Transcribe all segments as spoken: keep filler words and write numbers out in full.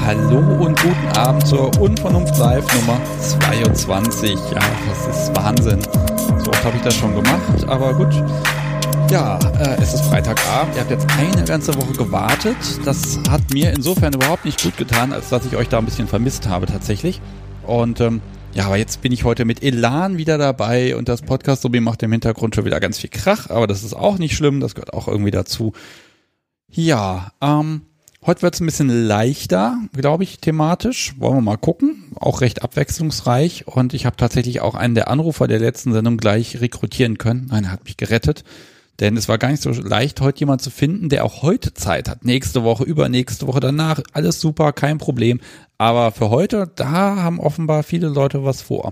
Hallo und guten Abend zur Unvernunft Live Nummer zweiundzwanzig. Ja, das ist Wahnsinn. So oft habe ich das schon gemacht, aber gut. Ja, äh, es ist Freitagabend. Ihr habt jetzt eine ganze Woche gewartet. Das hat mir insofern überhaupt nicht gut getan, als dass ich euch da ein bisschen vermisst habe tatsächlich. Und ähm, ja, aber jetzt bin ich heute mit Elan wieder dabei und das Podcast-Sobi macht im Hintergrund schon wieder ganz viel Krach, aber das ist auch nicht schlimm, das gehört auch irgendwie dazu. Ja, ähm, heute wird es ein bisschen leichter, glaube ich, thematisch. Wollen wir mal gucken. Auch recht abwechslungsreich. Und ich habe tatsächlich auch einen der Anrufer der letzten Sendung gleich rekrutieren können. Nein, er hat mich gerettet. Denn es war gar nicht so leicht, heute jemanden zu finden, der auch heute Zeit hat. Nächste Woche, übernächste Woche, danach. Alles super, kein Problem. Aber für heute, da haben offenbar viele Leute was vor.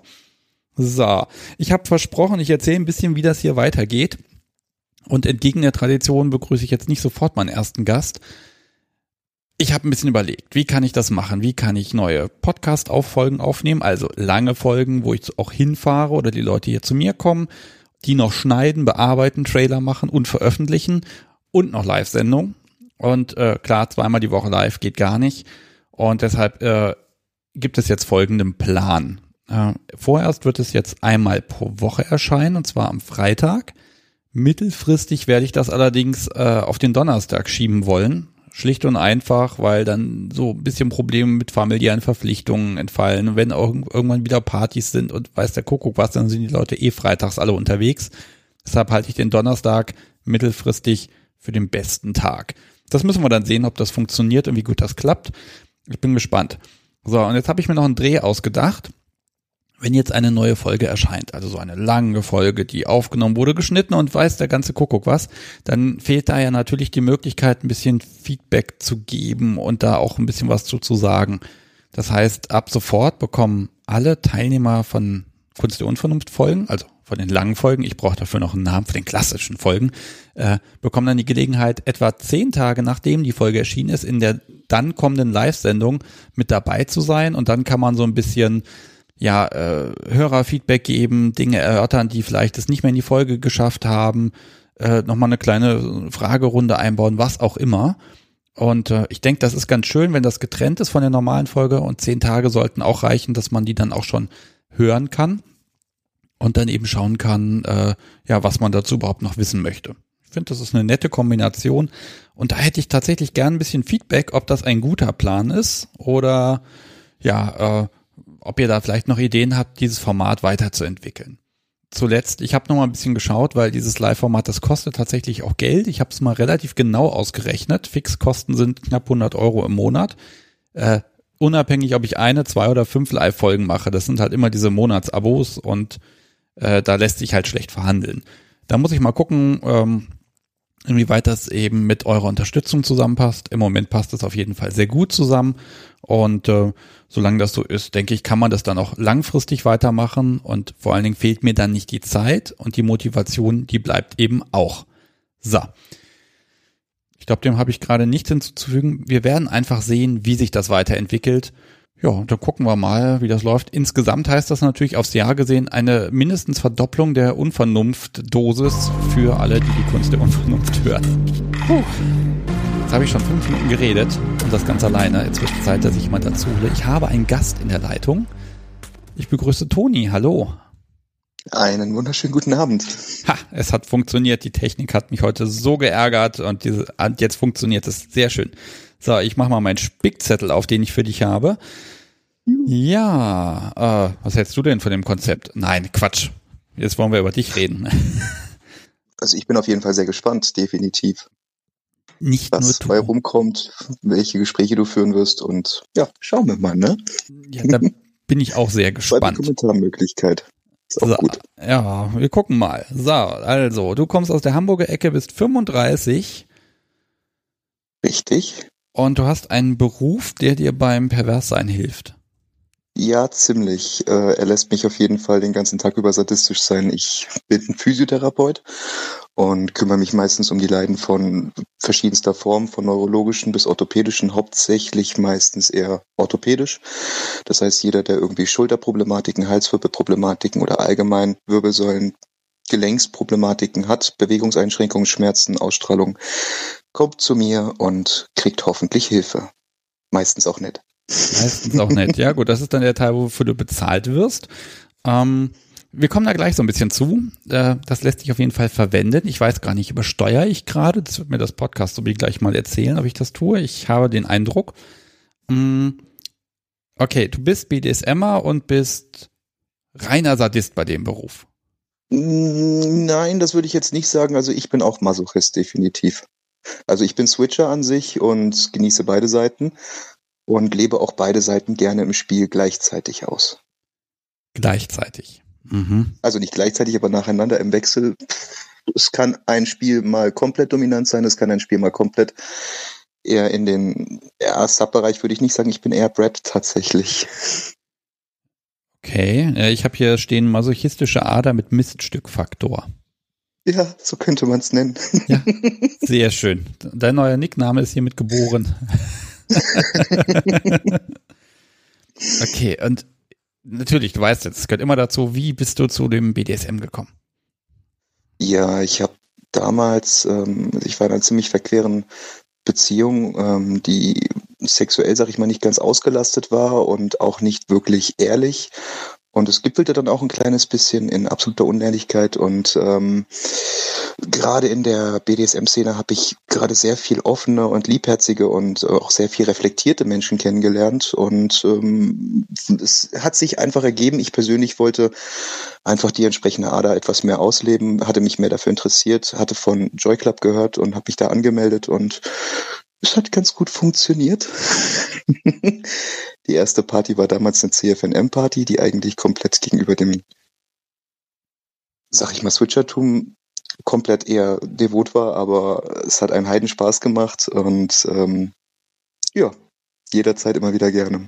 So, ich habe versprochen, ich erzähle ein bisschen, wie das hier weitergeht. Und entgegen der Tradition begrüße ich jetzt nicht sofort meinen ersten Gast. Ich habe ein bisschen überlegt, wie kann ich das machen? Wie kann ich neue Podcast-Folgen aufnehmen? Also lange Folgen, wo ich auch hinfahre oder die Leute hier zu mir kommen, die noch schneiden, bearbeiten, Trailer machen und veröffentlichen und noch Live-Sendung. Und äh, klar, zweimal die Woche live geht gar nicht. Und deshalb äh, gibt es jetzt folgenden Plan. Äh, vorerst wird es jetzt einmal pro Woche erscheinen, und zwar am Freitag. Mittelfristig werde ich das allerdings äh, auf den Donnerstag schieben wollen. Schlicht und einfach, weil dann so ein bisschen Probleme mit familiären Verpflichtungen entfallen. Und wenn auch irgendwann wieder Partys sind und weiß der Kuckuck was, dann sind die Leute eh freitags alle unterwegs. Deshalb halte ich den Donnerstag mittelfristig für den besten Tag. Das müssen wir dann sehen, ob das funktioniert und wie gut das klappt. Ich bin gespannt. So, und jetzt habe ich mir noch einen Dreh ausgedacht. Wenn jetzt eine neue Folge erscheint, also so eine lange Folge, die aufgenommen wurde, geschnitten und weiß der ganze Kuckuck was, dann fehlt da ja natürlich die Möglichkeit, ein bisschen Feedback zu geben und da auch ein bisschen was zu, zu sagen. Das heißt, ab sofort bekommen alle Teilnehmer von Kunst der Unvernunft Folgen, also von den langen Folgen, ich brauche dafür noch einen Namen für den klassischen Folgen, äh, bekommen dann die Gelegenheit, etwa zehn Tage nachdem die Folge erschienen ist, in der dann kommenden Live-Sendung mit dabei zu sein, und dann kann man so ein bisschen ja, äh, Hörerfeedback geben, Dinge erörtern, die vielleicht es nicht mehr in die Folge geschafft haben, äh, nochmal eine kleine Fragerunde einbauen, was auch immer. Und äh, ich denke, das ist ganz schön, wenn das getrennt ist von der normalen Folge, und zehn Tage sollten auch reichen, dass man die dann auch schon hören kann und dann eben schauen kann, äh, ja, was man dazu überhaupt noch wissen möchte. Ich finde, das ist eine nette Kombination, und da hätte ich tatsächlich gern ein bisschen Feedback, ob das ein guter Plan ist oder ja, äh, ob ihr da vielleicht noch Ideen habt, dieses Format weiterzuentwickeln. Zuletzt, ich habe noch mal ein bisschen geschaut, weil dieses Live-Format, das kostet tatsächlich auch Geld. Ich habe es mal relativ genau ausgerechnet. Fixkosten sind knapp hundert Euro im Monat. Äh, unabhängig, ob ich eine, zwei oder fünf Live-Folgen mache. Das sind halt immer diese Monatsabos, und äh, da lässt sich halt schlecht verhandeln. Da muss ich mal gucken, ähm, inwieweit das eben mit eurer Unterstützung zusammenpasst. Im Moment passt es auf jeden Fall sehr gut zusammen, und äh, solange das so ist, denke ich, kann man das dann auch langfristig weitermachen, und vor allen Dingen fehlt mir dann nicht die Zeit, und die Motivation, die bleibt eben auch. So, ich glaube, dem habe ich gerade nichts hinzuzufügen. Wir werden einfach sehen, wie sich das weiterentwickelt. Ja, dann gucken wir mal, wie das läuft. Insgesamt heißt das natürlich aufs Jahr gesehen eine mindestens Verdopplung der Unvernunft-Dosis für alle, die die Kunst der Unvernunft hören. Puh. Jetzt habe ich schon fünf Minuten geredet und das ganz alleine. Jetzt wird es Zeit, dass ich jemand dazu hole. Ich habe einen Gast in der Leitung. Ich begrüße Toni. Hallo. Einen wunderschönen guten Abend. Ha, es hat funktioniert. Die Technik hat mich heute so geärgert, und, diese, und jetzt funktioniert es. Sehr schön. So, ich mache mal meinen Spickzettel auf, den ich für dich habe. Ja, äh, was hältst du denn von dem Konzept? Nein, Quatsch. Jetzt wollen wir über dich reden. Also ich bin auf jeden Fall sehr gespannt, definitiv. Nicht was nur dabei rumkommt, welche Gespräche du führen wirst, und ja, schauen wir mal, ne? Ja, da bin ich auch sehr gespannt. Zweite Kommentarmöglichkeit. Ist auch so, gut. Ja, wir gucken mal. So, also, du kommst aus der Hamburger Ecke, bist fünfunddreißig. Richtig. Und du hast einen Beruf, der dir beim Perverssein hilft. Ja, ziemlich. Äh, er lässt mich auf jeden Fall den ganzen Tag über sadistisch sein. Ich bin ein Physiotherapeut und kümmere mich meistens um die Leiden von verschiedenster Form, von neurologischen bis orthopädischen, hauptsächlich meistens eher orthopädisch. Das heißt, jeder, der irgendwie Schulterproblematiken, Halswirbelproblematiken oder allgemein Wirbelsäulen, Gelenksproblematiken hat, Bewegungseinschränkungen, Schmerzen, Ausstrahlung, kommt zu mir und kriegt hoffentlich Hilfe. Meistens auch nett. Meistens auch nicht. Ja gut, das ist dann der Teil, wofür du bezahlt wirst. Ähm, wir kommen da gleich so ein bisschen zu. Äh, das lässt sich auf jeden Fall verwenden. Ich weiß gar nicht, übersteuere ich gerade? Das wird mir das Podcast so wie gleich mal erzählen, ob ich das tue. Ich habe den Eindruck. Ähm, okay, du bist BDSMer und bist reiner Sadist bei dem Beruf. Nein, das würde ich jetzt nicht sagen. Also ich bin auch Masochist, definitiv. Also ich bin Switcher an sich und genieße beide Seiten und lebe auch beide Seiten gerne im Spiel gleichzeitig aus. Gleichzeitig. Mhm. Also nicht gleichzeitig, aber nacheinander im Wechsel. Es kann ein Spiel mal komplett dominant sein, es kann ein Spiel mal komplett eher in den ja, Sub-Bereich würde ich nicht sagen, ich bin eher Brett tatsächlich. Okay, ich habe hier stehen masochistische Ader mit Miststückfaktor. Ja, so könnte man es nennen. Ja, sehr schön. Dein neuer Nickname ist hiermit geboren. Okay, und natürlich, du weißt jetzt, es gehört immer dazu, wie bist du zu dem B D S M gekommen? Ja, ich habe damals, ähm, ich war in einer ziemlich verqueren Beziehung, ähm, die sexuell, sag ich mal, nicht ganz ausgelastet war und auch nicht wirklich ehrlich. Und es gipfelte dann auch ein kleines bisschen in absoluter Unehrlichkeit. Und ähm, gerade in der B D S M-Szene habe ich gerade sehr viel offene und liebherzige und auch sehr viel reflektierte Menschen kennengelernt. Und ähm, es hat sich einfach ergeben. Ich persönlich wollte einfach die entsprechende Ader etwas mehr ausleben, hatte mich mehr dafür interessiert, hatte von Joy Club gehört und habe mich da angemeldet. Und es hat ganz gut funktioniert. Die erste Party war damals eine C F N M-Party, die eigentlich komplett gegenüber dem, sag ich mal, Switchertum komplett eher devot war, aber es hat einen Heidenspaß gemacht und ähm, ja, jederzeit immer wieder gerne.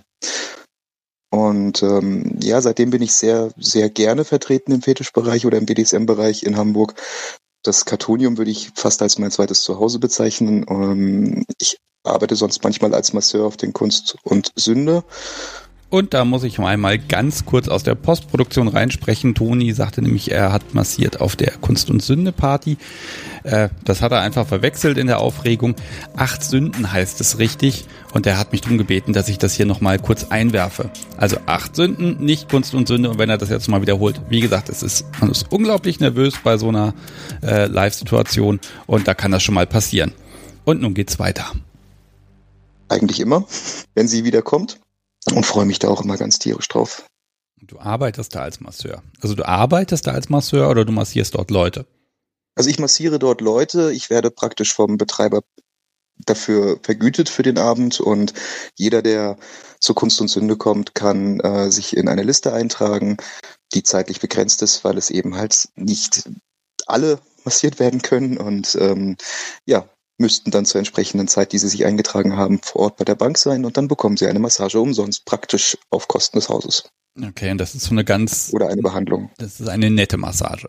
Und ähm, ja, seitdem bin ich sehr, sehr gerne vertreten im Fetischbereich oder im B D S M-Bereich in Hamburg. Das Kartonium würde ich fast als mein zweites Zuhause bezeichnen. Ähm, ich arbeite sonst manchmal als Masseur auf den Kunst und Sünde. Und da muss ich mal einmal ganz kurz aus der Postproduktion reinsprechen. Toni sagte nämlich, er hat massiert auf der Kunst- und Sünde-Party. Äh, das hat er einfach verwechselt in der Aufregung. Acht Sünden heißt es richtig. Und er hat mich darum gebeten, dass ich das hier nochmal kurz einwerfe. Also acht Sünden, nicht Kunst und Sünde. Und wenn er das jetzt mal wiederholt, wie gesagt, es ist, man ist unglaublich nervös bei so einer äh, Live-Situation. Und da kann das schon mal passieren. Und nun geht's weiter. Eigentlich immer, wenn sie wiederkommt. Und freue mich da auch immer ganz tierisch drauf. Du arbeitest da als Masseur. Also du arbeitest da als Masseur oder du massierst dort Leute? Also ich massiere dort Leute. Ich werde praktisch vom Betreiber dafür vergütet für den Abend. Und jeder, der zur Kunst und Sünde kommt, kann äh, sich in eine Liste eintragen, die zeitlich begrenzt ist, weil es eben halt nicht alle massiert werden können. Und ähm, ja, müssten dann zur entsprechenden Zeit, die sie sich eingetragen haben, vor Ort bei der Bank sein und dann bekommen sie eine Massage umsonst, praktisch auf Kosten des Hauses. Okay, und das ist so eine ganz... Oder eine Behandlung. Das ist eine nette Massage.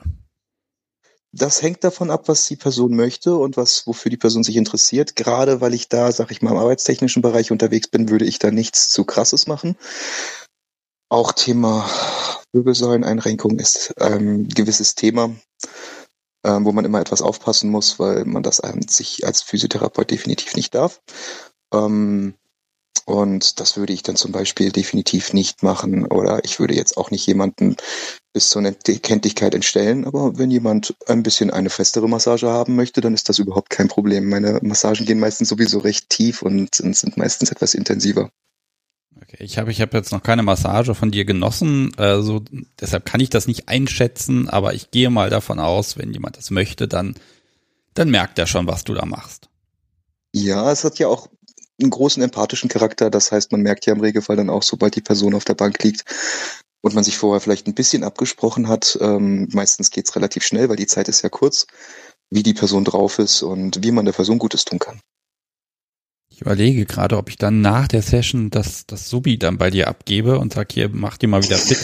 Das hängt davon ab, was die Person möchte und was wofür die Person sich interessiert. Gerade weil ich da, sag ich mal, im arbeitstechnischen Bereich unterwegs bin, würde ich da nichts zu Krasses machen. Auch Thema Wirbelsäuleneinrenkung ist ein ähm, gewisses Thema, wo man immer etwas aufpassen muss, weil man das an sich als Physiotherapeut definitiv nicht darf. Ähm, und das würde ich dann zum Beispiel definitiv nicht machen. Oder ich würde jetzt auch nicht jemanden bis zur Kenntlichkeit entstellen. Aber wenn jemand ein bisschen eine festere Massage haben möchte, dann ist das überhaupt kein Problem. Meine Massagen gehen meistens sowieso recht tief und sind meistens etwas intensiver. Okay, ich habe ich hab jetzt noch keine Massage von dir genossen, also deshalb kann ich das nicht einschätzen, aber ich gehe mal davon aus, wenn jemand das möchte, dann, dann merkt er schon, was du da machst. Ja, es hat ja auch einen großen empathischen Charakter, das heißt, man merkt ja im Regelfall dann auch, sobald die Person auf der Bank liegt und man sich vorher vielleicht ein bisschen abgesprochen hat, ähm, meistens geht's relativ schnell, weil die Zeit ist ja kurz, wie die Person drauf ist und wie man der Person Gutes tun kann. Ich überlege gerade, ob ich dann nach der Session das, das Subi dann bei dir abgebe und sag, hier, mach dir mal wieder fit.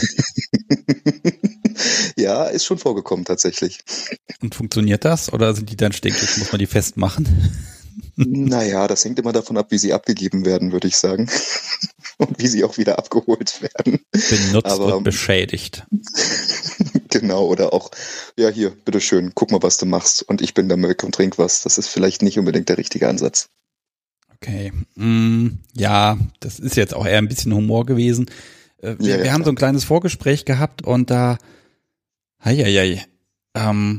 Ja, ist schon vorgekommen tatsächlich. Und funktioniert das oder sind die dann stinkig? Muss man die festmachen? Naja, das hängt immer davon ab, wie sie abgegeben werden, würde ich sagen. Und wie sie auch wieder abgeholt werden. Benutzt Aber, und beschädigt. Genau, oder auch, ja hier, bitteschön, guck mal, was du machst und ich bin der Melk und trink was. Das ist vielleicht nicht unbedingt der richtige Ansatz. Okay. Mm, ja, das ist jetzt auch eher ein bisschen Humor gewesen. Äh, wir, Ja, ja, wir haben klar. so ein kleines Vorgespräch gehabt und da, heieiei, ähm,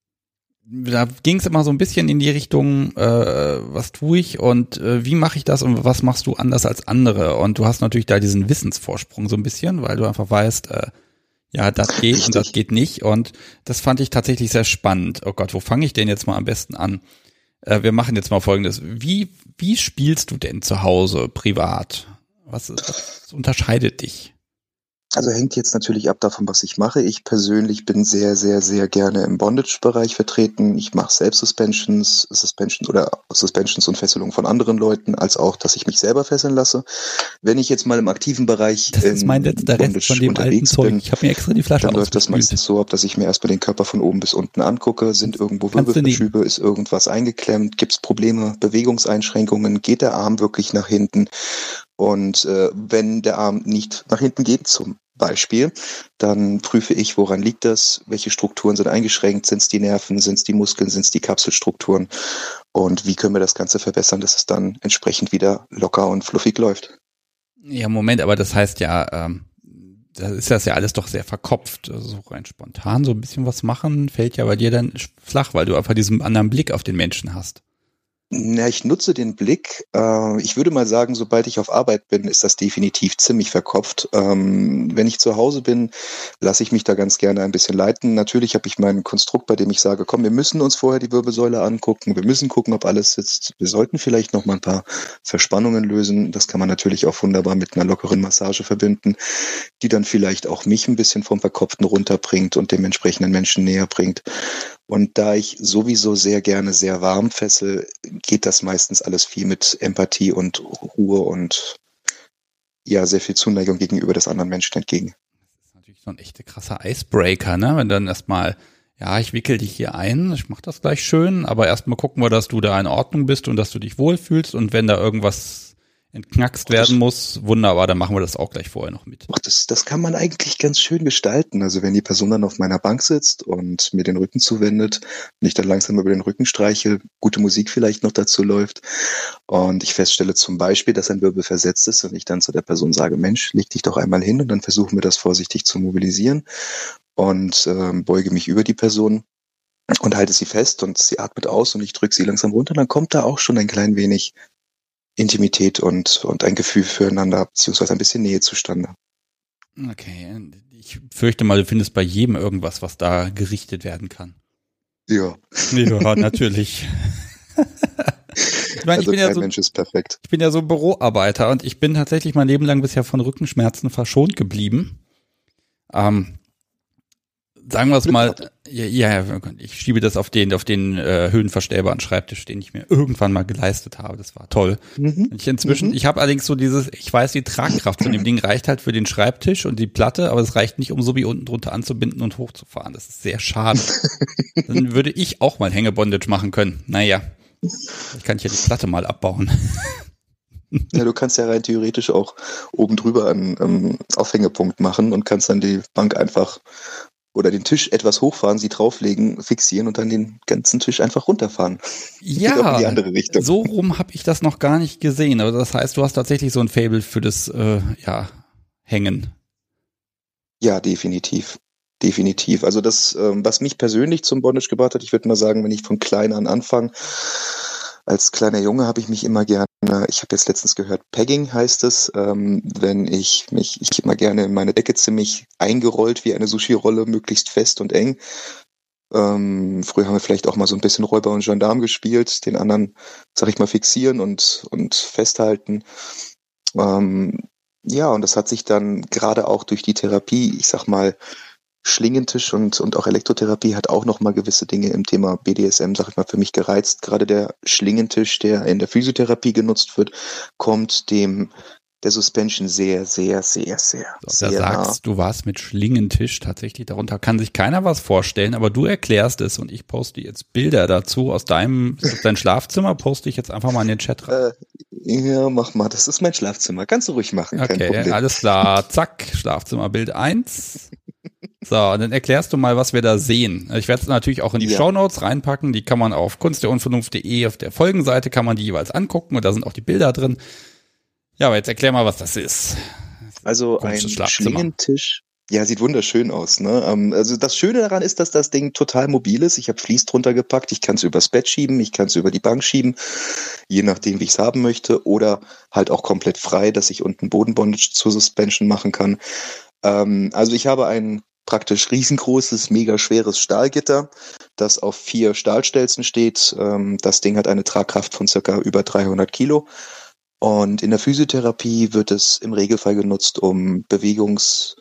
da ging es immer so ein bisschen in die Richtung, äh, was tue ich und äh, wie mache ich das und was machst du anders als andere? Und du hast natürlich da diesen Wissensvorsprung so ein bisschen, weil du einfach weißt, äh, ja, das geht Richtig. und das geht nicht. Und das fand ich tatsächlich sehr spannend. Oh Gott, wo fange ich denn jetzt mal am besten an? Äh, wir machen jetzt mal Folgendes. Wie, wie spielst du denn zu Hause privat? Was, was unterscheidet dich? Also hängt jetzt natürlich ab davon, was ich mache. Ich persönlich bin sehr, sehr, sehr gerne im Bondage-Bereich vertreten. Ich mache selbst Suspensions, Suspensions oder Suspensions und Fesselungen von anderen Leuten, als auch, dass ich mich selber fesseln lasse. Wenn ich jetzt mal im aktiven Bereich Das ist mein in letzter Rest Bondage von dem alten unterwegs Zeug. bin, Ich habe mir extra die Flasche dann läuft das ausgespült. meistens so ab, dass ich mir erstmal den Körper von oben bis unten angucke. Sind irgendwo Kannst du nehmen. Wirbelverschübe? Ist irgendwas eingeklemmt? Gibt es Probleme? Bewegungseinschränkungen? Geht der Arm wirklich nach hinten? Und äh, wenn der Arm nicht nach hinten geht, zum Beispiel, dann prüfe ich, woran liegt das, welche Strukturen sind eingeschränkt, sind es die Nerven, sind es die Muskeln, sind es die Kapselstrukturen und wie können wir das Ganze verbessern, dass es dann entsprechend wieder locker und fluffig läuft. Ja, Moment, aber das heißt ja, ähm, da ist das ja alles doch sehr verkopft. Also so rein spontan so ein bisschen was machen, fällt ja bei dir dann flach, weil du einfach diesen anderen Blick auf den Menschen hast. Ja, ich nutze den Blick. Äh, ich würde mal sagen, sobald ich auf Arbeit bin, ist das definitiv ziemlich verkopft. Ähm, wenn ich zu Hause bin, lasse ich mich da ganz gerne ein bisschen leiten. Natürlich habe ich mein Konstrukt, bei dem ich sage, komm, wir müssen uns vorher die Wirbelsäule angucken. Wir müssen gucken, ob alles sitzt. Wir sollten vielleicht noch mal ein paar Verspannungen lösen. Das kann man natürlich auch wunderbar mit einer lockeren Massage verbinden, die dann vielleicht auch mich ein bisschen vom Verkopften runterbringt und dem entsprechenden Menschen näher bringt. Und da ich sowieso sehr gerne sehr warm fessel, geht das meistens alles viel mit Empathie und Ruhe und ja, sehr viel Zuneigung gegenüber des anderen Menschen entgegen. Das ist natürlich so ein echter krasser Icebreaker, ne? Wenn dann erstmal, ja, ich wickel dich hier ein, ich mach das gleich schön, aber erstmal gucken wir, dass du da in Ordnung bist und dass du dich wohlfühlst und wenn da irgendwas entknackst werden muss, wunderbar, dann machen wir das auch gleich vorher noch mit. Ach, das, das kann man eigentlich ganz schön gestalten. Also wenn die Person dann auf meiner Bank sitzt und mir den Rücken zuwendet und ich dann langsam über den Rücken streiche, gute Musik vielleicht noch dazu läuft und ich feststelle zum Beispiel, dass ein Wirbel versetzt ist und ich dann zu der Person sage, Mensch, leg dich doch einmal hin und dann versuchen wir das vorsichtig zu mobilisieren und ähm, beuge mich über die Person und halte sie fest und sie atmet aus und ich drücke sie langsam runter, dann kommt da auch schon ein klein wenig Intimität und, und ein Gefühl füreinander, beziehungsweise ein bisschen Nähe zustande. Okay, ich fürchte mal, du findest bei jedem irgendwas, was da gerichtet werden kann. Ja. Ja, natürlich. Ich meine, Also ich bin kein ja so, Mensch ist perfekt. ich bin ja so Büroarbeiter und ich bin tatsächlich mein Leben lang bisher von Rückenschmerzen verschont geblieben. Ähm, sagen wir es mal, ja, ja, ich schiebe das auf den, auf den äh, höhenverstellbaren Schreibtisch, den ich mir irgendwann mal geleistet habe. Das war toll. Mhm. Und ich inzwischen, Mhm. ich habe allerdings so dieses, ich weiß, die Tragkraft von dem Ding reicht halt für den Schreibtisch und die Platte, aber es reicht nicht, um so wie unten drunter anzubinden und hochzufahren. Das ist sehr schade. Dann würde ich auch mal Hängebondage machen können. Naja, ich kann ja die Platte mal abbauen. Ja, du kannst ja rein theoretisch auch oben drüber einen ähm, Aufhängepunkt machen und kannst dann die Bank einfach oder den Tisch etwas hochfahren, sie drauflegen, fixieren und dann den ganzen Tisch einfach runterfahren. Geht auch in die Ja, andere Richtung. so rum habe ich das noch gar nicht gesehen. Aber das heißt, du hast tatsächlich so ein Faible für das äh, ja, Hängen. Ja, definitiv. Definitiv. Also das, ähm, was mich persönlich zum Bondage gebracht hat, ich würde mal sagen, wenn ich von klein an anfange, als kleiner Junge habe ich mich immer gerne, ich habe jetzt letztens gehört, Pegging heißt es, ähm, wenn ich mich, ich immer gerne in meine Decke ziemlich eingerollt wie eine Sushi-Rolle, möglichst fest und eng. Ähm, früher haben wir vielleicht auch mal so ein bisschen Räuber und Gendarm gespielt, den anderen, sag ich mal, fixieren und, und festhalten. Ähm, ja, und das hat sich dann gerade auch durch die Therapie, ich sag mal, Schlingentisch und, und auch Elektrotherapie hat auch nochmal gewisse Dinge im Thema B D S M, sag ich mal, für mich gereizt. Gerade der Schlingentisch, der in der Physiotherapie genutzt wird, kommt dem der Suspension sehr, sehr, sehr, sehr, So, sehr da nah. sagst du was mit Schlingentisch tatsächlich. Darunter kann sich keiner was vorstellen, aber du erklärst es und ich poste jetzt Bilder dazu aus deinem, aus deinem Schlafzimmer, poste ich jetzt einfach mal in den Chat rein. Äh, ja, mach mal, das ist mein Schlafzimmer. Kannst du ruhig machen, kein Okay, Problem. alles klar. Zack, Schlafzimmerbild eins. So, und dann erklärst du mal, was wir da sehen. Ich werde es natürlich auch in die Ja. Shownotes reinpacken. Die kann man auf kunst der unvernunft punkt de auf der Folgenseite kann man die jeweils angucken und da sind auch die Bilder drin. Ja, aber jetzt erklär mal, was das ist. Also ein Komisches Schlafzimmer. Schlingentisch. Ja, sieht wunderschön aus, ne? Ähm, Also das Schöne daran ist, dass das Ding total mobil ist. Ich habe Vlies drunter gepackt, ich kann es übers Bett schieben, ich kann es über die Bank schieben, je nachdem, wie ich es haben möchte, oder halt auch komplett frei, dass ich unten Bodenbondage zur Suspension machen kann. Ähm, also ich habe ein praktisch riesengroßes, mega schweres Stahlgitter, das auf vier Stahlstelzen steht. Ähm, das Ding hat eine Tragkraft von circa über dreihundert Kilo. Und in der Physiotherapie wird es im Regelfall genutzt, um Bewegungs...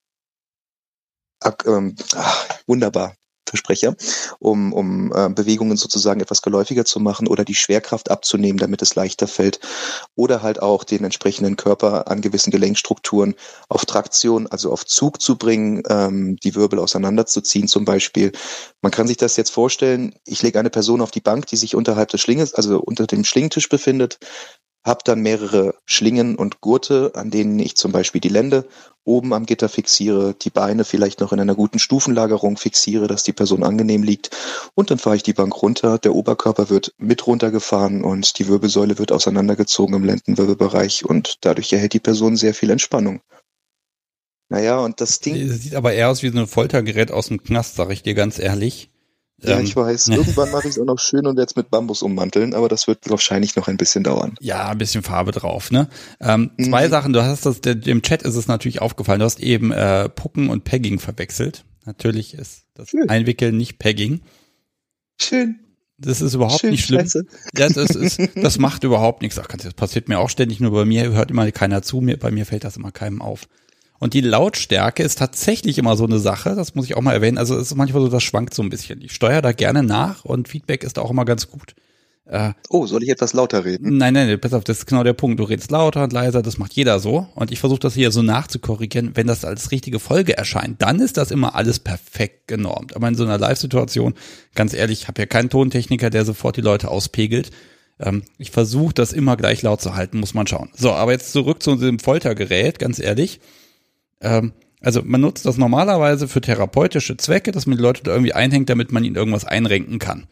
Ak- ähm, ach, wunderbar, Versprecher, um, um äh, Bewegungen sozusagen etwas geläufiger zu machen oder die Schwerkraft abzunehmen, damit es leichter fällt. Oder halt auch den entsprechenden Körper an gewissen Gelenkstrukturen auf Traktion, also auf Zug zu bringen, ähm, die Wirbel auseinanderzuziehen zum Beispiel. Man kann sich das jetzt vorstellen, ich lege eine Person auf die Bank, die sich unterhalb des Schlinges, also unter dem Schlingentisch befindet, habe dann mehrere Schlingen und Gurte, an denen ich zum Beispiel die Lende oben am Gitter fixiere, die Beine vielleicht noch in einer guten Stufenlagerung fixiere, dass die Person angenehm liegt, und dann fahre ich die Bank runter, der Oberkörper wird mit runtergefahren und die Wirbelsäule wird auseinandergezogen im Lendenwirbelbereich und dadurch erhält die Person sehr viel Entspannung. Naja, und das Ding... Das sieht aber eher aus wie so ein Foltergerät aus dem Knast, sag ich dir ganz ehrlich. Ja, Ähm, ich weiß, irgendwann mache ich es auch noch schön und jetzt mit Bambus ummanteln, aber das wird wahrscheinlich noch ein bisschen dauern. Ja, ein bisschen Farbe drauf, ne? Ähm, Mhm. Zwei Sachen, du hast das, der, im Chat ist es natürlich aufgefallen, du hast eben äh, Pucken und Pegging verwechselt. Natürlich ist das Schön. Einwickeln nicht Pegging. Schön, Das ist überhaupt schön, nicht schlimm. scheiße. Ja, das ist, das macht überhaupt nichts. Ach, das passiert mir auch ständig, nur bei mir hört immer keiner zu, mir, bei mir fällt das immer keinem auf. Und die Lautstärke ist tatsächlich immer so eine Sache, das muss ich auch mal erwähnen. Also es ist manchmal so, das schwankt so ein bisschen. Ich steuere da gerne nach und Feedback ist da auch immer ganz gut. Äh, Oh, soll ich etwas lauter reden? nein, nein, pass auf, das ist genau der Punkt. Du redest lauter und leiser, das macht jeder so. Und ich versuche das hier so nachzukorrigieren. Wenn das als richtige Folge erscheint, dann ist das immer alles perfekt genormt. Aber in so einer Live-Situation, ganz ehrlich, ich habe ja keinen Tontechniker, der sofort die Leute auspegelt. Ähm, ich versuche das immer gleich laut zu halten, muss man schauen. So, aber jetzt zurück zu dem Foltergerät, ganz ehrlich. Ähm, also man nutzt das normalerweise für therapeutische Zwecke, dass man die Leute da irgendwie einhängt, damit man ihnen irgendwas einrenken kann.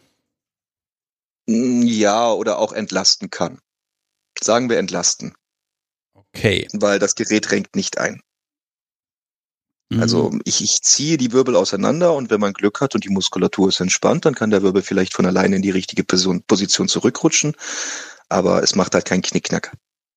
Ja, oder auch entlasten kann. Sagen wir entlasten, Okay. weil das Gerät renkt nicht ein. Mhm. Also ich, ich ziehe die Wirbel auseinander und wenn man Glück hat und die Muskulatur ist entspannt, dann kann der Wirbel vielleicht von alleine in die richtige Person, Position zurückrutschen, aber es macht halt keinen Knickknack.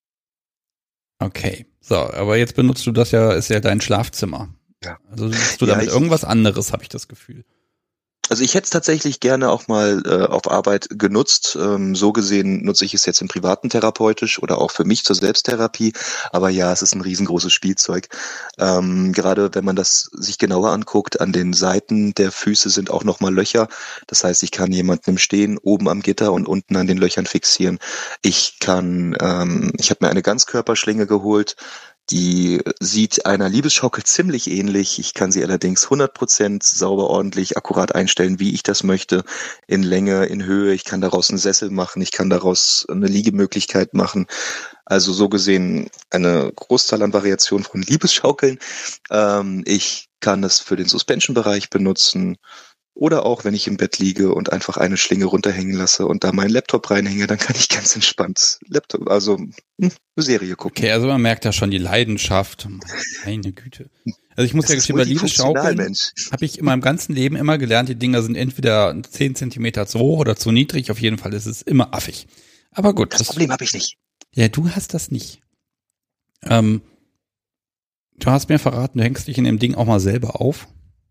Okay. So, aber jetzt benutzt du das ja, ist ja dein Schlafzimmer. Ja. Also nutzt du Ja, damit ich- irgendwas anderes, habe ich das Gefühl. Also ich hätte es tatsächlich gerne auch mal äh, auf Arbeit genutzt. Ähm, so gesehen nutze ich es jetzt im Privaten therapeutisch oder auch für mich zur Selbsttherapie. Aber ja, es ist ein riesengroßes Spielzeug. Ähm, gerade wenn man das sich genauer anguckt, an den Seiten der Füße sind auch nochmal Löcher. Das heißt, ich kann jemanden im Stehen oben am Gitter und unten an den Löchern fixieren. Ich kann, ähm, ich habe mir eine Ganzkörperschlinge geholt. Die sieht einer Liebesschaukel ziemlich ähnlich. Ich kann sie allerdings hundert Prozent sauber, ordentlich, akkurat einstellen, wie ich das möchte. In Länge, in Höhe. Ich kann daraus einen Sessel machen. Ich kann daraus eine Liegemöglichkeit machen. Also so gesehen eine Großzahl an Variationen von Liebesschaukeln. Ähm, ich kann es für den Suspension-Bereich benutzen. Oder auch, wenn ich im Bett liege und einfach eine Schlinge runterhängen lasse und da meinen Laptop reinhänge, dann kann ich ganz entspannt Laptop, also hm, eine Serie gucken. Okay, also man merkt da schon die Leidenschaft. Meine Güte. Also ich muss Das ja ist gestehen, bei multifunktional, Liebesschaukeln Mensch. habe ich in meinem ganzen Leben immer gelernt, die Dinger sind entweder zehn Zentimeter zu hoch oder zu niedrig. Auf jeden Fall ist es immer affig. Aber gut. Das Problem habe ich nicht. Ja, du hast das nicht. Ähm, du hast mir verraten, du hängst dich in dem Ding auch mal selber auf.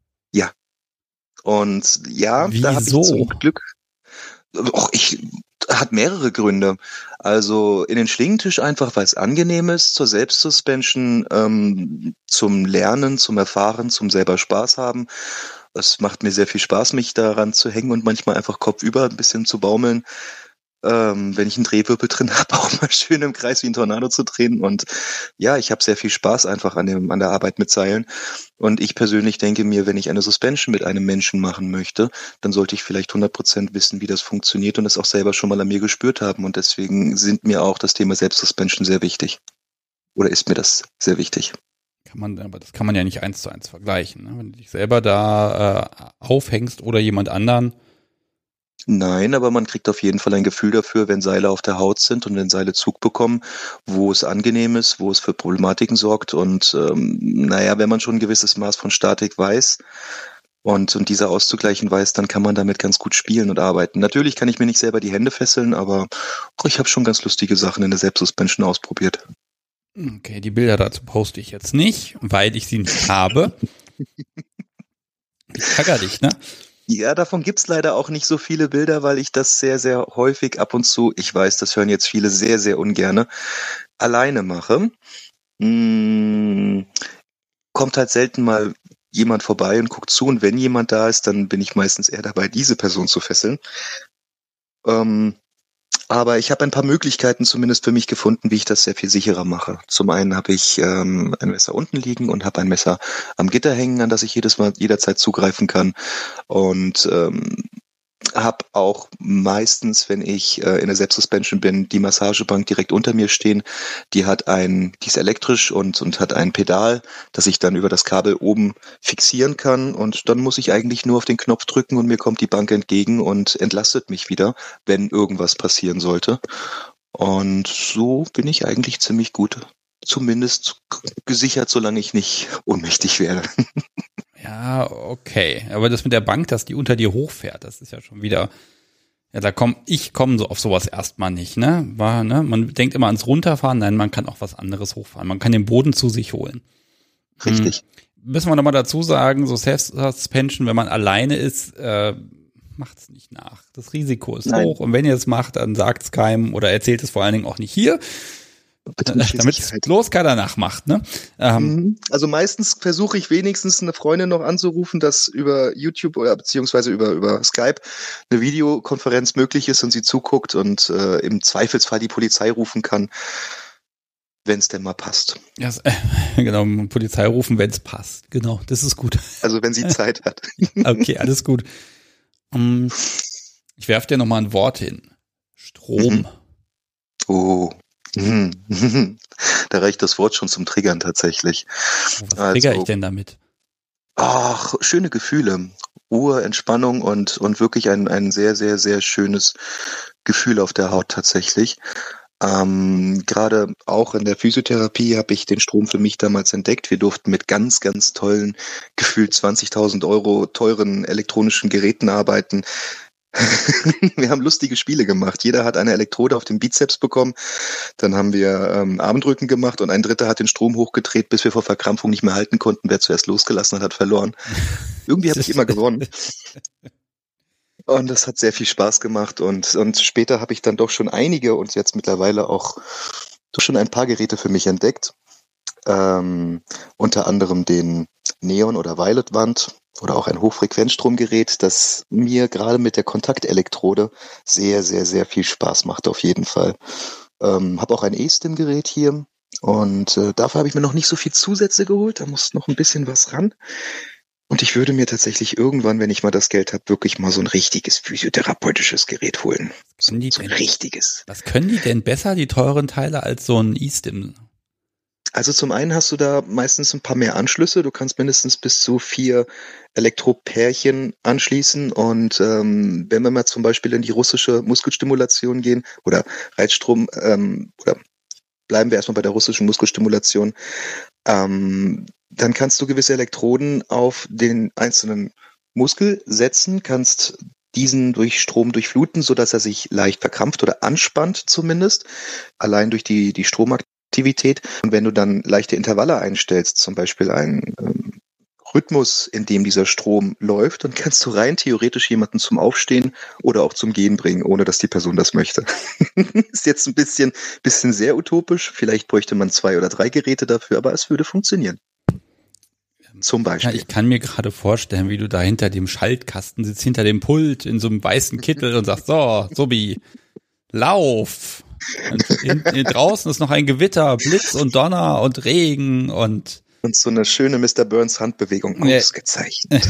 Und ja, da habe ich Wieso? zum Glück. Och, ich hat mehrere Gründe. Also in den Schlingentisch einfach, weil es angenehm ist, zur Selbstsuspension, ähm, zum Lernen, zum Erfahren, zum selber Spaß haben. Es macht mir sehr viel Spaß, mich daran zu hängen und manchmal einfach kopfüber ein bisschen zu baumeln. Ähm, wenn ich einen Drehwirbel drin habe, auch mal schön im Kreis wie ein Tornado zu drehen. Und ja, ich habe sehr viel Spaß einfach an dem an der Arbeit mit Seilen. Und ich persönlich denke mir, wenn ich eine Suspension mit einem Menschen machen möchte, dann sollte ich vielleicht hundert Prozent wissen, wie das funktioniert und es auch selber schon mal an mir gespürt haben. Und deswegen sind mir auch das Thema Selbstsuspension sehr wichtig. Oder ist mir das sehr wichtig. Kann man, aber das kann man ja nicht eins zu eins vergleichen, ne? Wenn du dich selber da äh, aufhängst oder jemand anderen. Nein, aber man kriegt auf jeden Fall ein Gefühl dafür, wenn Seile auf der Haut sind und wenn Seile Zug bekommen, wo es angenehm ist, wo es für Problematiken sorgt. Und ähm, naja, wenn man schon ein gewisses Maß von Statik weiß und, und diese auszugleichen weiß, dann kann man damit ganz gut spielen und arbeiten. Natürlich kann ich mir nicht selber die Hände fesseln, aber oh, ich habe schon ganz lustige Sachen in der Selbstsuspension ausprobiert. Okay, die Bilder dazu poste ich jetzt nicht, weil ich sie nicht habe. Ärgerlich, ne? Ja, davon gibt's leider auch nicht so viele Bilder, weil ich das sehr, sehr häufig ab und zu, ich weiß, das hören jetzt viele sehr, sehr ungerne, alleine mache. Hm, kommt halt selten mal jemand vorbei und guckt zu, und wenn jemand da ist, dann bin ich meistens eher dabei, diese Person zu fesseln. Ähm, aber ich habe ein paar Möglichkeiten zumindest für mich gefunden, wie ich das sehr viel sicherer mache. Zum einen habe ich ähm, ein Messer unten liegen und habe ein Messer am Gitter hängen, an das ich jedes Mal jederzeit zugreifen kann. Und ähm, habe auch meistens, wenn ich äh, in der Selbstsuspension bin, die Massagebank direkt unter mir stehen. Die hat ein, die ist elektrisch und und hat ein Pedal, das ich dann über das Kabel oben fixieren kann, und dann muss ich eigentlich nur auf den Knopf drücken und mir kommt die Bank entgegen und entlastet mich wieder, wenn irgendwas passieren sollte. Und so bin ich eigentlich ziemlich gut, zumindest gesichert, solange ich nicht ohnmächtig werde. Ja, okay. Aber das mit der Bank, dass die unter dir hochfährt, das ist ja schon wieder, ja, da komm, ich komme so auf sowas erstmal nicht, ne? War, ne? Man denkt immer ans Runterfahren, nein, man kann auch was anderes hochfahren. Man kann den Boden zu sich holen. Richtig. Hm. Müssen wir nochmal dazu sagen, so Self-Suspension, wenn man alleine ist, äh, macht's nicht nach. Das Risiko ist Nein. hoch, und wenn ihr es macht, dann sagt's keinem oder erzählt es vor allen Dingen auch nicht hier. Damit es bloß keiner nachmacht, ne? Ähm, also meistens versuche ich wenigstens eine Freundin noch anzurufen, dass über YouTube oder beziehungsweise über über Skype eine Videokonferenz möglich ist und sie zuguckt und äh, im Zweifelsfall die Polizei rufen kann, wenn es denn mal passt. Ja, äh, genau, Polizei rufen, wenn es passt. Genau, das ist gut. Also wenn sie Zeit hat. Okay, alles gut. Um, ich werfe dir nochmal ein Wort hin. Strom. Mhm. Oh. Da reicht das Wort schon zum Triggern tatsächlich. Was also, trigger ich denn damit? Ach, schöne Gefühle. Ruhe, Entspannung und und wirklich ein ein sehr, sehr, sehr schönes Gefühl auf der Haut tatsächlich. Ähm, gerade auch in der Physiotherapie habe ich den Strom für mich damals entdeckt. Wir durften mit ganz, ganz tollen, gefühlt zwanzigtausend Euro teuren elektronischen Geräten arbeiten. Wir haben lustige Spiele gemacht. Jeder hat eine Elektrode auf den Bizeps bekommen. Dann haben wir ähm, Armdrücken gemacht und ein Dritter hat den Strom hochgedreht, bis wir vor Verkrampfung nicht mehr halten konnten. Wer zuerst losgelassen hat, hat verloren. Irgendwie habe ich immer gewonnen. Und das hat sehr viel Spaß gemacht. Und, und später habe ich dann doch schon einige und jetzt mittlerweile auch doch schon ein paar Geräte für mich entdeckt. Ähm, unter anderem den Neon- oder Violet-Wand oder auch ein Hochfrequenzstromgerät, das mir gerade mit der Kontaktelektrode sehr, sehr, sehr viel Spaß macht auf jeden Fall. Ähm, habe auch ein E-Stim-Gerät hier und äh, dafür habe ich mir noch nicht so viel Zusätze geholt, da muss noch ein bisschen was ran. Und ich würde mir tatsächlich irgendwann, wenn ich mal das Geld habe, wirklich mal so ein richtiges physiotherapeutisches Gerät holen. So, so ein richtiges. Was können die denn besser, die teuren Teile, als so ein E-Stim? Also zum einen hast du da meistens ein paar mehr Anschlüsse. Du kannst mindestens bis zu vier Elektropärchen anschließen. Und ähm, wenn wir mal zum Beispiel in die russische Muskelstimulation gehen oder Reizstrom, ähm, oder bleiben wir erstmal bei der russischen Muskelstimulation, ähm, dann kannst du gewisse Elektroden auf den einzelnen Muskel setzen, kannst diesen durch Strom durchfluten, sodass er sich leicht verkrampft oder anspannt zumindest, allein durch die, die Stromaktivität. Und wenn du dann leichte Intervalle einstellst, zum Beispiel einen ähm, Rhythmus, in dem dieser Strom läuft, dann kannst du rein theoretisch jemanden zum Aufstehen oder auch zum Gehen bringen, ohne dass die Person das möchte. Ist jetzt ein bisschen, bisschen sehr utopisch. Vielleicht bräuchte man zwei oder drei Geräte dafür, aber es würde funktionieren. Zum Beispiel. Ja, ich kann mir gerade vorstellen, wie du da hinter dem Schaltkasten sitzt, hinter dem Pult in so einem weißen Kittel und sagst, so, Subi, lauf. Und in, in, draußen ist noch ein Gewitter, Blitz und Donner und Regen und Und so eine schöne Mister Burns Handbewegung ausgezeichnet.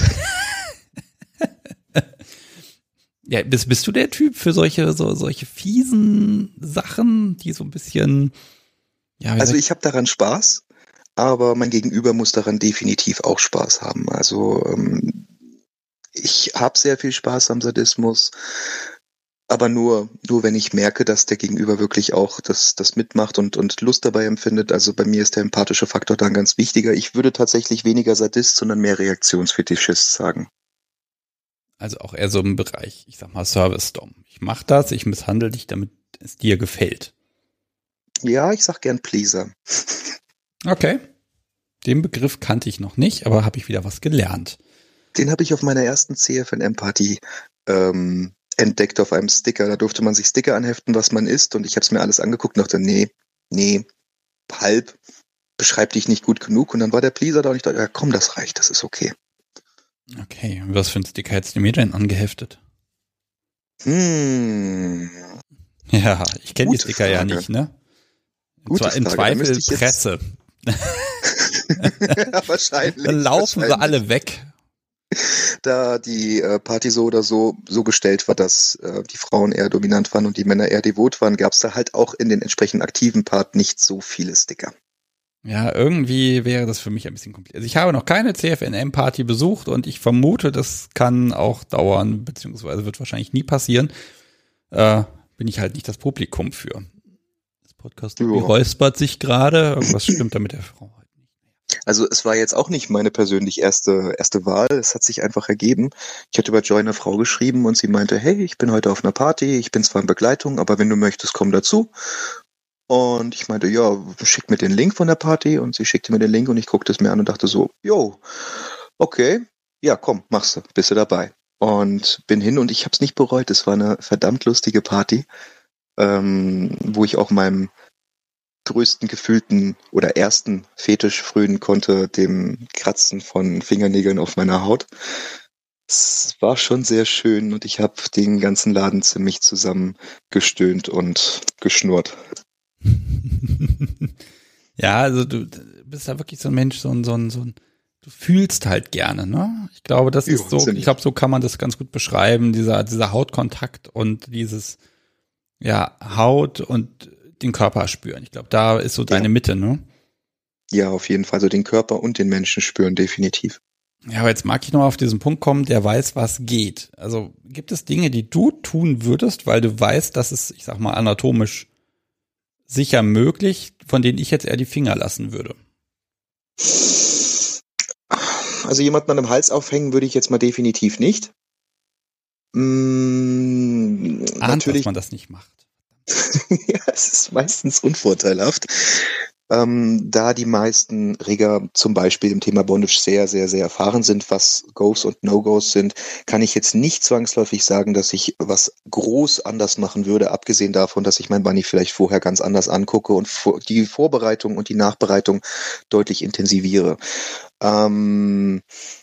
Ja, bist, bist du der Typ für solche, so, solche fiesen Sachen, die so ein bisschen, ja. Also ich habe daran Spaß. aber mein Gegenüber muss daran definitiv auch Spaß haben. Also ähm, ich habe sehr viel Spaß am Sadismus, aber nur, nur wenn ich merke, dass der Gegenüber wirklich auch das, das mitmacht und, und Lust dabei empfindet. Also bei mir ist der empathische Faktor dann ganz wichtiger. Ich würde tatsächlich weniger Sadist, sondern mehr Reaktionsfetischist sagen. Also auch eher so im Bereich, ich sag mal, Service-Dom. Ich mach das, ich misshandle dich, damit es dir gefällt. Ja, ich sag gern Pleaser. Okay. Den Begriff kannte ich noch nicht, aber habe ich wieder was gelernt. Den habe ich auf meiner ersten C F N M-Party ähm, entdeckt auf einem Sticker. Da durfte man sich Sticker anheften, was man ist. Und ich habe es mir alles angeguckt und dachte, nee, nee, halb, beschreib dich nicht gut genug. Und dann war der Pleaser da und ich dachte, ja komm, das reicht, das ist okay. Okay, und was für ein Sticker hättest du mir denn angeheftet? Hm. Ja, ich kenne die Gute Sticker Frage. ja nicht, ne? Gute Zwar im Frage, da müsste Zweifel ich jetzt- Presse. Ja, wahrscheinlich. Dann laufen sie wahrscheinlich. alle weg. Da die äh, Party so oder so so gestellt war, dass äh, die Frauen eher dominant waren und die Männer eher devot waren, gab es da halt auch in den entsprechend aktiven Part nicht so viele Sticker. Ja, irgendwie wäre das für mich ein bisschen kompliziert. Also ich habe noch keine C F N M-Party besucht und ich vermute, das kann auch dauern, beziehungsweise wird wahrscheinlich nie passieren. Äh, bin ich halt nicht das Publikum für. Das Podcast Ja. räuspert sich gerade. Irgendwas stimmt da mit der Frau. Also es war jetzt auch nicht meine persönlich erste erste Wahl, es hat sich einfach ergeben. Ich hatte über Joy eine Frau geschrieben und sie meinte, hey, ich bin heute auf einer Party, ich bin zwar in Begleitung, aber wenn du möchtest, komm dazu. Und ich meinte, ja, schick mir den Link von der Party und sie schickte mir den Link und ich guckte es mir an und dachte so, jo, okay, ja komm, machst du, bist du dabei. Und bin hin und ich habe es nicht bereut, es war eine verdammt lustige Party, ähm, wo ich auch meinem größten gefühlten oder ersten Fetisch frönen konnte, dem Kratzen von Fingernägeln auf meiner Haut. Es war schon sehr schön und ich habe den ganzen Laden ziemlich zusammengestöhnt und geschnurrt. Ja, also du bist da wirklich so ein Mensch, so ein, so ein, so ein, du fühlst halt gerne, ne? Ich glaube, das Ja, ist so, ziemlich. ich glaube, so kann man das ganz gut beschreiben, dieser, dieser Hautkontakt und dieses, ja, Haut und den Körper spüren. Ich glaube, da ist so deine Ja. Mitte, ne? Ja, auf jeden Fall. Also den Körper und den Menschen spüren, definitiv. Ja, aber jetzt mag ich noch auf diesen Punkt kommen, der weiß, was geht. Also gibt es Dinge, die du tun würdest, weil du weißt, dass es, ich sag mal, anatomisch sicher möglich, von denen ich jetzt eher die Finger lassen würde? Also jemanden an dem Hals aufhängen würde ich jetzt mal definitiv nicht. Mm, Ahnt, natürlich. dass man das nicht macht. Ja, es ist meistens unvorteilhaft. Ähm, da die meisten Rigger zum Beispiel im Thema Bondage sehr, sehr, sehr erfahren sind, was Goes und No-Goes sind, kann ich jetzt nicht zwangsläufig sagen, dass ich was groß anders machen würde, abgesehen davon, dass ich mein Bunny vielleicht vorher ganz anders angucke und vor, die Vorbereitung und die Nachbereitung deutlich intensiviere. Ähm,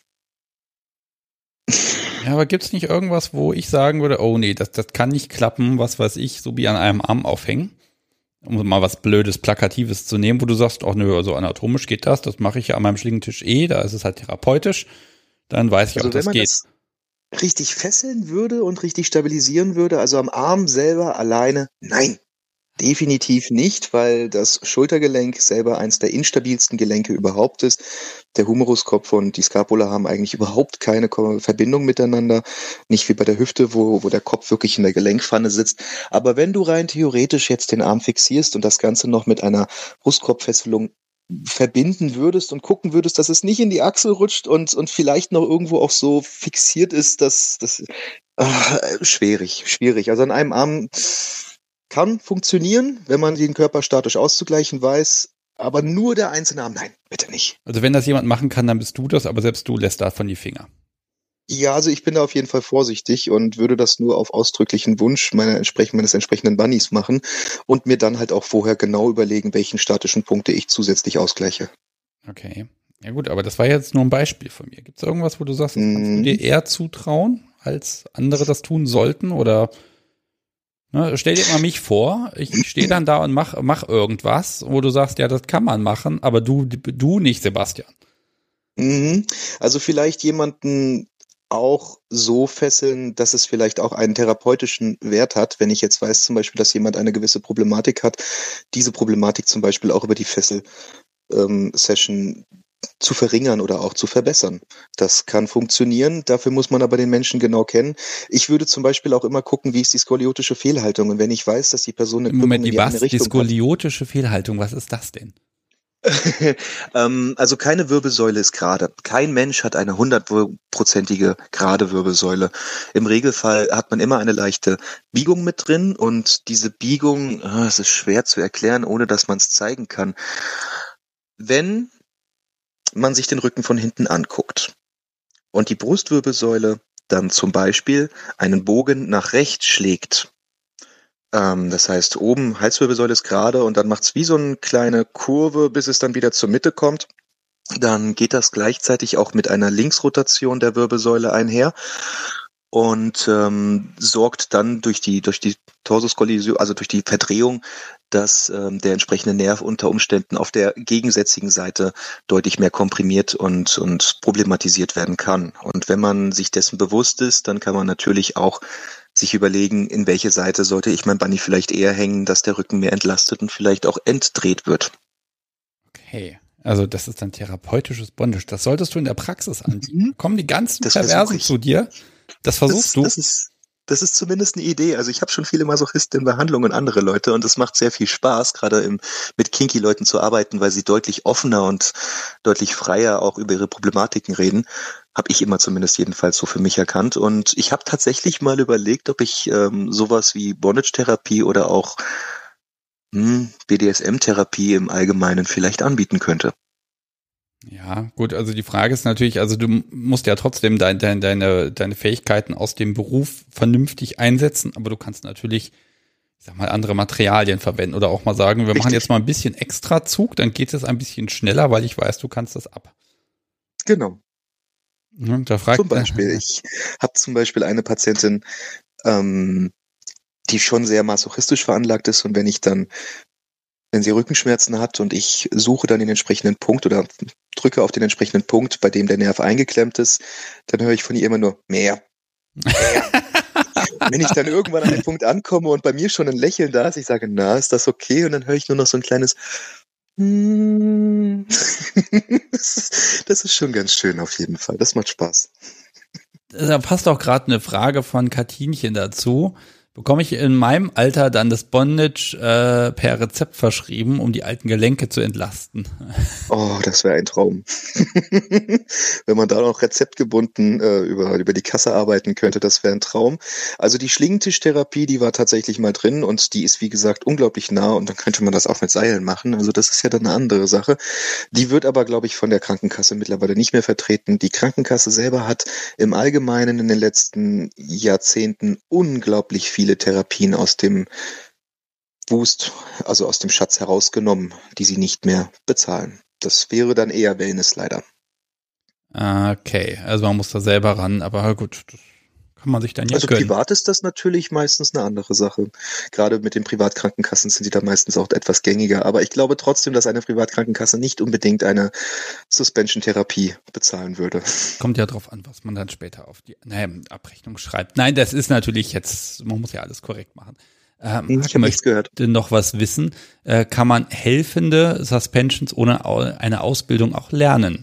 Ja, aber gibt's nicht irgendwas, wo ich sagen würde, oh nee, das, das kann nicht klappen, was weiß ich, so wie an einem Arm aufhängen? Um mal was Blödes, Plakatives zu nehmen, wo du sagst, ach nö, also anatomisch geht das, das mache ich ja an meinem Schlingentisch eh, da ist es halt therapeutisch, dann weiß ich also auch, wenn das man geht. das richtig fesseln würde und richtig stabilisieren würde, also am Arm selber alleine, nein. Definitiv nicht, weil das Schultergelenk selber eins der instabilsten Gelenke überhaupt ist. Der Humeruskopf und die Scapula haben eigentlich überhaupt keine Ko- Verbindung miteinander. Nicht wie bei der Hüfte, wo, wo der Kopf wirklich in der Gelenkpfanne sitzt. Aber wenn du rein theoretisch jetzt den Arm fixierst und das Ganze noch mit einer Brustkorbfesselung verbinden würdest und gucken würdest, dass es nicht in die Achsel rutscht und, und vielleicht noch irgendwo auch so fixiert ist, dass das äh, schwierig, schwierig. Also an einem Arm kann funktionieren, wenn man den Körper statisch auszugleichen weiß, aber nur der einzelne Arm, nein, bitte nicht. Also wenn das jemand machen kann, dann bist du das, aber selbst du lässt davon die Finger. Ja, also ich bin da auf jeden Fall vorsichtig und würde das nur auf ausdrücklichen Wunsch meiner entsprech- meines entsprechenden Bunnies machen und mir dann halt auch vorher genau überlegen, welchen statischen Punkte ich zusätzlich ausgleiche. Okay. Ja gut, aber das war jetzt nur ein Beispiel von mir. Gibt es irgendwas, wo du sagst, das kannst du Mhm. dir eher zutrauen, als andere das tun sollten? Oder ne, stell dir mal mich vor, ich stehe dann da und mach, mach irgendwas, wo du sagst, ja, das kann man machen, aber du, du nicht, Sebastian. Mhm. Also vielleicht jemanden auch so fesseln, dass es vielleicht auch einen therapeutischen Wert hat, wenn ich jetzt weiß zum Beispiel, dass jemand eine gewisse Problematik hat, diese Problematik zum Beispiel auch über die Fessel ähm, Session zu verringern oder auch zu verbessern. Das kann funktionieren, dafür muss man aber den Menschen genau kennen. Ich würde zum Beispiel auch immer gucken, wie ist die skoliotische Fehlhaltung, und wenn ich weiß, dass die Person eine Im Moment, Krümmung in die die eine was? Die Richtung hat. skoliotische Fehlhaltung, was ist das denn? ähm, also keine Wirbelsäule ist gerade. Kein Mensch hat eine hundertprozentige gerade Wirbelsäule. Im Regelfall hat man immer eine leichte Biegung mit drin, und diese Biegung, ah, es ist schwer zu erklären, ohne dass man es zeigen kann. Wenn man sich den Rücken von hinten anguckt und die Brustwirbelsäule dann zum Beispiel einen Bogen nach rechts schlägt, ähm, das heißt, oben Halswirbelsäule ist gerade und dann macht es wie so eine kleine Kurve, bis es dann wieder zur Mitte kommt, dann geht das gleichzeitig auch mit einer Linksrotation der Wirbelsäule einher und ähm, sorgt dann durch die durch die Torsuskollision, also durch die Verdrehung, dass ähm, der entsprechende Nerv unter Umständen auf der gegensätzigen Seite deutlich mehr komprimiert und und problematisiert werden kann. Und wenn man sich dessen bewusst ist, dann kann man natürlich auch sich überlegen, in welche Seite sollte ich mein Bunny vielleicht eher hängen, dass der Rücken mehr entlastet und vielleicht auch entdreht wird. Okay, also das ist dann therapeutisches Bondage. Das solltest du in der Praxis anbieten. Mhm. Kommen die ganzen Das Perversen versuch ich. zu dir? Das versuchst das, du? Das ist, das ist zumindest eine Idee. Also ich habe schon viele Masochisten in Behandlung und andere Leute, und es macht sehr viel Spaß, gerade im, mit Kinky-Leuten zu arbeiten, weil sie deutlich offener und deutlich freier auch über ihre Problematiken reden. Habe ich immer zumindest jedenfalls so für mich erkannt. Und ich habe tatsächlich mal überlegt, ob ich ähm, sowas wie Bondage-Therapie oder auch hm, B D S M-Therapie im Allgemeinen vielleicht anbieten könnte. Ja, gut, also die Frage ist natürlich, also du musst ja trotzdem dein, dein, deine, deine Fähigkeiten aus dem Beruf vernünftig einsetzen, aber du kannst natürlich, ich sag mal, andere Materialien verwenden oder auch mal sagen, wir Richtig. machen jetzt mal ein bisschen extra Zug, dann geht es ein bisschen schneller, weil ich weiß, du kannst das ab. Genau. Ja, da fragt, Zum Beispiel, ich habe zum Beispiel eine Patientin, ähm, die schon sehr masochistisch veranlagt ist, und wenn ich dann, wenn sie Rückenschmerzen hat und ich suche dann den entsprechenden Punkt oder drücke auf den entsprechenden Punkt, bei dem der Nerv eingeklemmt ist, dann höre ich von ihr immer nur mehr. mehr. Wenn ich dann irgendwann an den Punkt ankomme und bei mir schon ein Lächeln da ist, ich sage, na, ist das okay? Und dann höre ich nur noch so ein kleines das ist schon ganz schön auf jeden Fall. Das macht Spaß. Da passt auch gerade eine Frage von Katinchen dazu. Bekomme ich in meinem Alter dann das Bondage äh, per Rezept verschrieben, um die alten Gelenke zu entlasten? Oh, das wäre ein Traum. Wenn man da noch rezeptgebunden äh, über, über die Kasse arbeiten könnte, das wäre ein Traum. Also die Schlingentischtherapie, die war tatsächlich mal drin, und die ist, wie gesagt, unglaublich nah, und dann könnte man das auch mit Seilen machen. Also das ist ja dann eine andere Sache. Die wird aber, glaube ich, von der Krankenkasse mittlerweile nicht mehr vertreten. Die Krankenkasse selber hat im Allgemeinen in den letzten Jahrzehnten unglaublich viel viele Therapien aus dem Wust, also aus dem Schatz herausgenommen, die sie nicht mehr bezahlen. Das wäre dann eher Wellness leider. Okay, also man muss da selber ran, aber gut, das kann man sich dann ja Also gönnen. privat ist das natürlich meistens eine andere Sache. Gerade mit den Privatkrankenkassen sind die da meistens auch etwas gängiger. Aber ich glaube trotzdem, dass eine Privatkrankenkasse nicht unbedingt eine Suspension-Therapie bezahlen würde. Kommt ja drauf an, was man dann später auf die naja, Abrechnung schreibt. Nein, das ist natürlich jetzt, man muss ja alles korrekt machen. Ähm, ich habe nichts gehört. Noch was wissen. Äh, kann man helfende Suspensions ohne eine Ausbildung auch lernen?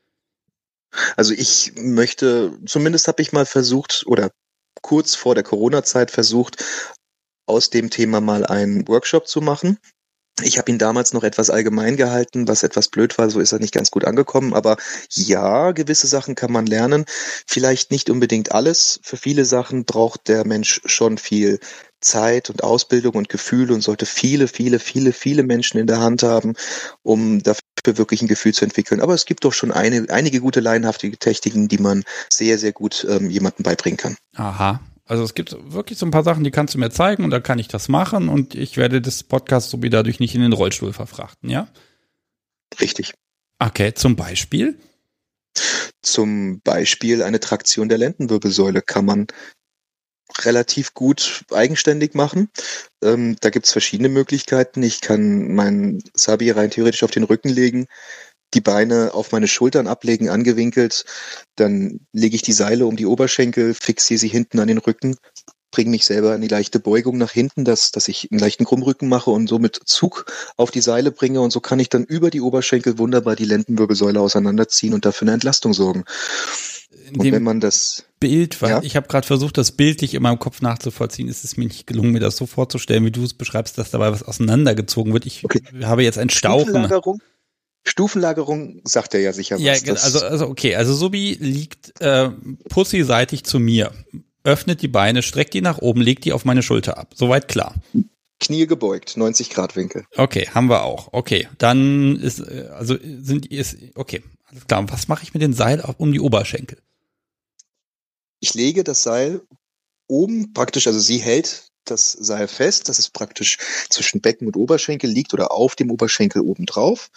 Also ich möchte, zumindest habe ich mal versucht, oder kurz vor der Corona-Zeit versucht, aus dem Thema mal einen Workshop zu machen. Ich habe ihn damals noch etwas allgemein gehalten, was etwas blöd war, so ist er nicht ganz gut angekommen. Aber ja, gewisse Sachen kann man lernen. Vielleicht nicht unbedingt alles. Für viele Sachen braucht der Mensch schon viel Zeit und Ausbildung und Gefühl und sollte viele, viele, viele, viele Menschen in der Hand haben, um dafür wirklich ein Gefühl zu entwickeln. Aber es gibt doch schon eine, einige gute laienhaftige Techniken, die man sehr, sehr gut ähm, jemandem beibringen kann. Aha. Also es gibt wirklich so ein paar Sachen, die kannst du mir zeigen und dann kann ich das machen und ich werde das Podcast so wie dadurch nicht in den Rollstuhl verfrachten, ja? Richtig. Okay, zum Beispiel? Zum Beispiel eine Traktion der Lendenwirbelsäule kann man relativ gut eigenständig machen. Ähm, da gibt's verschiedene Möglichkeiten. Ich kann meinen Sabi rein theoretisch auf den Rücken legen, die Beine auf meine Schultern ablegen, angewinkelt. Dann lege ich die Seile um die Oberschenkel, fixiere sie hinten an den Rücken, bringe mich selber in die leichte Beugung nach hinten, dass, dass ich einen leichten Krummrücken mache und somit Zug auf die Seile bringe und so kann ich dann über die Oberschenkel wunderbar die Lendenwirbelsäule auseinanderziehen und dafür eine Entlastung sorgen. In und wenn man das Bild, weil ja? ich habe gerade versucht, das bildlich in meinem Kopf nachzuvollziehen, ist es mir nicht gelungen, mir das so vorzustellen, wie du es beschreibst, dass dabei was auseinandergezogen wird. Ich okay. habe jetzt ein Stauchen. Stufenlagerung, Stufenlagerung sagt er ja sicher was. Ja, also, also okay, also Subi liegt äh, pussyseitig zu mir, öffnet die Beine, streckt die nach oben, legt die auf meine Schulter ab. Soweit klar. Knie gebeugt, neunzig Grad Winkel. Okay, haben wir auch. Okay, dann ist, also sind, ist, okay, alles klar. Und was mache ich mit dem Seil um die Oberschenkel? Ich lege das Seil oben praktisch, also sie hält das Seil fest, dass es praktisch zwischen Becken und Oberschenkel liegt oder auf dem Oberschenkel oben drauf.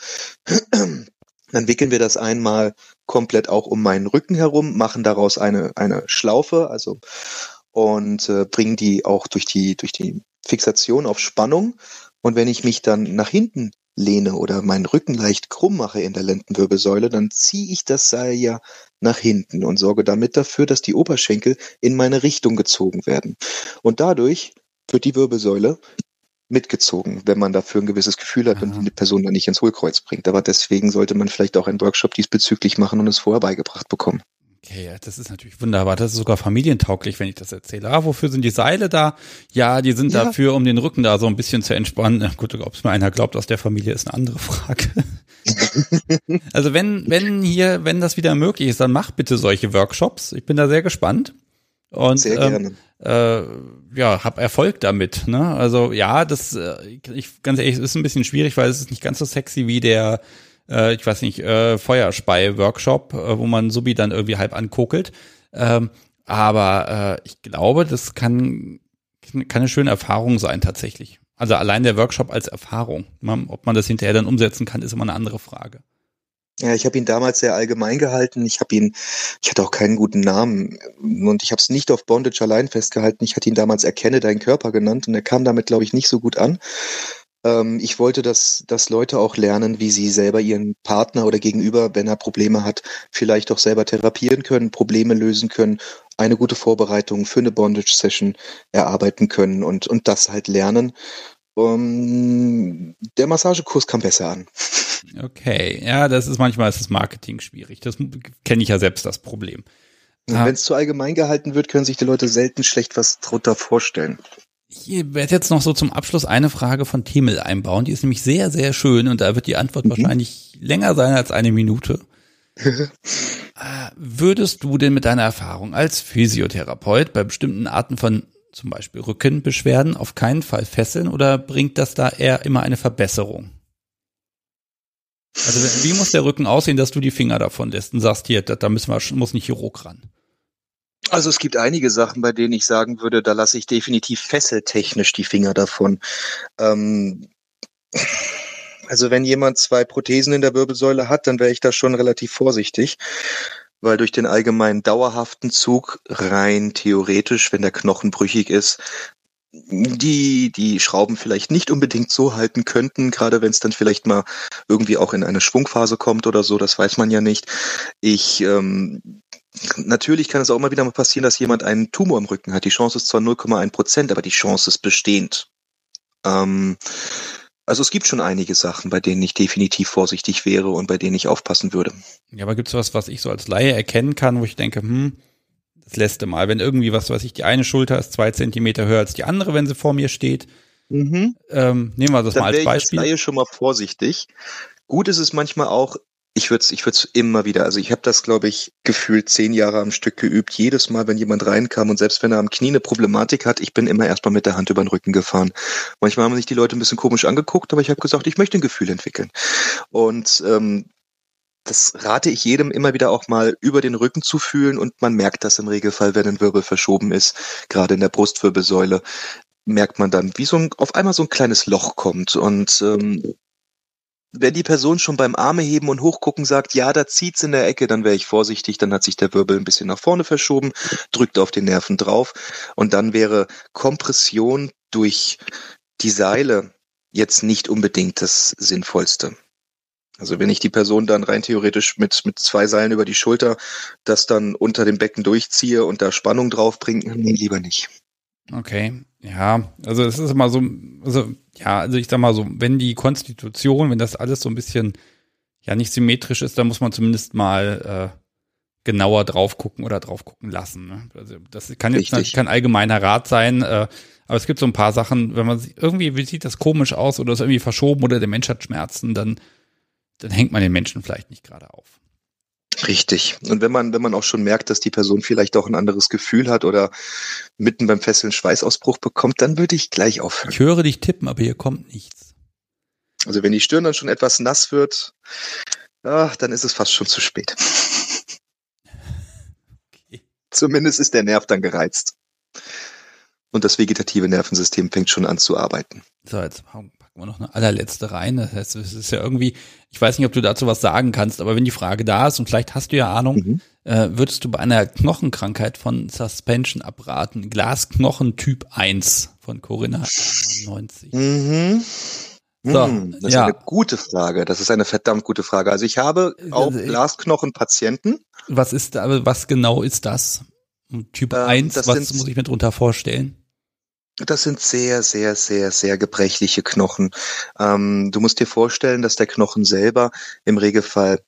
Dann wickeln wir das einmal komplett auch um meinen Rücken herum, machen daraus eine, eine Schlaufe, also, und äh, bringen die auch durch die, durch die Fixation auf Spannung. Und wenn ich mich dann nach hinten lehne oder meinen Rücken leicht krumm mache in der Lendenwirbelsäule, dann ziehe ich das Seil ja nach hinten und sorge damit dafür, dass die Oberschenkel in meine Richtung gezogen werden. Und dadurch wird die Wirbelsäule mitgezogen, wenn man dafür ein gewisses Gefühl hat. Aha. Und die Person dann nicht ins Hohlkreuz bringt. Aber deswegen sollte man vielleicht auch einen Workshop diesbezüglich machen und es vorher beigebracht bekommen. Okay, das ist natürlich wunderbar. Das ist sogar familientauglich, wenn ich das erzähle. Ah, wofür sind die Seile da? Ja, die sind ja dafür, um den Rücken da so ein bisschen zu entspannen. Gut, ob es mir einer glaubt aus der Familie, ist eine andere Frage. Also wenn, wenn hier, wenn das wieder möglich ist, dann mach bitte solche Workshops. Ich bin da sehr gespannt. Und, sehr gerne. Ähm, äh, ja, hab Erfolg damit. Ne? Also ja, das, äh, ich ganz ehrlich, es ist ein bisschen schwierig, weil es ist nicht ganz so sexy wie der Äh, ich weiß nicht, äh, Feuerspei-Workshop, äh, wo man Subi dann irgendwie halb ankokelt. Ähm, aber äh, ich glaube, das kann, kann eine schöne Erfahrung sein tatsächlich. Also allein der Workshop als Erfahrung. Man, ob man das hinterher dann umsetzen kann, ist immer eine andere Frage. Ja, ich habe ihn damals sehr allgemein gehalten. Ich habe ihn, ich hatte auch keinen guten Namen und ich habe es nicht auf Bondage allein festgehalten. Ich hatte ihn damals Erkenne deinen Körper genannt und er kam damit, glaube ich, nicht so gut an. Ich wollte, dass, dass Leute auch lernen, wie sie selber ihren Partner oder Gegenüber, wenn er Probleme hat, vielleicht auch selber therapieren können, Probleme lösen können, eine gute Vorbereitung für eine Bondage-Session erarbeiten können und, und das halt lernen. Um, der Massagekurs kam besser an. Okay, ja, das ist manchmal ist das Marketing schwierig. Das kenne ich ja selbst, das Problem. Ah. Wenn es zu allgemein gehalten wird, können sich die Leute selten schlecht was drunter vorstellen. Ich werde jetzt noch so zum Abschluss eine Frage von Themel einbauen. Die ist nämlich sehr, sehr schön und da wird die Antwort mhm. wahrscheinlich länger sein als eine Minute. äh, würdest du denn mit deiner Erfahrung als Physiotherapeut bei bestimmten Arten von zum Beispiel Rückenbeschwerden auf keinen Fall fesseln oder bringt das da eher immer eine Verbesserung? Also wie muss der Rücken aussehen, dass du die Finger davon lässt und sagst, hier, da müssen wir, muss nicht Chirurg ran? Also es gibt einige Sachen, bei denen ich sagen würde, da lasse ich definitiv fesseltechnisch die Finger davon. Ähm, also wenn jemand zwei Prothesen in der Wirbelsäule hat, dann wäre ich da schon relativ vorsichtig, weil durch den allgemeinen dauerhaften Zug rein theoretisch, wenn der Knochen brüchig ist, die die Schrauben vielleicht nicht unbedingt so halten könnten, gerade wenn es dann vielleicht mal irgendwie auch in eine Schwungphase kommt oder so, das weiß man ja nicht. Ich ähm, Natürlich kann es auch immer wieder mal passieren, dass jemand einen Tumor im Rücken hat. Die Chance ist zwar null Komma eins Prozent, aber die Chance ist bestehend. Ähm, also es gibt schon einige Sachen, bei denen ich definitiv vorsichtig wäre und bei denen ich aufpassen würde. Ja, aber gibt es was, was ich so als Laie erkennen kann, wo ich denke, hm, das letzte Mal, wenn irgendwie was, weiß ich, die eine Schulter ist zwei Zentimeter höher als die andere, wenn sie vor mir steht. Mhm. Ähm, nehmen wir das Dann mal als Beispiel. Dann wäre ich als Laie schon mal vorsichtig. Gut ist es manchmal auch, Ich würde es ich würd's immer wieder, also ich habe das, glaube ich, gefühlt zehn Jahre am Stück geübt. Jedes Mal, wenn jemand reinkam und selbst wenn er am Knie eine Problematik hat, ich bin immer erstmal mit der Hand über den Rücken gefahren. Manchmal haben sich die Leute ein bisschen komisch angeguckt, aber ich habe gesagt, ich möchte ein Gefühl entwickeln. Und ähm, das rate ich jedem immer wieder auch mal über den Rücken zu fühlen und man merkt das im Regelfall, wenn ein Wirbel verschoben ist, gerade in der Brustwirbelsäule, merkt man dann, wie so ein, auf einmal so ein kleines Loch kommt und ähm, wenn die Person schon beim Armeheben und Hochgucken sagt, ja, da zieht's in der Ecke, dann wäre ich vorsichtig, dann hat sich der Wirbel ein bisschen nach vorne verschoben, drückt auf den Nerven drauf und dann wäre Kompression durch die Seile jetzt nicht unbedingt das Sinnvollste. Also wenn ich die Person dann rein theoretisch mit mit zwei Seilen über die Schulter das dann unter dem Becken durchziehe und da Spannung drauf bringe, nee, lieber nicht. Okay, ja, also es ist immer so, also ja, also ich sag mal so, wenn die Konstitution, wenn das alles so ein bisschen ja nicht symmetrisch ist, dann muss man zumindest mal äh, genauer drauf gucken oder drauf gucken lassen. Ne? Also das kann jetzt Richtig. kein allgemeiner Rat sein, äh, aber es gibt so ein paar Sachen, wenn man irgendwie, wie sieht das komisch aus oder ist irgendwie verschoben oder der Mensch hat Schmerzen, dann, dann hängt man den Menschen vielleicht nicht gerade auf. Richtig. Und wenn man, wenn man auch schon merkt, dass die Person vielleicht auch ein anderes Gefühl hat oder mitten beim Fesseln Schweißausbruch bekommt, dann würde ich gleich aufhören. Ich höre dich tippen, aber hier kommt nichts. Also wenn die Stirn dann schon etwas nass wird, ach, dann ist es fast schon zu spät. Okay. Zumindest ist der Nerv dann gereizt. Und das vegetative Nervensystem fängt schon an zu arbeiten. So, jetzt packen wir noch eine allerletzte rein. Das heißt, es ist ja irgendwie, ich weiß nicht, ob du dazu was sagen kannst, aber wenn die Frage da ist und vielleicht hast du ja Ahnung, mhm. äh, würdest du bei einer Knochenkrankheit von Suspension abraten? Glasknochen Typ eins von Corinna neunundneunzig. Mhm. So, hm, das ja. ist eine gute Frage. Das ist eine verdammt gute Frage. Also ich habe auch Glasknochenpatienten. Was ist da, was genau ist das? Typ ähm, eins, was sind, muss ich mir drunter vorstellen? Das sind sehr, sehr, sehr, sehr gebrechliche Knochen. Ähm, du musst dir vorstellen, dass der Knochen selber im Regelfall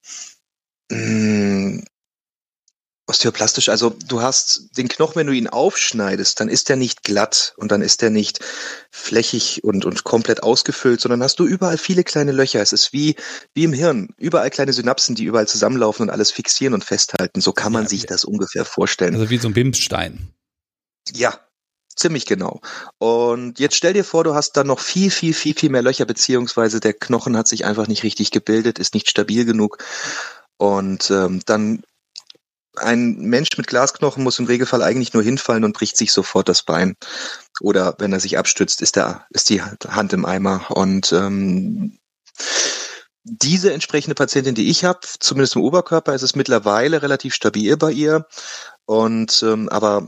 mh, osteoplastisch, also du hast den Knochen, wenn du ihn aufschneidest, dann ist der nicht glatt und dann ist der nicht flächig und, und komplett ausgefüllt, sondern hast du überall viele kleine Löcher. Es ist wie, wie im Hirn. Überall kleine Synapsen, die überall zusammenlaufen und alles fixieren und festhalten. So kann man ja, sich das ungefähr vorstellen. Also wie so ein Bimsstein. Ja, ziemlich genau. Und jetzt stell dir vor, du hast dann noch viel, viel, viel, viel mehr Löcher, beziehungsweise der Knochen hat sich einfach nicht richtig gebildet, ist nicht stabil genug. Und ähm, dann ein Mensch mit Glasknochen muss im Regelfall eigentlich nur hinfallen und bricht sich sofort das Bein. Oder wenn er sich abstützt, ist, der, ist die Hand im Eimer. Und ähm, diese entsprechende Patientin, die ich habe, zumindest im Oberkörper, ist es mittlerweile relativ stabil bei ihr. Und ähm, aber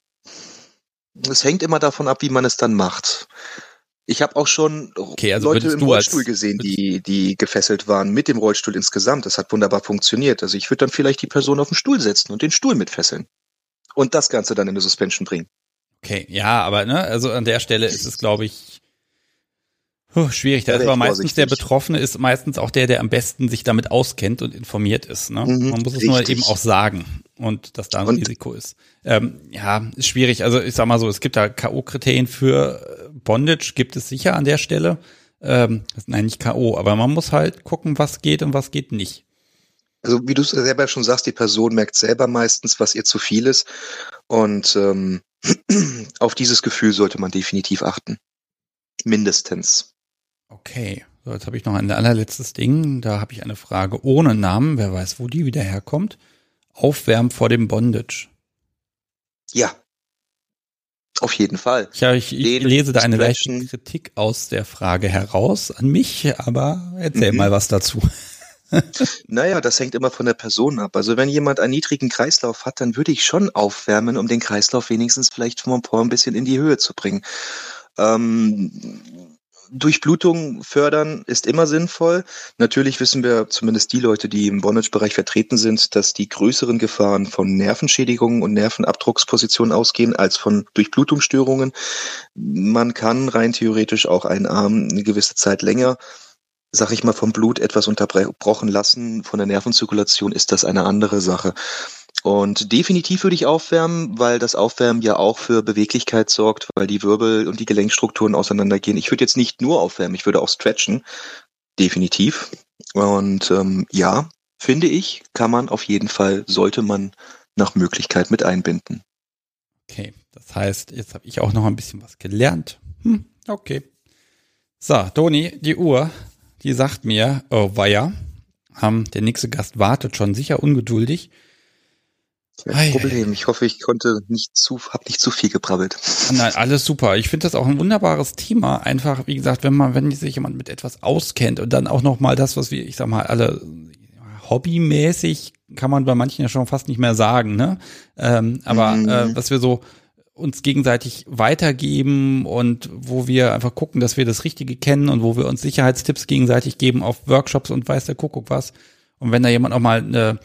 es hängt immer davon ab, wie man es dann macht. Ich habe auch schon okay, also Leute im Rollstuhl als, gesehen, die die gefesselt waren mit dem Rollstuhl insgesamt. Das hat wunderbar funktioniert. Also ich würde dann vielleicht die Person auf den Stuhl setzen und den Stuhl mitfesseln. Und das Ganze dann in eine Suspension bringen. Okay, ja, aber ne, also an der Stelle ist es, glaube ich, oh, schwierig. Da ist aber meistens der Betroffene ist meistens auch der, der am besten sich damit auskennt und informiert ist. Ne? Mhm, man muss es richtig. Nur eben auch sagen und dass da ein und, Risiko ist. Ähm, ja, ist schwierig. Also ich sag mal so, es gibt da K O-Kriterien für Bondage, gibt es sicher an der Stelle. Ähm, nein, nicht K O, aber man muss halt gucken, was geht und was geht nicht. Also wie du selber schon sagst, die Person merkt selber meistens, was ihr zu viel ist. Und ähm, auf dieses Gefühl sollte man definitiv achten. Mindestens. Okay, so jetzt habe ich noch ein allerletztes Ding. Da habe ich eine Frage ohne Namen. Wer weiß, wo die wieder herkommt. Aufwärmen vor dem Bondage. Ja, auf jeden Fall. Ja, ich, ich lese da eine leichte Kritik aus der Frage heraus an mich, aber erzähl mhm. mal was dazu. Naja, das hängt immer von der Person ab. Also wenn jemand einen niedrigen Kreislauf hat, dann würde ich schon aufwärmen, um den Kreislauf wenigstens vielleicht vom Empor ein bisschen in die Höhe zu bringen. Ähm, Durchblutung fördern ist immer sinnvoll. Natürlich wissen wir, zumindest die Leute, die im Bondage-Bereich vertreten sind, dass die größeren Gefahren von Nervenschädigungen und Nervenabdruckspositionen ausgehen als von Durchblutungsstörungen. Man kann rein theoretisch auch einen Arm eine gewisse Zeit länger, sag ich mal, vom Blut etwas unterbrochen lassen. Von der Nervenzirkulation ist das eine andere Sache. Und definitiv würde ich aufwärmen, weil das Aufwärmen ja auch für Beweglichkeit sorgt, weil die Wirbel und die Gelenkstrukturen auseinandergehen. Ich würde jetzt nicht nur aufwärmen, ich würde auch stretchen. Definitiv. Und ähm, ja, finde ich, kann man auf jeden Fall, sollte man nach Möglichkeit mit einbinden. Okay, das heißt, jetzt habe ich auch noch ein bisschen was gelernt. Hm, okay. So, Toni, die Uhr, die sagt mir, oh weia, ähm, der nächste Gast wartet schon sicher ungeduldig. Kein Problem. Ich hoffe, ich konnte nicht zu, hab nicht zu viel gebrabbelt. Nein, alles super. Ich finde das auch ein wunderbares Thema. Einfach, wie gesagt, wenn man, wenn sich jemand mit etwas auskennt und dann auch noch mal das, was wir, ich sag mal, alle hobbymäßig, kann man bei manchen ja schon fast nicht mehr sagen, ne? Ähm, aber mhm. äh, was wir so uns gegenseitig weitergeben und wo wir einfach gucken, dass wir das Richtige kennen und wo wir uns Sicherheitstipps gegenseitig geben auf Workshops und weiß der Kuckuck was. Und wenn da jemand auch mal eine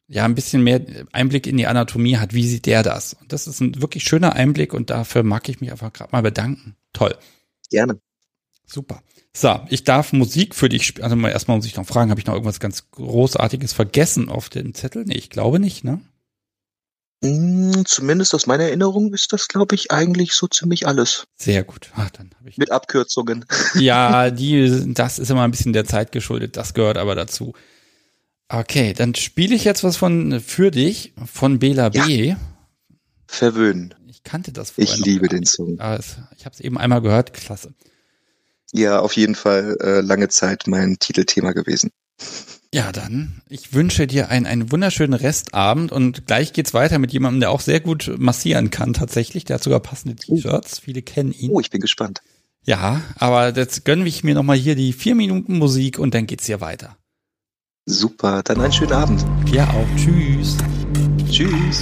ja ein bisschen mehr Einblick in die Anatomie hat. Wie sieht der das? Und das ist ein wirklich schöner Einblick und dafür mag ich mich einfach gerade mal bedanken. Toll. Gerne. Super. So, ich darf Musik für dich spielen. Also mal erstmal muss ich noch fragen, habe ich noch irgendwas ganz Großartiges vergessen auf dem Zettel? Nee, ich glaube nicht, ne? Mm, zumindest aus meiner Erinnerung ist das, glaube ich, eigentlich so ziemlich alles. Sehr gut. Ach, dann habe ich Mit Abkürzungen. Ja, die, das ist immer ein bisschen der Zeit geschuldet. Das gehört aber dazu. Okay, dann spiele ich jetzt was von für dich von Bela Ja. B. Verwöhnen. Ich kannte das vorher Ich noch liebe gar den nicht. Song. Aber es, ich habe es eben einmal gehört. Klasse. Ja, auf jeden Fall äh, lange Zeit mein Titelthema gewesen. Ja, dann, ich wünsche dir einen, einen wunderschönen Restabend und gleich geht's weiter mit jemandem, der auch sehr gut massieren kann tatsächlich. Der hat sogar passende T-Shirts. Viele kennen ihn. Oh, ich bin gespannt. Ja, aber jetzt gönne ich mir nochmal hier die vier Minuten Musik und dann geht's hier weiter. Super, dann einen schönen Abend. Ja auch. Tschüss. Tschüss.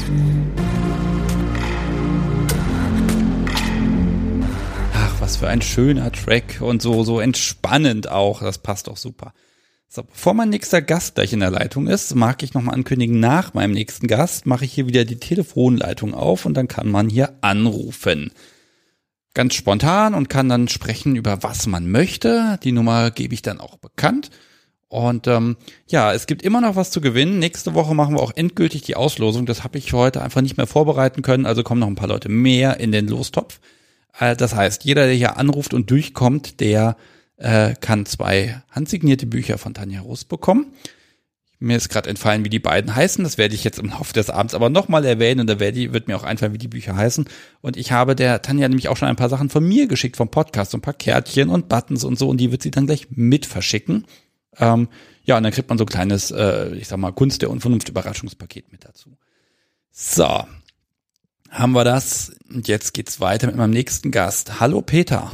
Ach, was für ein schöner Track und so, so entspannend auch. Das passt doch super. So, bevor mein nächster Gast gleich in der Leitung ist, mag ich nochmal ankündigen, nach meinem nächsten Gast mache ich hier wieder die Telefonleitung auf und dann kann man hier anrufen. Ganz spontan und kann dann sprechen über was man möchte. Die Nummer gebe ich dann auch bekannt. Und ähm, ja, es gibt immer noch was zu gewinnen. Nächste Woche machen wir auch endgültig die Auslosung. Das habe ich heute einfach nicht mehr vorbereiten können. Also kommen noch ein paar Leute mehr in den Lostopf. Äh, das heißt, jeder, der hier anruft und durchkommt, der äh, kann zwei handsignierte Bücher von Tanja Rust bekommen. Mir ist gerade entfallen, wie die beiden heißen. Das werde ich jetzt im Laufe des Abends aber nochmal erwähnen. Und da werde ich, wird mir auch einfallen, wie die Bücher heißen. Und ich habe der Tanja nämlich auch schon ein paar Sachen von mir geschickt, vom Podcast, so ein paar Kärtchen und Buttons und so. Und die wird sie dann gleich mit verschicken. Ähm, ja, und dann kriegt man so ein kleines, äh, ich sag mal, Kunst der Unvernunft Überraschungspaket mit dazu. So, haben wir das. Und jetzt geht's weiter mit meinem nächsten Gast. Hallo Peter.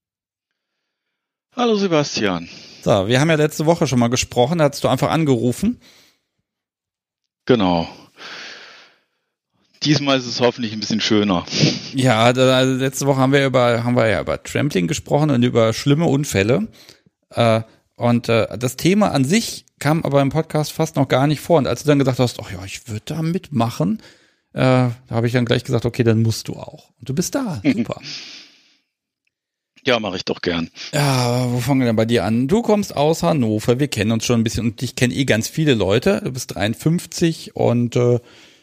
Hallo Sebastian. So, wir haben ja letzte Woche schon mal gesprochen, da hast du einfach angerufen. Genau. Diesmal ist es hoffentlich ein bisschen schöner. Ja, da, also letzte Woche haben wir über, haben wir ja über Trampling gesprochen und über schlimme Unfälle. Äh, und äh, das Thema an sich kam aber im Podcast fast noch gar nicht vor. Und als du dann gesagt hast, ach ja, ich würde da mitmachen, äh, da habe ich dann gleich gesagt, okay, dann musst du auch. Und du bist da, super. Ja, mache ich doch gern. Ja, wo fangen wir denn bei dir an? Du kommst aus Hannover, wir kennen uns schon ein bisschen und dich kennen eh ganz viele Leute. Du bist dreiundfünfzig und äh,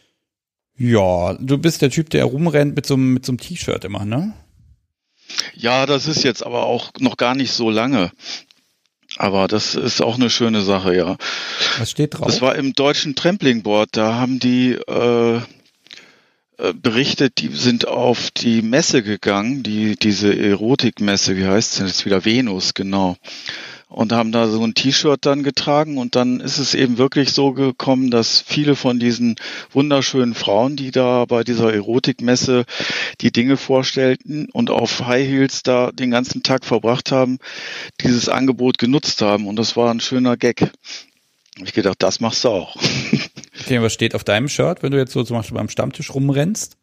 ja, du bist der Typ, der rumrennt mit so, mit so einem T-Shirt immer, ne? Ja, das ist jetzt aber auch noch gar nicht so lange. Aber das ist auch eine schöne Sache, ja. Was steht drauf? Das war im Deutschen Trampling Board, da haben die äh, berichtet, die sind auf die Messe gegangen, die diese Erotikmesse, wie heißt es denn jetzt wieder? Venus, genau. Und haben da so ein T-Shirt dann getragen und dann ist es eben wirklich so gekommen, dass viele von diesen wunderschönen Frauen, die da bei dieser Erotikmesse die Dinge vorstellten und auf High Heels da den ganzen Tag verbracht haben, dieses Angebot genutzt haben und das war ein schöner Gag. Hab ich gedacht, das machst du auch. Okay, was steht auf deinem Shirt, wenn du jetzt so zum Beispiel beim Stammtisch rumrennst?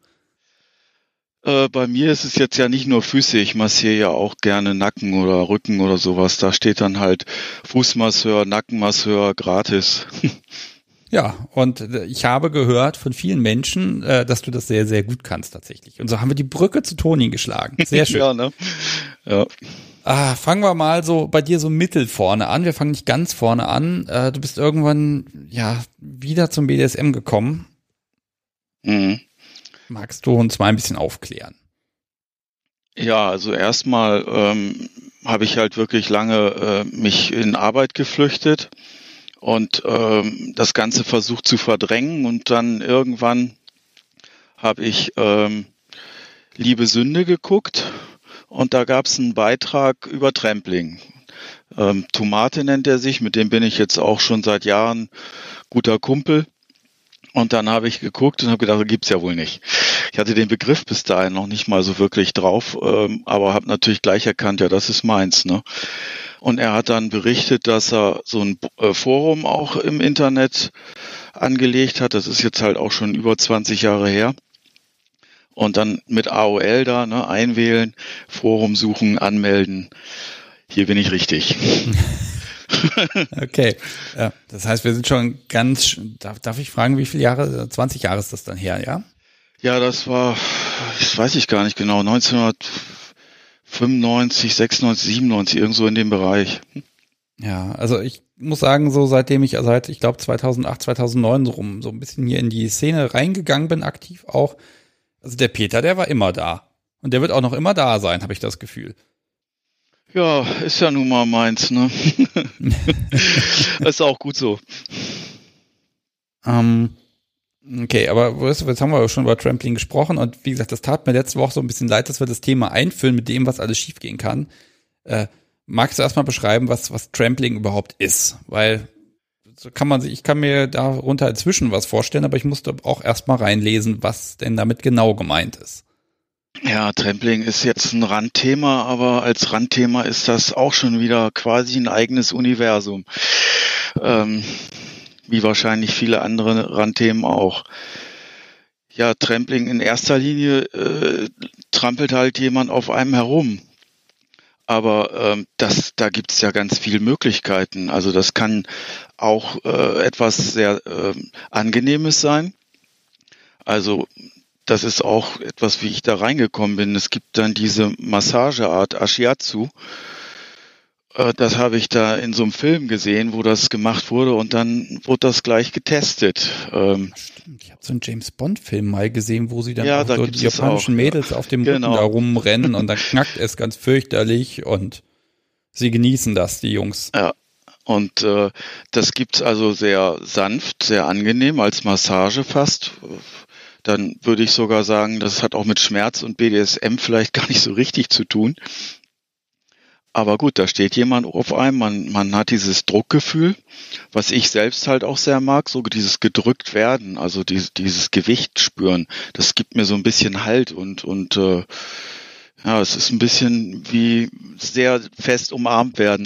Äh, bei mir ist es jetzt ja nicht nur Füße, ich massiere ja auch gerne Nacken oder Rücken oder sowas. Da steht dann halt Fußmasseur, Nackenmasseur, gratis. Ja, und ich habe gehört von vielen Menschen, dass du das sehr, sehr gut kannst tatsächlich. Und so haben wir die Brücke zu Toni geschlagen. Sehr schön. Ja, ne? Ja. Ah, fangen wir mal so bei dir so mittel vorne an. Wir fangen nicht ganz vorne an. Du bist irgendwann ja wieder zum B D S M gekommen. Mhm. Magst du uns mal ein bisschen aufklären? Ja, also erstmal ähm, habe ich halt wirklich lange äh, mich in Arbeit geflüchtet und ähm, das Ganze versucht zu verdrängen und dann irgendwann habe ich ähm, Liebe Sünde geguckt und da gab es einen Beitrag über Trampling. Ähm, Tomate nennt er sich, mit dem bin ich jetzt auch schon seit Jahren guter Kumpel. Und dann habe ich geguckt und habe gedacht, das gibt's ja wohl nicht. Ich hatte den Begriff bis dahin noch nicht mal so wirklich drauf, ähm, aber habe natürlich gleich erkannt, ja, das ist meins, ne? Und er hat dann berichtet, dass er so ein äh, Forum auch im Internet angelegt hat. Das ist jetzt halt auch schon über zwanzig Jahre her. Und dann mit A O L da, ne, einwählen, Forum suchen, anmelden. Hier bin ich richtig. Okay, ja, das heißt, wir sind schon ganz, darf, darf ich fragen, wie viele Jahre, zwanzig Jahre ist das dann her, ja? Ja, das war, das weiß ich gar nicht genau, neunzehnhundertfünfundneunzig, sechsundneunzig, siebenundneunzig, irgendwo in dem Bereich. Ja, also ich muss sagen, so seitdem ich, seit, ich glaube zweitausendacht, zweitausendneun so rum, so ein bisschen hier in die Szene reingegangen bin, aktiv auch, also der Peter, der war immer da. Und der wird auch noch immer da sein, habe ich das Gefühl. Ja, ist ja nun mal meins, ne? Ist auch gut so. Ähm, okay, aber weißt du, jetzt haben wir schon über Trampling gesprochen und wie gesagt, das tat mir letzte Woche so ein bisschen leid, dass wir das Thema einfüllen mit dem, was alles schiefgehen kann. Äh, magst du erstmal beschreiben, was, was Trampling überhaupt ist? Weil so kann man sich, ich kann mir darunter inzwischen was vorstellen, aber ich musste auch erstmal reinlesen, was denn damit genau gemeint ist. Ja, Trampling ist jetzt ein Randthema, aber als Randthema ist das auch schon wieder quasi ein eigenes Universum. Ähm, wie wahrscheinlich viele andere Randthemen auch. Ja, Trampling in erster Linie äh, trampelt halt jemand auf einem herum. Aber ähm, das, da gibt es ja ganz viele Möglichkeiten. Also das kann auch äh, etwas sehr äh, Angenehmes sein. Also das ist auch etwas, wie ich da reingekommen bin. Es gibt dann diese Massageart Ashiatsu. Äh, das habe ich da in so einem Film gesehen, wo das gemacht wurde und dann wurde das gleich getestet. Ähm, Stimmt, ich habe so einen James-Bond-Film mal gesehen, wo sie dann ja, auch da so die japanischen auch, Mädels ja. auf dem Genau. Rücken da rumrennen und dann knackt es ganz fürchterlich und sie genießen das, die Jungs. Ja. Und äh, das gibt's also sehr sanft, sehr angenehm als Massage fast. Dann würde ich sogar sagen, das hat auch mit Schmerz und B D S M vielleicht gar nicht so richtig zu tun. Aber gut, da steht jemand auf einem, man, man hat dieses Druckgefühl, was ich selbst halt auch sehr mag, so dieses gedrückt werden, also dieses, dieses Gewicht spüren. Das gibt mir so ein bisschen Halt und, und äh, ja, es ist ein bisschen wie sehr fest umarmt werden.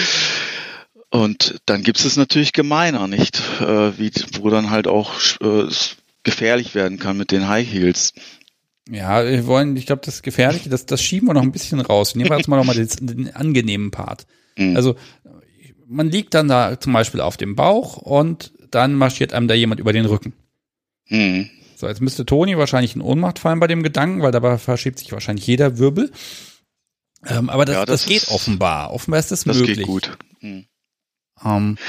Und dann gibt es natürlich gemeiner, nicht? Äh, wie, wo dann halt auch äh, gefährlich werden kann mit den High Heels. Ja, wir wollen, ich glaube, das Gefährliche, das, das schieben wir noch ein bisschen raus. Nehmen wir jetzt mal noch mal den, den angenehmen Part. Mhm. Also man liegt dann da zum Beispiel auf dem Bauch und dann marschiert einem da jemand über den Rücken. Mhm. So, jetzt müsste Toni wahrscheinlich in Ohnmacht fallen bei dem Gedanken, weil dabei verschiebt sich wahrscheinlich jeder Wirbel. Ähm, aber das, ja, das, das geht ist, offenbar. Offenbar ist das, das möglich. Das geht gut. Mhm. Um,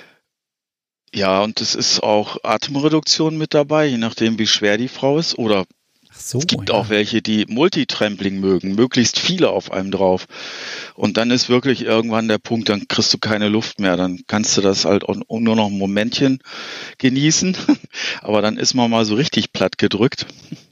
ja, und es ist auch Atemreduktion mit dabei, je nachdem, wie schwer die Frau ist. Oder ach so, es gibt ja. auch welche, die Multitrampling mögen, möglichst viele auf einem drauf. Und dann ist wirklich irgendwann der Punkt, dann kriegst du keine Luft mehr. Dann kannst du das halt auch nur noch ein Momentchen genießen. Aber dann ist man mal so richtig platt gedrückt.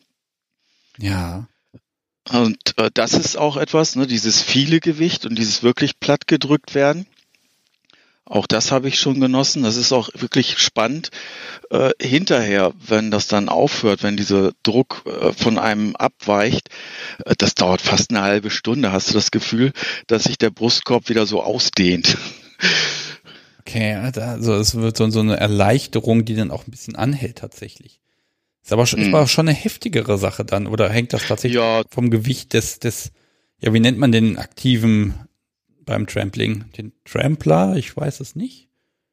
Ja. Und äh, das ist auch etwas, ne, dieses viele Gewicht und dieses wirklich platt gedrückt werden. Auch das habe ich schon genossen. Das ist auch wirklich spannend. Äh, hinterher, wenn das dann aufhört, wenn dieser Druck äh, von einem abweicht, äh, das dauert fast eine halbe Stunde. Hast du das Gefühl, dass sich der Brustkorb wieder so ausdehnt? Okay, also es wird so, so eine Erleichterung, die dann auch ein bisschen anhält tatsächlich. Ist aber schon, hm. ist aber schon eine heftigere Sache dann. Oder hängt das tatsächlich ja. vom Gewicht des, des, ja, wie nennt man den aktiven beim Trampling? Den Trampler? Ich weiß es nicht.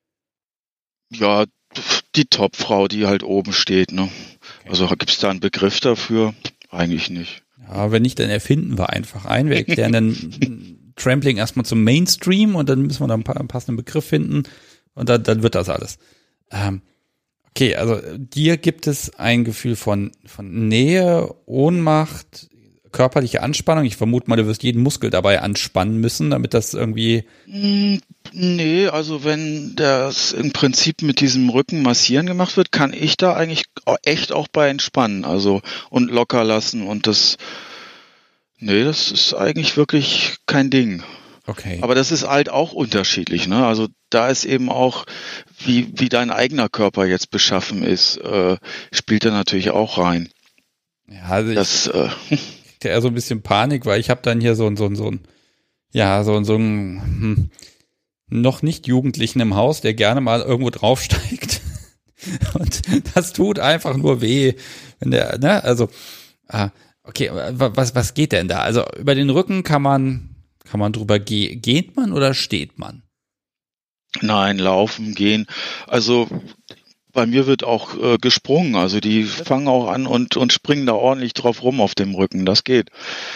Ja, die Topfrau, die halt oben steht, ne? Okay. Also gibt es da einen Begriff dafür? Eigentlich nicht. Ja, wenn nicht, dann erfinden wir einfach einen. Wir erklären dann Trampling erstmal zum Mainstream und dann müssen wir da einen passenden Begriff finden und dann, dann wird das alles. Ähm, okay, also dir gibt es ein Gefühl von, von Nähe, Ohnmacht, körperliche Anspannung. Ich vermute mal, du wirst jeden Muskel dabei anspannen müssen, damit das irgendwie... Nee, also wenn das im Prinzip mit diesem Rücken massieren gemacht wird, kann ich da eigentlich echt auch bei entspannen, also und locker lassen und das... Nee, das ist eigentlich wirklich kein Ding. Okay. Aber das ist halt auch unterschiedlich, ne? Also da ist eben auch, wie, wie dein eigener Körper jetzt beschaffen ist, äh, spielt da natürlich auch rein. Ja, also das, ich... Äh, eher so ein bisschen Panik, weil ich habe dann hier so ein, so ein, so ein, ja, so ein, so ein hm, noch nicht Jugendlichen im Haus, der gerne mal irgendwo draufsteigt. Und das tut einfach nur weh, wenn der, ne, also, ah, okay, was, was geht denn da? Also über den Rücken kann man, kann man drüber gehen. Geht man oder steht man? Nein, laufen, gehen. Also bei mir wird auch äh, gesprungen. Also die fangen auch an und, und springen da ordentlich drauf rum auf dem Rücken. Das geht.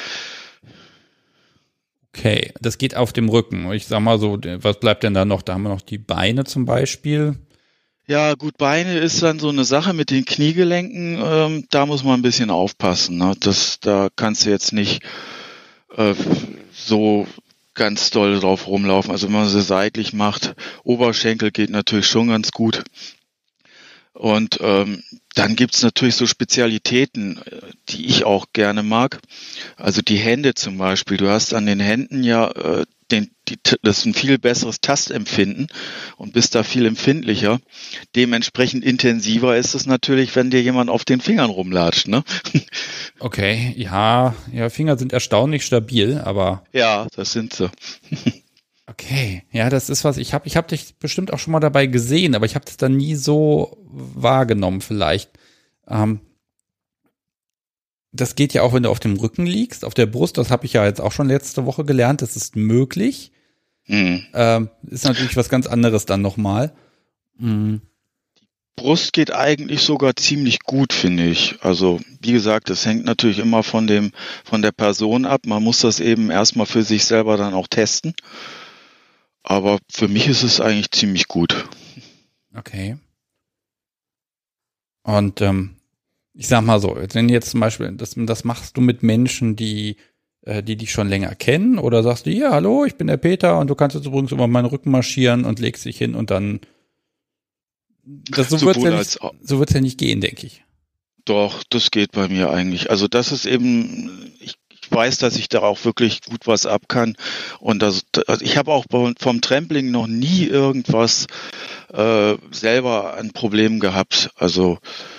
Okay, das geht auf dem Rücken. Ich sag mal so, was bleibt denn da noch? Da haben wir noch die Beine zum Beispiel. Ja, gut, Beine ist dann so eine Sache mit den Kniegelenken. Ähm, da muss man ein bisschen aufpassen. Ne? Das, da kannst du jetzt nicht äh, so ganz doll drauf rumlaufen. Also wenn man sie seitlich macht, Oberschenkel geht natürlich schon ganz gut. Und ähm, dann gibt's natürlich so Spezialitäten, die ich auch gerne mag. Also die Hände zum Beispiel. Du hast an den Händen ja äh, den, die, das ist ein viel besseres Tastempfinden und bist da viel empfindlicher. Dementsprechend intensiver ist es natürlich, wenn dir jemand auf den Fingern rumlatscht, ne? Okay, ja, ja, Finger sind erstaunlich stabil, aber Ja, das sind sie. okay, ja, das ist was, ich habe ich hab dich bestimmt auch schon mal dabei gesehen, aber ich habe das dann nie so wahrgenommen vielleicht. Ähm, das geht ja auch, wenn du auf dem Rücken liegst, auf der Brust, das habe ich ja jetzt auch schon letzte Woche gelernt, das ist möglich. Mhm. Ähm, ist natürlich was ganz anderes dann nochmal. Mhm. Brust geht eigentlich sogar ziemlich gut, finde ich. Also wie gesagt, es hängt natürlich immer von dem von der Person ab. Man muss das eben erstmal für sich selber dann auch testen. Aber für mich ist es eigentlich ziemlich gut. Okay. Und ähm, ich sag mal so, wenn jetzt zum Beispiel, das, das machst du mit Menschen, die, äh, die dich schon länger kennen, oder sagst du, ja, hallo, ich bin der Peter und du kannst jetzt übrigens über meinen Rücken marschieren und legst dich hin und dann das, so wird's ja nicht, so wird's ja nicht gehen, denke ich. Doch, das geht bei mir eigentlich. Also das ist eben, ich, ich weiß, dass ich da auch wirklich gut was ab kann. Und das, also ich habe auch vom Trampling noch nie irgendwas äh, selber an Problemen gehabt. Also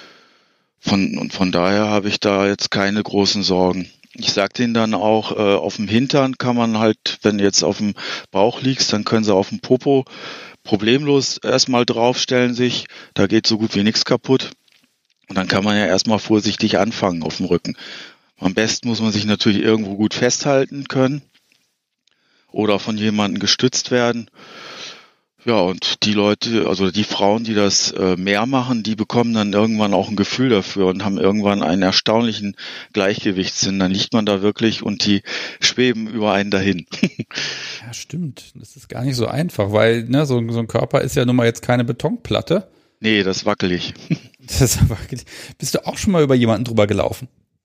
von und von daher habe ich da jetzt keine großen Sorgen. Ich sag denen dann auch, äh, auf dem Hintern kann man halt, wenn du jetzt auf dem Bauch liegst, dann können sie auf dem Popo problemlos erstmal draufstellen sich. Da geht so gut wie nichts kaputt. Und dann kann man ja erstmal vorsichtig anfangen auf dem Rücken. Am besten muss man sich natürlich irgendwo gut festhalten können oder von jemandem gestützt werden. Ja, und die Leute, also die Frauen, die das äh, mehr machen, die bekommen dann irgendwann auch ein Gefühl dafür und haben irgendwann einen erstaunlichen Gleichgewichtssinn. Dann liegt man da wirklich und die schweben über einen dahin. Ja, stimmt. Das ist gar nicht so einfach, weil ne, so, so ein Körper ist ja nun mal jetzt keine Betonplatte. Nee, das wackelig. Das ist wackelig. Bist du auch schon mal über jemanden drüber gelaufen?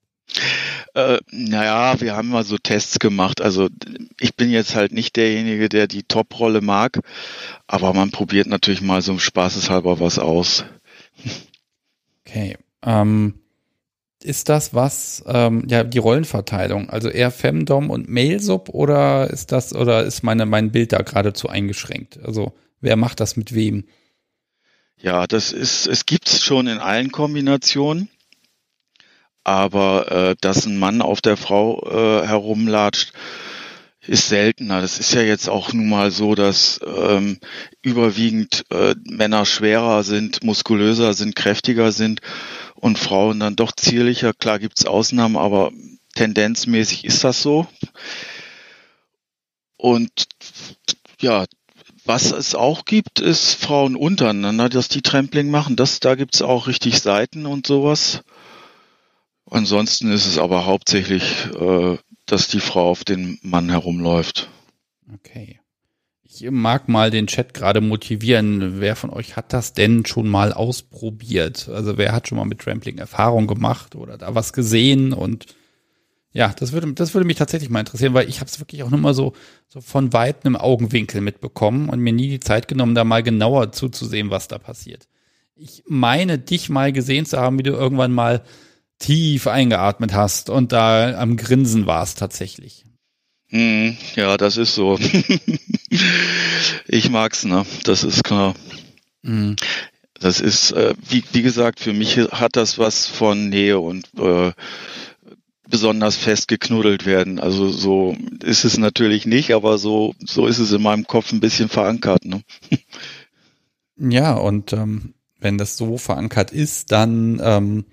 Äh, naja, wir haben mal so Tests gemacht. Also ich bin jetzt halt nicht derjenige, der die Top-Rolle mag, aber man probiert natürlich mal so spaßeshalber was aus. Okay. Ähm, ist das was, ähm, ja, die Rollenverteilung, also eher Femdom und Male-Sub oder ist das, oder ist meine, mein Bild da geradezu eingeschränkt? Also wer macht das mit wem? Ja, das ist, es gibt's schon in allen Kombinationen. Aber äh, dass ein Mann auf der Frau äh, herumlatscht, ist seltener. Das ist ja jetzt auch nun mal so, dass ähm, überwiegend äh, Männer schwerer sind, muskulöser sind, kräftiger sind und Frauen dann doch zierlicher. Klar gibt's Ausnahmen, aber tendenzmäßig ist das so. Und ja, was es auch gibt, ist Frauen untereinander, dass die Trampling machen. Das, da gibt's auch richtig Seiten und sowas. Ansonsten ist es aber hauptsächlich, äh, dass die Frau auf den Mann herumläuft. Okay. Ich mag mal den Chat gerade motivieren. Wer von euch hat das denn schon mal ausprobiert? Also wer hat schon mal mit Trampling Erfahrung gemacht oder da was gesehen? Und ja, das würde, das würde mich tatsächlich mal interessieren, weil ich habe es wirklich auch nur mal so, so von weitem im Augenwinkel mitbekommen und mir nie die Zeit genommen, da mal genauer zuzusehen, was da passiert. Ich meine, dich mal gesehen zu haben, wie du irgendwann mal tief eingeatmet hast und da am Grinsen warst tatsächlich. Hm, ja, das ist so. Ich mag's, ne? Das ist klar. Mhm. Das ist, äh, wie, wie gesagt, für mich hat das was von Nähe und äh, besonders fest geknuddelt werden. Also so ist es natürlich nicht, aber so, so ist es in meinem Kopf ein bisschen verankert, ne? Ja, und ähm, wenn das so verankert ist, dann ähm,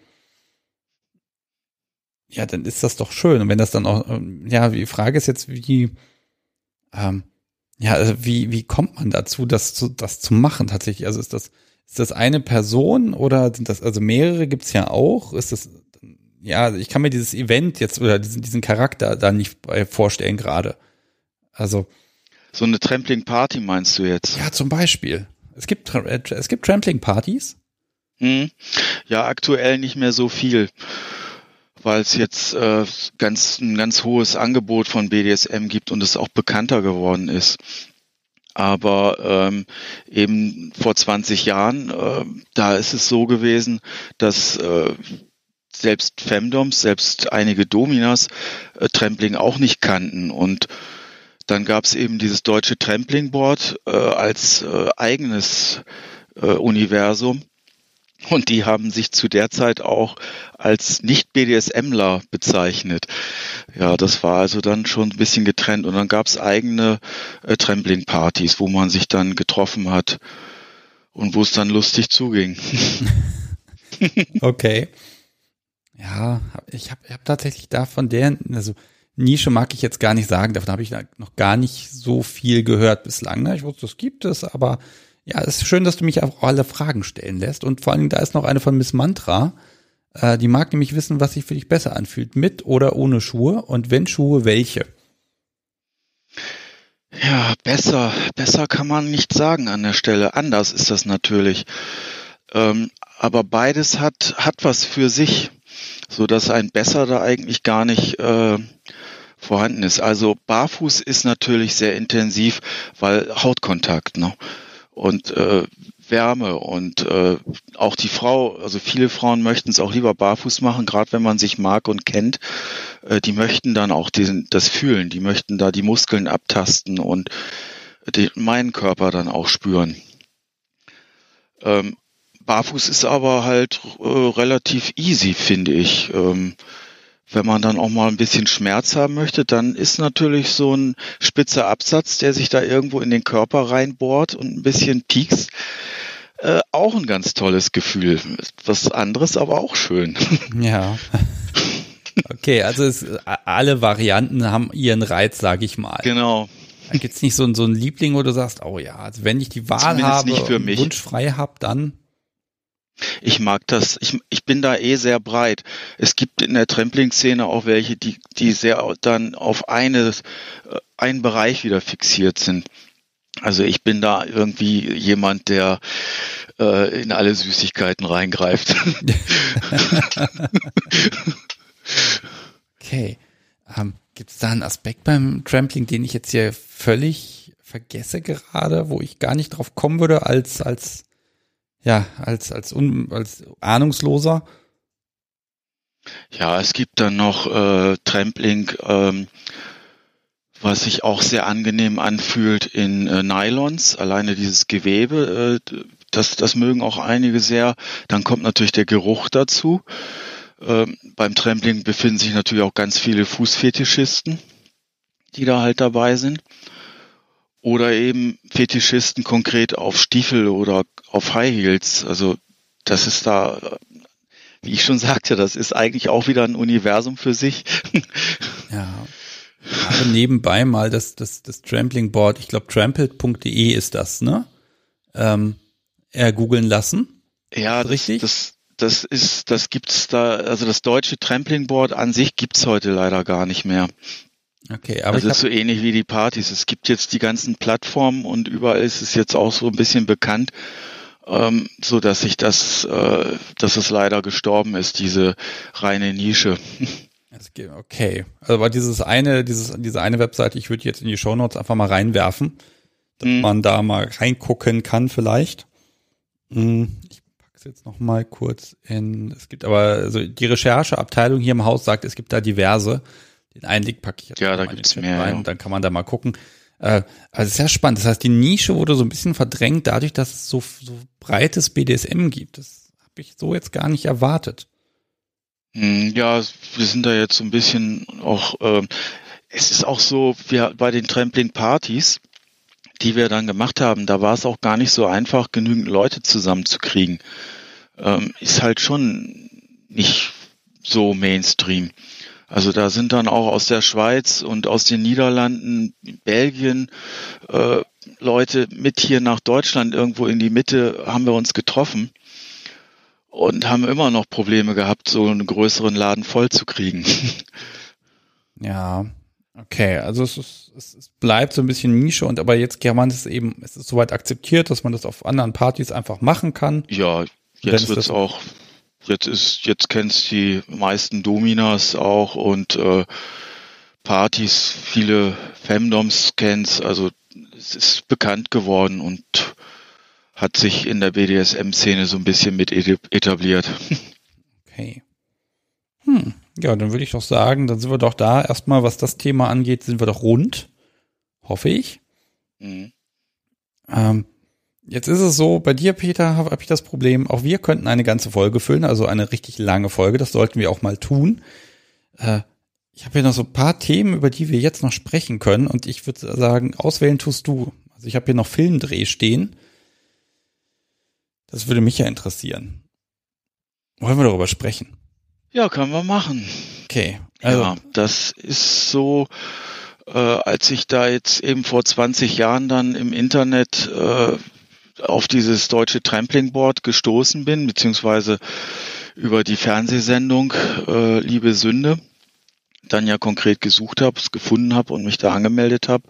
ja, dann ist das doch schön. Und wenn das dann auch, ja, die Frage ist jetzt, wie, ähm, Ja, also wie, wie kommt man dazu, das zu, das zu machen tatsächlich? Also ist das, ist das eine Person oder sind das, also mehrere gibt's ja auch? Ist das, ja, ich kann mir dieses Event jetzt oder diesen, diesen Charakter da nicht vorstellen gerade. Also. So eine Trampling-Party meinst du jetzt? Ja, zum Beispiel. Es gibt, es gibt Trampling-Partys. Hm. Ja, aktuell nicht mehr so viel, weil es jetzt äh, ganz ein ganz hohes Angebot von B D S M gibt und es auch bekannter geworden ist. Aber ähm, eben vor zwanzig Jahren, äh, da ist es so gewesen, dass äh, selbst Femdoms, selbst einige Dominas äh, Trampling auch nicht kannten. Und dann gab es eben dieses deutsche Trampling Board äh, als äh, eigenes äh, Universum. Und die haben sich zu der Zeit auch als Nicht-B D S Mler bezeichnet. Ja, das war also dann schon ein bisschen getrennt. Und dann gab es eigene äh, Trampling-Partys, wo man sich dann getroffen hat und wo es dann lustig zuging. Okay. Ja, ich habe hab tatsächlich da von der, also Nische mag ich jetzt gar nicht sagen, davon habe ich noch gar nicht so viel gehört bislang. Ne? Ich wusste, das gibt es, aber ja, es ist schön, dass du mich auch alle Fragen stellen lässt. Und vor allem, da ist noch eine von Miss Mantra. Äh, die mag nämlich wissen, was sich für dich besser anfühlt. Mit oder ohne Schuhe? Und wenn Schuhe, welche? Ja, besser. Besser kann man nicht sagen an der Stelle. Anders ist das natürlich. Ähm, aber beides hat, hat was für sich, so dass ein besser da eigentlich gar nicht äh, vorhanden ist. Also barfuß ist natürlich sehr intensiv, weil Hautkontakt, ne? Und äh, Wärme und äh, auch die Frau, also viele Frauen möchten es auch lieber barfuß machen, gerade wenn man sich mag und kennt, äh, die möchten dann auch diesen, das fühlen, die möchten da die Muskeln abtasten und den, meinen Körper dann auch spüren. Ähm, barfuß ist aber halt äh, relativ easy, finde ich. Ähm, Wenn man dann auch mal ein bisschen Schmerz haben möchte, dann ist natürlich so ein spitzer Absatz, der sich da irgendwo in den Körper reinbohrt und ein bisschen piekst, äh, auch ein ganz tolles Gefühl. Was anderes, aber auch schön. Ja. Okay, also es, alle Varianten haben ihren Reiz, sage ich mal. Genau. Da gibt's nicht so, so einen Liebling, wo du sagst, oh ja, also wenn ich die Wahl Zumindest habe nicht für und mich. Wunsch frei habe, dann Ich mag das. Ich, ich bin da eh sehr breit. Es gibt in der Trampling-Szene auch welche, die, die sehr dann auf eine, einen Bereich wieder fixiert sind. Also ich bin da irgendwie jemand, der äh, in alle Süßigkeiten reingreift. Okay. Ähm, gibt es da einen Aspekt beim Trampling, den ich jetzt hier völlig vergesse gerade, wo ich gar nicht drauf kommen würde als, als Ja, als, als, un, als Ahnungsloser. Ja, es gibt dann noch äh, Trampling, ähm, was sich auch sehr angenehm anfühlt in äh, Nylons. Alleine dieses Gewebe, äh, das, das mögen auch einige sehr. Dann kommt natürlich der Geruch dazu. Ähm, beim Trampling befinden sich natürlich auch ganz viele Fußfetischisten, die da halt dabei sind. Oder eben Fetischisten konkret auf Stiefel oder auf High Heels. Also das ist da, wie ich schon sagte, das ist eigentlich auch wieder ein Universum für sich. Ja. Ich habe nebenbei mal das, das, das Trampling-Board, ich glaube trampled punkt de ist das, ne? Ähm, er googeln lassen. Ja, das, richtig? Das, das ist, das gibt's da, also das deutsche Trampling-Board an sich gibt's heute leider gar nicht mehr. Okay, aber das ich ist so ähnlich wie die Partys. Es gibt jetzt die ganzen Plattformen und überall ist es jetzt auch so ein bisschen bekannt, ähm, so dass sich das, äh, dass es leider gestorben ist, diese reine Nische. Okay, also aber dieses eine, dieses, diese eine Webseite, ich würde jetzt in die Shownotes einfach mal reinwerfen, dass hm. man da mal reingucken kann vielleicht. Ich packe es jetzt noch mal kurz in, es gibt aber, also die Rechercheabteilung hier im Haus sagt, es gibt da diverse. Den einen Link packe ich jetzt ja, mal da in den gibt's Chat mehr, rein, ja. Dann kann man da mal gucken. Äh, also sehr spannend. Das heißt, die Nische wurde so ein bisschen verdrängt dadurch, dass es so, so breites B D S M gibt. Das habe ich so jetzt gar nicht erwartet. Ja, wir sind da jetzt so ein bisschen auch, äh, es ist auch so, wir bei den Trampling-Partys, die wir dann gemacht haben, da war es auch gar nicht so einfach, genügend Leute zusammenzukriegen. Ähm, ist halt schon nicht so Mainstream. Also da sind dann auch aus der Schweiz und aus den Niederlanden, Belgien, äh, Leute mit hier nach Deutschland, irgendwo in die Mitte, haben wir uns getroffen und haben immer noch Probleme gehabt, so einen größeren Laden voll zu kriegen. Ja, okay, also es, ist, es, es bleibt so ein bisschen Nische, und aber jetzt kann man es eben, es ist soweit akzeptiert, dass man das auf anderen Partys einfach machen kann. Ja, jetzt wird es auch, jetzt ist, jetzt kennst die meisten Dominas auch und äh, Partys, viele Femdoms kennst, also es ist bekannt geworden und hat sich in der B D S M-Szene so ein bisschen mit etabliert. Okay. Hm. Ja, dann würde ich doch sagen, dann sind wir doch da erstmal, was das Thema angeht, sind wir doch rund. Hoffe ich. Mhm. Ähm, jetzt ist es so, bei dir, Peter, habe hab ich das Problem, auch wir könnten eine ganze Folge füllen, also eine richtig lange Folge, das sollten wir auch mal tun. Äh, ich habe hier noch so ein paar Themen, über die wir jetzt noch sprechen können, und ich würde sagen, auswählen tust du. Also ich habe hier noch Filmdreh stehen. Das würde mich ja interessieren. Wollen wir darüber sprechen? Ja, können wir machen. Okay. Also. Ja, das ist so, äh, als ich da jetzt eben vor zwanzig Jahren dann im Internet äh, auf dieses deutsche Trampling-Board gestoßen bin, beziehungsweise über die Fernsehsendung äh, Liebe Sünde, dann ja konkret gesucht habe, es gefunden habe und mich da angemeldet habe.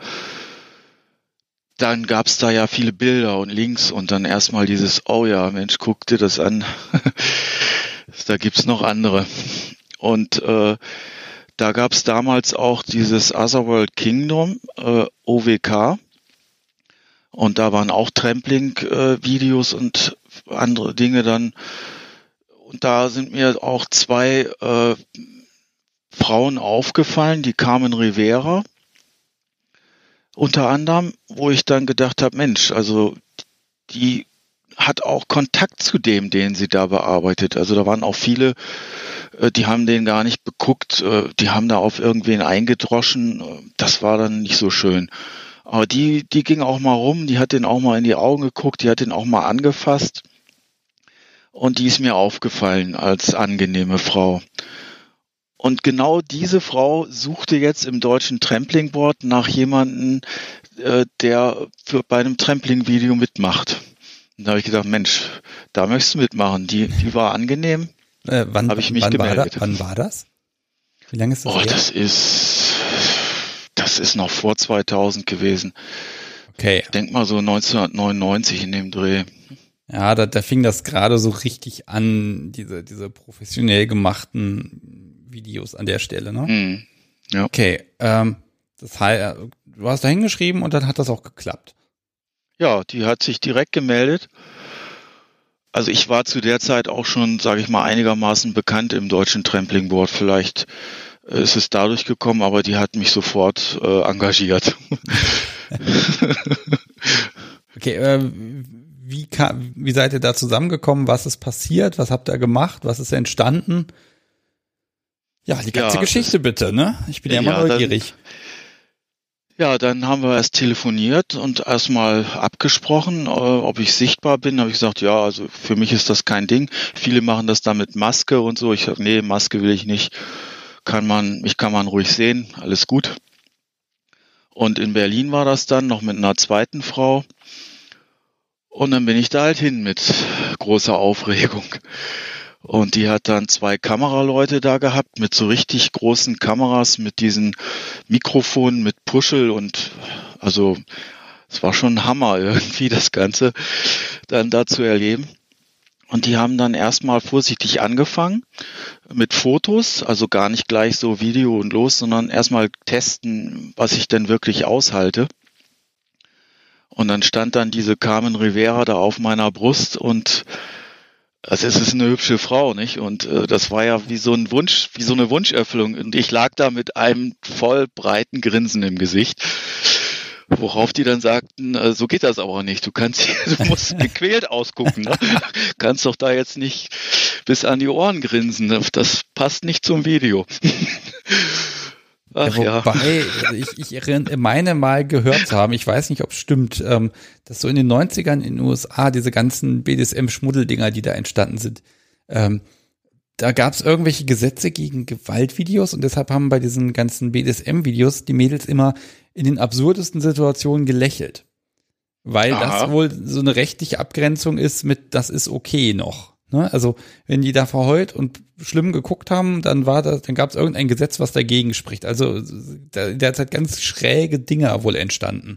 Dann gab's da ja viele Bilder und Links und dann erstmal dieses, oh ja, Mensch, guck dir das an. Da gibt's noch andere. Und äh, da gab's damals auch dieses Otherworld Kingdom, äh, O W K. Und da waren auch Trampling-Videos äh, und andere Dinge dann. Und da sind mir auch zwei äh, Frauen aufgefallen, die Carmen Rivera unter anderem, wo ich dann gedacht habe, Mensch, also die hat auch Kontakt zu dem, den sie da bearbeitet. Also da waren auch viele, die haben den gar nicht beguckt, die haben da auf irgendwen eingedroschen. Das war dann nicht so schön. Aber die, die ging auch mal rum, die hat den auch mal in die Augen geguckt, die hat den auch mal angefasst. Und die ist mir aufgefallen als angenehme Frau. Und genau diese Frau suchte jetzt im deutschen Trampling-Board nach jemanden, äh, der für, bei einem Trampling-Video mitmacht. Und da habe ich gedacht, Mensch, da möchtest du mitmachen. Die, die war angenehm. Äh, wann habe ich mich wann gemeldet. War da, wann war das? Wie lange ist das? Oh, her? das ist, das ist noch vor zweitausend gewesen. Okay. Ich denke mal so neunzehnhundertneunundneunzig in dem Dreh. Ja, da, da fing das gerade so richtig an, diese, diese professionell gemachten Videos an der Stelle, ne? Mm, ja. Okay, ähm, das heißt, du hast da hingeschrieben und dann hat das auch geklappt. Ja, die hat sich direkt gemeldet. Also ich war zu der Zeit auch schon, sage ich mal, einigermaßen bekannt im deutschen Trampling-Board. Vielleicht äh, ist es dadurch gekommen, aber die hat mich sofort äh, engagiert. Okay, äh, wie, kam, wie seid ihr da zusammengekommen? Was ist passiert? Was habt ihr gemacht? Was ist entstanden? Ja, die ganze ja, Geschichte das, bitte, ne? Ich bin ja immer ja, neugierig. Dann, ja, dann haben wir erst telefoniert und erstmal abgesprochen, äh, ob ich sichtbar bin. Da habe ich gesagt, ja, also für mich ist das kein Ding. Viele machen das da mit Maske und so. Ich sage, nee, Maske will ich nicht. Kann man, mich kann man ruhig sehen, alles gut. Und in Berlin war das dann noch mit einer zweiten Frau. Und dann bin ich da halt hin mit großer Aufregung. Und die hat dann zwei Kameraleute da gehabt mit so richtig großen Kameras, mit diesen Mikrofonen, mit Puschel und also es war schon ein Hammer irgendwie, das Ganze dann da zu erleben. Und die haben dann erstmal vorsichtig angefangen mit Fotos, also gar nicht gleich so Video und los, sondern erstmal testen, was ich denn wirklich aushalte. Und dann stand dann diese Carmen Rivera da auf meiner Brust und also es ist eine hübsche Frau, nicht? Und äh, das war ja wie so ein Wunsch, wie so eine Wunscherfüllung. Und ich lag da mit einem voll breiten Grinsen im Gesicht, worauf die dann sagten, äh, so geht das aber nicht. Du kannst, du musst gequält ausgucken, ne? Kannst doch da jetzt nicht bis an die Ohren grinsen. Das passt nicht zum Video. Ach, ja, wobei, ja. ich, ich erinnere, meine mal gehört zu haben, ich weiß nicht, ob es stimmt, ähm, dass so in den neunzigern in den U S A diese ganzen B D S M-Schmuddeldinger, die da entstanden sind, ähm, da gab es irgendwelche Gesetze gegen Gewaltvideos und deshalb haben bei diesen ganzen B D S M-Videos die Mädels immer in den absurdesten Situationen gelächelt. Weil Aha. das wohl so eine rechtliche Abgrenzung ist mit, das ist okay noch. Ne? Also wenn die da verheult und schlimm geguckt haben, dann war das, dann gab es irgendein Gesetz, was dagegen spricht. Also da, derzeit ganz schräge Dinge wohl entstanden.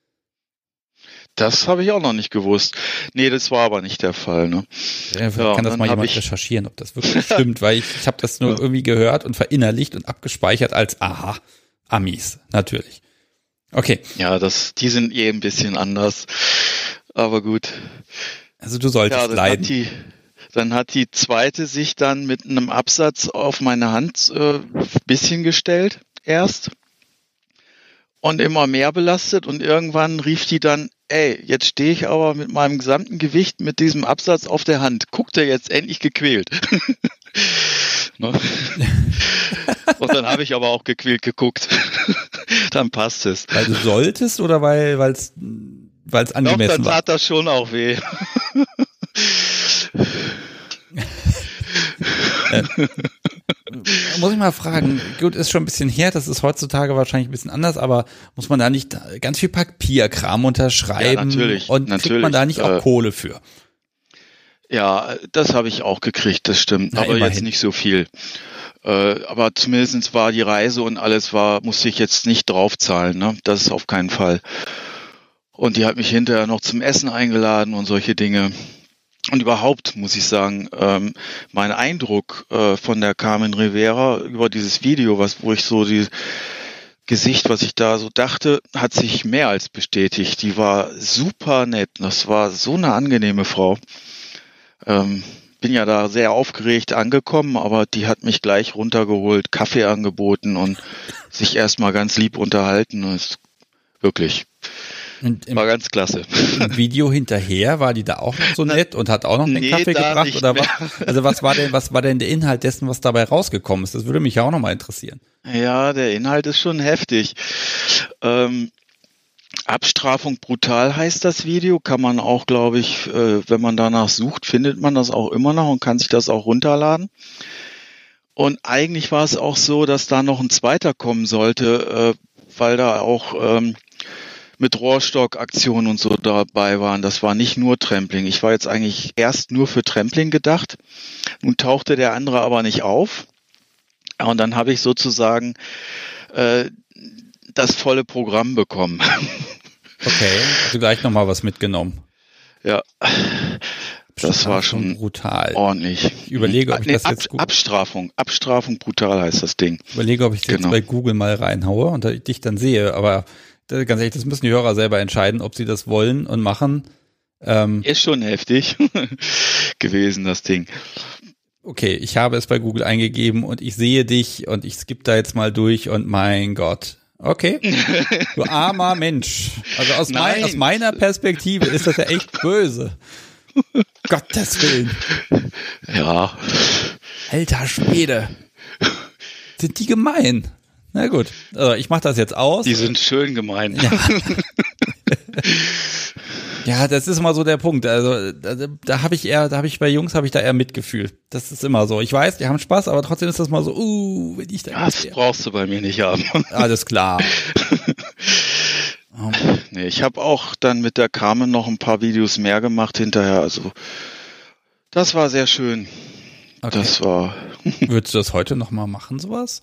Das habe ich auch noch nicht gewusst. Nee, das war aber nicht der Fall. Ne? Ja, ja, kann das mal jemand recherchieren, ob das wirklich stimmt, weil ich, ich habe das nur ja. irgendwie gehört und verinnerlicht und abgespeichert als aha, Amis, natürlich. Okay. Ja, das, die sind eh ein bisschen anders, aber gut. Also du solltest ja, dann leiden. Hat die, dann hat die zweite sich dann mit einem Absatz auf meine Hand äh, bisschen gestellt, erst. Und immer mehr belastet und irgendwann rief die dann, ey, jetzt stehe ich aber mit meinem gesamten Gewicht mit diesem Absatz auf der Hand. Guckt er jetzt endlich gequält. Ne? Und dann habe ich aber auch gequält geguckt. Dann passt es. Weil du solltest oder weil es weil es angemessen Doch, dann war? Dann tat das schon auch weh. äh, muss ich mal fragen, gut, ist schon ein bisschen her, das ist heutzutage wahrscheinlich ein bisschen anders, aber muss man da nicht ganz viel Papierkram unterschreiben? Ja, natürlich, und natürlich. Kriegt man da nicht auch äh, Kohle für? Ja, das habe ich auch gekriegt, das stimmt, Na, aber immerhin. Jetzt nicht so viel. Äh, aber zumindest war die Reise und alles war, musste ich jetzt nicht draufzahlen, ne? Das ist auf keinen Fall. Und die hat mich hinterher noch zum Essen eingeladen und solche Dinge. Und überhaupt muss ich sagen, ähm, mein Eindruck äh, von der Carmen Rivera über dieses Video, was wo ich so die Gesicht, was ich da so dachte, hat sich mehr als bestätigt. Die war super nett. Das war so eine angenehme Frau. Ähm, bin ja da sehr aufgeregt angekommen, aber die hat mich gleich runtergeholt, Kaffee angeboten und sich erstmal ganz lieb unterhalten. Das ist wirklich und im, war ganz klasse. Im Video hinterher war die da auch noch so nett und hat auch noch den nee, Kaffee gebracht oder mehr. was? Also was war denn, was war denn der Inhalt dessen, was dabei rausgekommen ist? Das würde mich ja auch noch mal interessieren. Ja, der Inhalt ist schon heftig. Ähm, Abstrafung brutal heißt das Video, kann man auch, glaube ich, äh, wenn man danach sucht, findet man das auch immer noch und kann sich das auch runterladen. Und eigentlich war es auch so, dass da noch ein zweiter kommen sollte, äh, weil da auch ähm, mit Rohrstockaktionen und so dabei waren. Das war nicht nur Trampling. Ich war jetzt eigentlich erst nur für Trampling gedacht. Nun tauchte der andere aber nicht auf. Und dann habe ich sozusagen äh, das volle Programm bekommen. Okay, also gleich nochmal was mitgenommen. Ja, das war schon brutal. Ordentlich. Ich überlege, ob ich nee, das Ab- jetzt gut... Abstrafung, Abstrafung brutal heißt das Ding. Ich überlege, ob ich das genau. jetzt bei Google mal reinhaue und dich dann sehe, aber ganz ehrlich, das müssen die Hörer selber entscheiden, ob sie das wollen und machen. Ähm, Ist schon heftig gewesen, das Ding. Okay, ich habe es bei Google eingegeben und ich sehe dich und ich skippe da jetzt mal durch und mein Gott. Okay, du armer Mensch. Also aus, mein, aus meiner Perspektive ist das ja echt böse. Gottes Willen. Ja. Alter Schwede. Sind die gemein? Na gut, also ich mache das jetzt aus. Die sind schön gemein. Ja. Ja, das ist immer so der Punkt. Also da, da habe ich eher, da habe ich bei Jungs habe ich da eher Mitgefühl. Das ist immer so. Ich weiß, die haben Spaß, aber trotzdem ist das mal so, uh, wenn ich da. Das wäre. Brauchst du bei mir nicht haben. Alles klar. Oh. Nee, ich habe auch dann mit der Carmen noch ein paar Videos mehr gemacht hinterher. Also das war sehr schön. Okay. Das war. Würdest du das heute noch mal machen, sowas?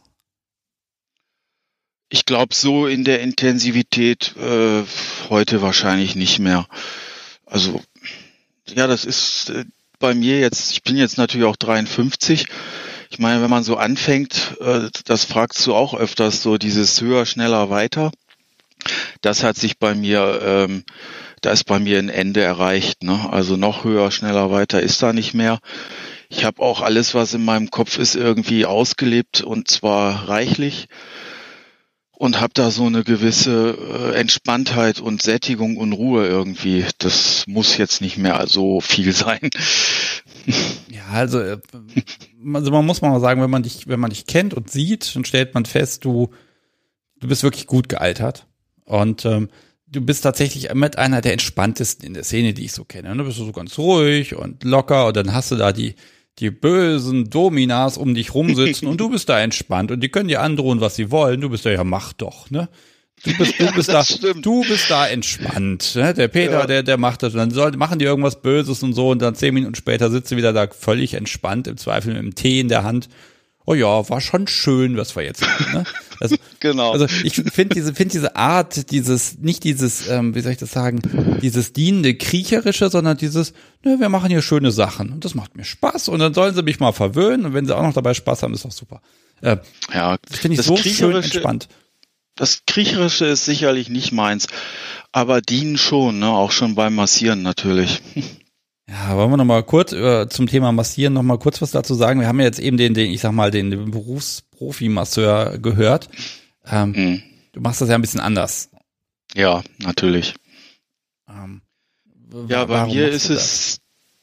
Ich glaube, so in der Intensivität äh, heute wahrscheinlich nicht mehr. Also, ja, das ist äh, bei mir jetzt, ich bin jetzt natürlich auch dreiundfünfzig. Ich meine, wenn man so anfängt, äh, das fragst du auch öfters, so dieses höher, schneller, weiter. Das hat sich bei mir, ähm, da ist bei mir ein Ende erreicht. Ne? Also noch höher, schneller, weiter ist da nicht mehr. Ich habe auch alles, was in meinem Kopf ist, irgendwie ausgelebt und zwar reichlich. Und habe da so eine gewisse äh, Entspanntheit und Sättigung und Ruhe irgendwie. Das muss jetzt nicht mehr so viel sein. Ja, also, also man muss mal sagen, wenn man dich, wenn man dich kennt und sieht, dann stellt man fest, du, du bist wirklich gut gealtert. Und ähm, du bist tatsächlich mit einer der entspanntesten in der Szene, die ich so kenne. Du bist so ganz ruhig und locker und dann hast du da die die bösen Dominas um dich rumsitzen und du bist da entspannt und die können dir androhen, was sie wollen. Du bist da, ja, mach doch, ne? Du bist, du bist ja, da, du bist da entspannt, ne? Der Peter, ja. der, der macht das und dann soll, machen die irgendwas Böses und so und dann zehn Minuten später sitzt du wieder da völlig entspannt, im Zweifel mit dem Tee in der Hand. Oh ja, war schon schön, was wir jetzt machen, ne? Also, genau. Also ich finde diese, finde diese Art, dieses, nicht dieses, ähm, wie soll ich das sagen, dieses dienende Kriecherische, sondern dieses, ne, wir machen hier schöne Sachen und das macht mir Spaß und dann sollen sie mich mal verwöhnen und wenn sie auch noch dabei Spaß haben, ist doch super. Äh, ja, das finde ich so schön entspannt. Das Kriecherische ist sicherlich nicht meins, aber dienen schon, ne, auch schon beim Massieren natürlich. Ja, wollen wir noch mal kurz äh, zum Thema Massieren noch mal kurz was dazu sagen. Wir haben ja jetzt eben den, den ich sag mal, den, den Berufsprofi-Masseur gehört. Ähm, mhm. Du machst das ja ein bisschen anders. Ja, natürlich. Ähm, ja, bei mir ist es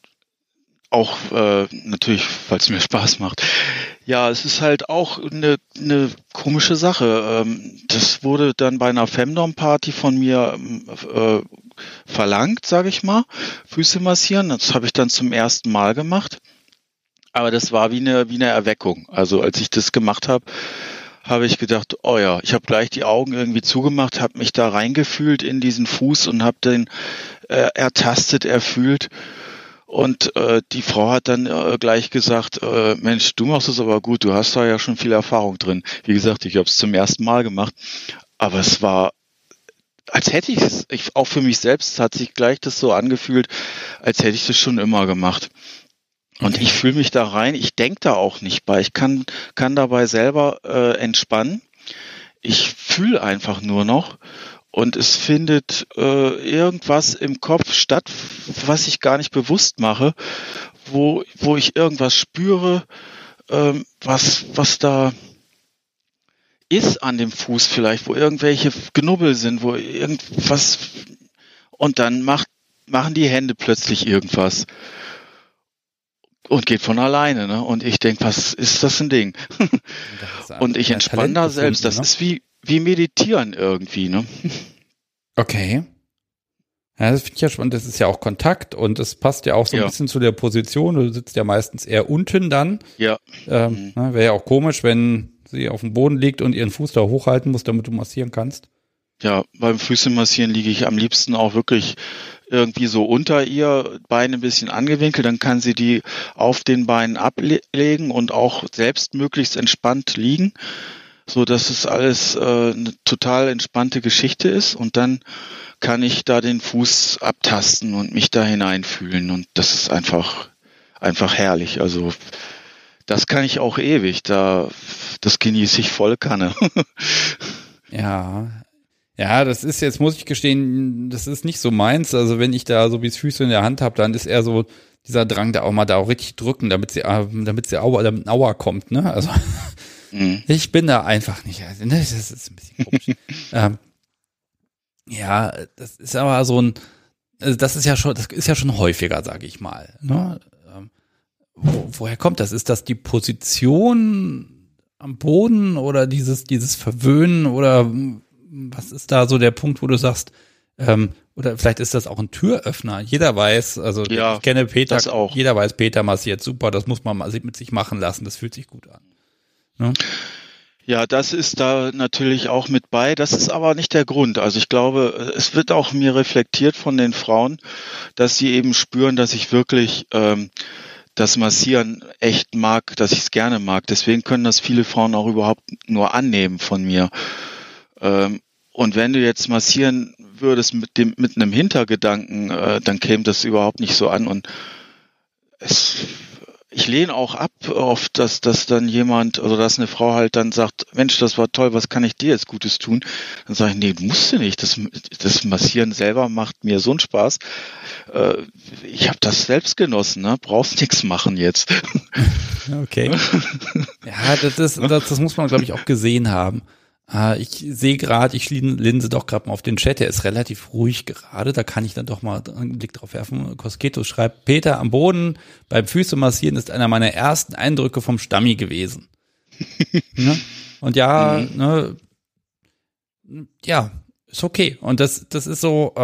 auch äh, natürlich, weil es mir Spaß macht. Ja, es ist halt auch eine, eine komische Sache. Ähm, das wurde dann bei einer Femdom-Party von mir äh, verlangt, sage ich mal, Füße massieren. Das habe ich dann zum ersten Mal gemacht. Aber das war wie eine, wie eine Erweckung. Also als ich das gemacht habe, habe ich gedacht, oh ja, ich habe gleich die Augen irgendwie zugemacht, habe mich da reingefühlt in diesen Fuß und habe den äh, ertastet, erfühlt. Und äh, die Frau hat dann äh, gleich gesagt, äh, Mensch, du machst es aber gut, du hast da ja schon viel Erfahrung drin. Wie gesagt, ich habe es zum ersten Mal gemacht, aber es war, als hätte ich es, ich, auch für mich selbst hat sich gleich das so angefühlt, als hätte ich das schon immer gemacht. Und okay. Ich fühle mich da rein, ich denke da auch nicht bei, ich kann, kann dabei selber äh, entspannen. Ich fühle einfach nur noch. Und es findet äh, irgendwas im Kopf statt, was ich gar nicht bewusst mache, wo wo ich irgendwas spüre, ähm, was was da ist an dem Fuß vielleicht, wo irgendwelche Knubbel sind, wo irgendwas und dann macht machen die Hände plötzlich irgendwas und geht von alleine, ne? Und ich denke, was ist das ein Ding? Und ich entspanne da selbst. Das ist wie wie meditieren irgendwie, ne? Okay. Ja, das finde ich ja spannend. Das ist ja auch Kontakt und es passt ja auch so ein ja. bisschen zu der Position. Du sitzt ja meistens eher unten dann. Ja. Ähm, mhm. Wäre ja auch komisch, wenn sie auf dem Boden liegt und ihren Fuß da hochhalten muss, damit du massieren kannst. Ja, beim Füße massieren liege ich am liebsten auch wirklich irgendwie so unter ihr, Beine ein bisschen angewinkelt, dann kann sie die auf den Beinen ablegen und auch selbst möglichst entspannt liegen, so dass es alles äh, eine total entspannte Geschichte ist und dann kann ich da den Fuß abtasten und mich da hineinfühlen und das ist einfach einfach herrlich. Also das kann ich auch ewig, da das genieße ich volle Kanne. Ja. Ja, das ist jetzt, muss ich gestehen, das ist nicht so meins. Also wenn ich da so wie Füße in der Hand habe, dann ist eher so dieser Drang, da auch mal da auch richtig drücken, damit sie, damit sie Aua, damit Aua kommt, ne? Also mhm. Ich bin da einfach nicht. Also, ne, das ist ein bisschen komisch. ähm, ja, das ist aber so ein, also das ist ja schon, das ist ja schon häufiger, sage ich mal. Ne? Ähm, wo, woher kommt das? Ist das die Position am Boden oder dieses, dieses Verwöhnen oder was ist da so der Punkt, wo du sagst, ähm, oder vielleicht ist das auch ein Türöffner. Jeder weiß, also ja, ich kenne Peter, das auch. Jeder weiß, Peter massiert super, das muss man mit sich machen lassen, das fühlt sich gut an. Ja? Ja, das ist da natürlich auch mit bei. Das ist aber nicht der Grund. Also ich glaube, es wird auch mir reflektiert von den Frauen, dass sie eben spüren, dass ich wirklich ähm, das Massieren echt mag, dass ich es gerne mag. Deswegen können das viele Frauen auch überhaupt nur annehmen von mir. Ähm, und wenn du jetzt massieren würdest mit dem mit einem Hintergedanken, äh, dann käme das überhaupt nicht so an. Und es Ich lehne auch ab, auf dass, dass dann jemand, also dass eine Frau halt dann sagt, Mensch, das war toll, was kann ich dir jetzt Gutes tun? Dann sage ich, nee, musst du nicht. Das, das Massieren selber macht mir so einen Spaß. Äh, ich habe das selbst genossen, ne? Brauchst nichts machen jetzt. Okay. Ja, das ist, das, das muss man, glaube ich, auch gesehen haben. Ich sehe gerade, ich linse doch gerade mal auf den Chat, der ist relativ ruhig gerade, da kann ich dann doch mal einen Blick drauf werfen. Cosqueto schreibt, Peter am Boden beim Füße massieren ist einer meiner ersten Eindrücke vom Stammi gewesen. Ne? Und ja, mhm. ne, ja, ist okay. Und das, das ist so, ähm,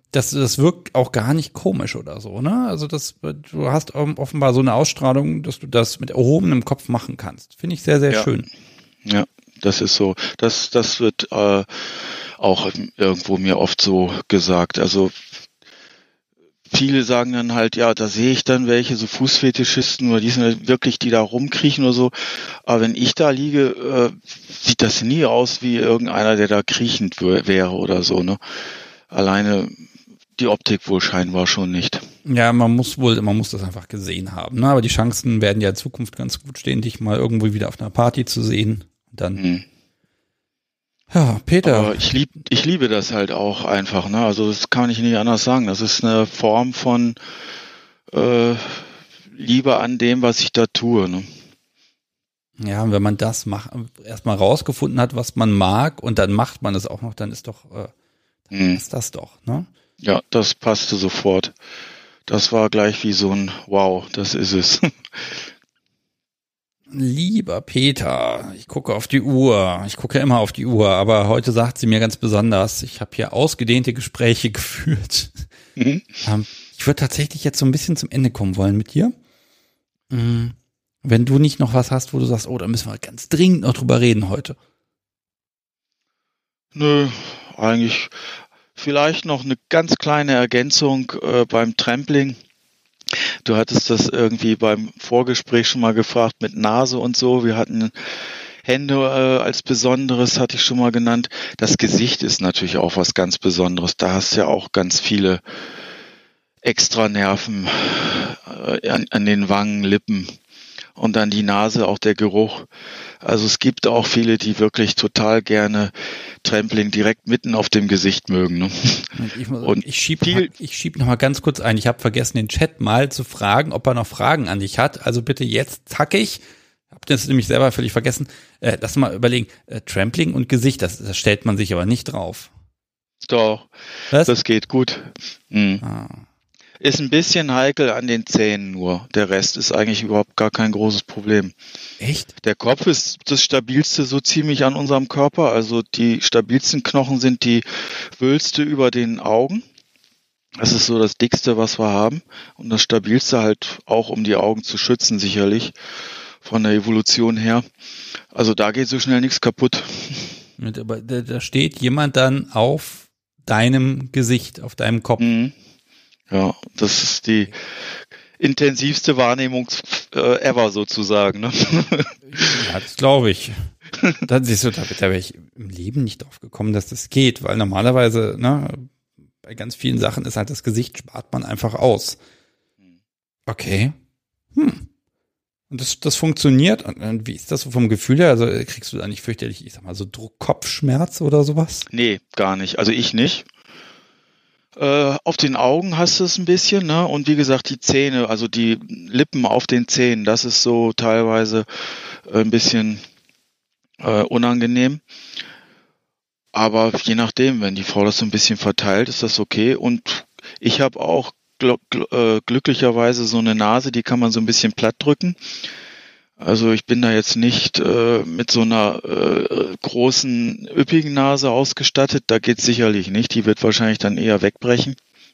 das, das wirkt auch gar nicht komisch oder so, ne? Also das, du hast offenbar so eine Ausstrahlung, dass du das mit erhobenem Kopf machen kannst. Finde ich sehr, sehr ja. schön. Ja, das ist so. Das, das wird äh, auch irgendwo mir oft so gesagt. Also viele sagen dann halt, ja, da sehe ich dann welche, so Fußfetischisten oder die sind wirklich, die da rumkriechen oder so. Aber wenn ich da liege, äh, sieht das nie aus wie irgendeiner, der da kriechend w- wäre oder so, ne? Alleine die Optik wohl scheinbar schon nicht. Ja, man muss wohl, man muss das einfach gesehen haben, ne? Aber die Chancen werden ja in Zukunft ganz gut stehen, dich mal irgendwo wieder auf einer Party zu sehen. Und dann. Hm. Ja, Peter. Aber ich lieb, ich liebe das halt auch einfach, ne? Also das kann ich nicht anders sagen. Das ist eine Form von äh, Liebe an dem, was ich da tue, ne? Ja, und wenn man das macht, erstmal rausgefunden hat, was man mag, und dann macht man es auch noch, dann ist doch, äh, dann hm. ist das doch, ne? Ja, das passte sofort. Das war gleich wie so ein Wow, das ist es. Lieber Peter, ich gucke auf die Uhr. Ich gucke immer auf die Uhr, aber heute sagt sie mir ganz besonders, ich habe hier ausgedehnte Gespräche geführt. Mhm. Ähm, ich würde tatsächlich jetzt so ein bisschen zum Ende kommen wollen mit dir. Mhm. Wenn du nicht noch was hast, wo du sagst, oh, da müssen wir ganz dringend noch drüber reden heute. Nö, eigentlich vielleicht noch eine ganz kleine Ergänzung äh, beim Trampling. Du hattest das irgendwie beim Vorgespräch schon mal gefragt mit Nase und so. Wir hatten Hände äh, als Besonderes, hatte ich schon mal genannt. Das Gesicht ist natürlich auch was ganz Besonderes. Da hast du ja auch ganz viele Extranerven äh, an, an den Wangen, Lippen. Und dann die Nase, auch der Geruch. Also es gibt auch viele, die wirklich total gerne Trampling direkt mitten auf dem Gesicht mögen. Ne? Ich, und ich schiebe ich schieb noch mal ganz kurz ein. Ich habe vergessen, den Chat mal zu fragen, ob er noch Fragen an dich hat. Also bitte jetzt zackig. Ich habe das nämlich selber völlig vergessen. Äh, lass mal überlegen. Äh, Trampling und Gesicht, das, das stellt man sich aber nicht drauf. Doch, Was? Das geht gut. Mhm. Ah. Ist ein bisschen heikel an den Zähnen nur. Der Rest ist eigentlich überhaupt gar kein großes Problem. Echt? Der Kopf ist das stabilste so ziemlich an unserem Körper. Also die stabilsten Knochen sind die Wülste über den Augen. Das ist so das dickste, was wir haben. Und das stabilste halt auch, um die Augen zu schützen, sicherlich. Von der Evolution her. Also da geht so schnell nichts kaputt. Aber da steht jemand dann auf deinem Gesicht, auf deinem Kopf. Mhm. Ja, das ist die intensivste Wahrnehmung äh, ever sozusagen. Ne? Ja, das glaube ich. Dann siehst du, da, da wäre ich im Leben nicht drauf gekommen, dass das geht, weil normalerweise, ne, bei ganz vielen Sachen ist halt das Gesicht, spart man einfach aus. Okay. Hm. Und das, das funktioniert. Und wie ist das so vom Gefühl her? Also kriegst du da nicht fürchterlich, ich sag mal, so Druck-Kopfschmerz oder sowas? Nee, gar nicht. Also ich nicht. Äh, auf den Augen hast du es ein bisschen, ne? Und wie gesagt, die Zähne, also die Lippen auf den Zähnen, das ist so teilweise äh, ein bisschen äh, unangenehm. Aber je nachdem, wenn die Frau das so ein bisschen verteilt, ist das okay. Und ich habe auch gl- gl- äh, glücklicherweise so eine Nase, die kann man so ein bisschen platt drücken. Also ich bin da jetzt nicht äh, mit so einer äh, großen, üppigen Nase ausgestattet. Da geht's sicherlich nicht. Die wird wahrscheinlich dann eher wegbrechen.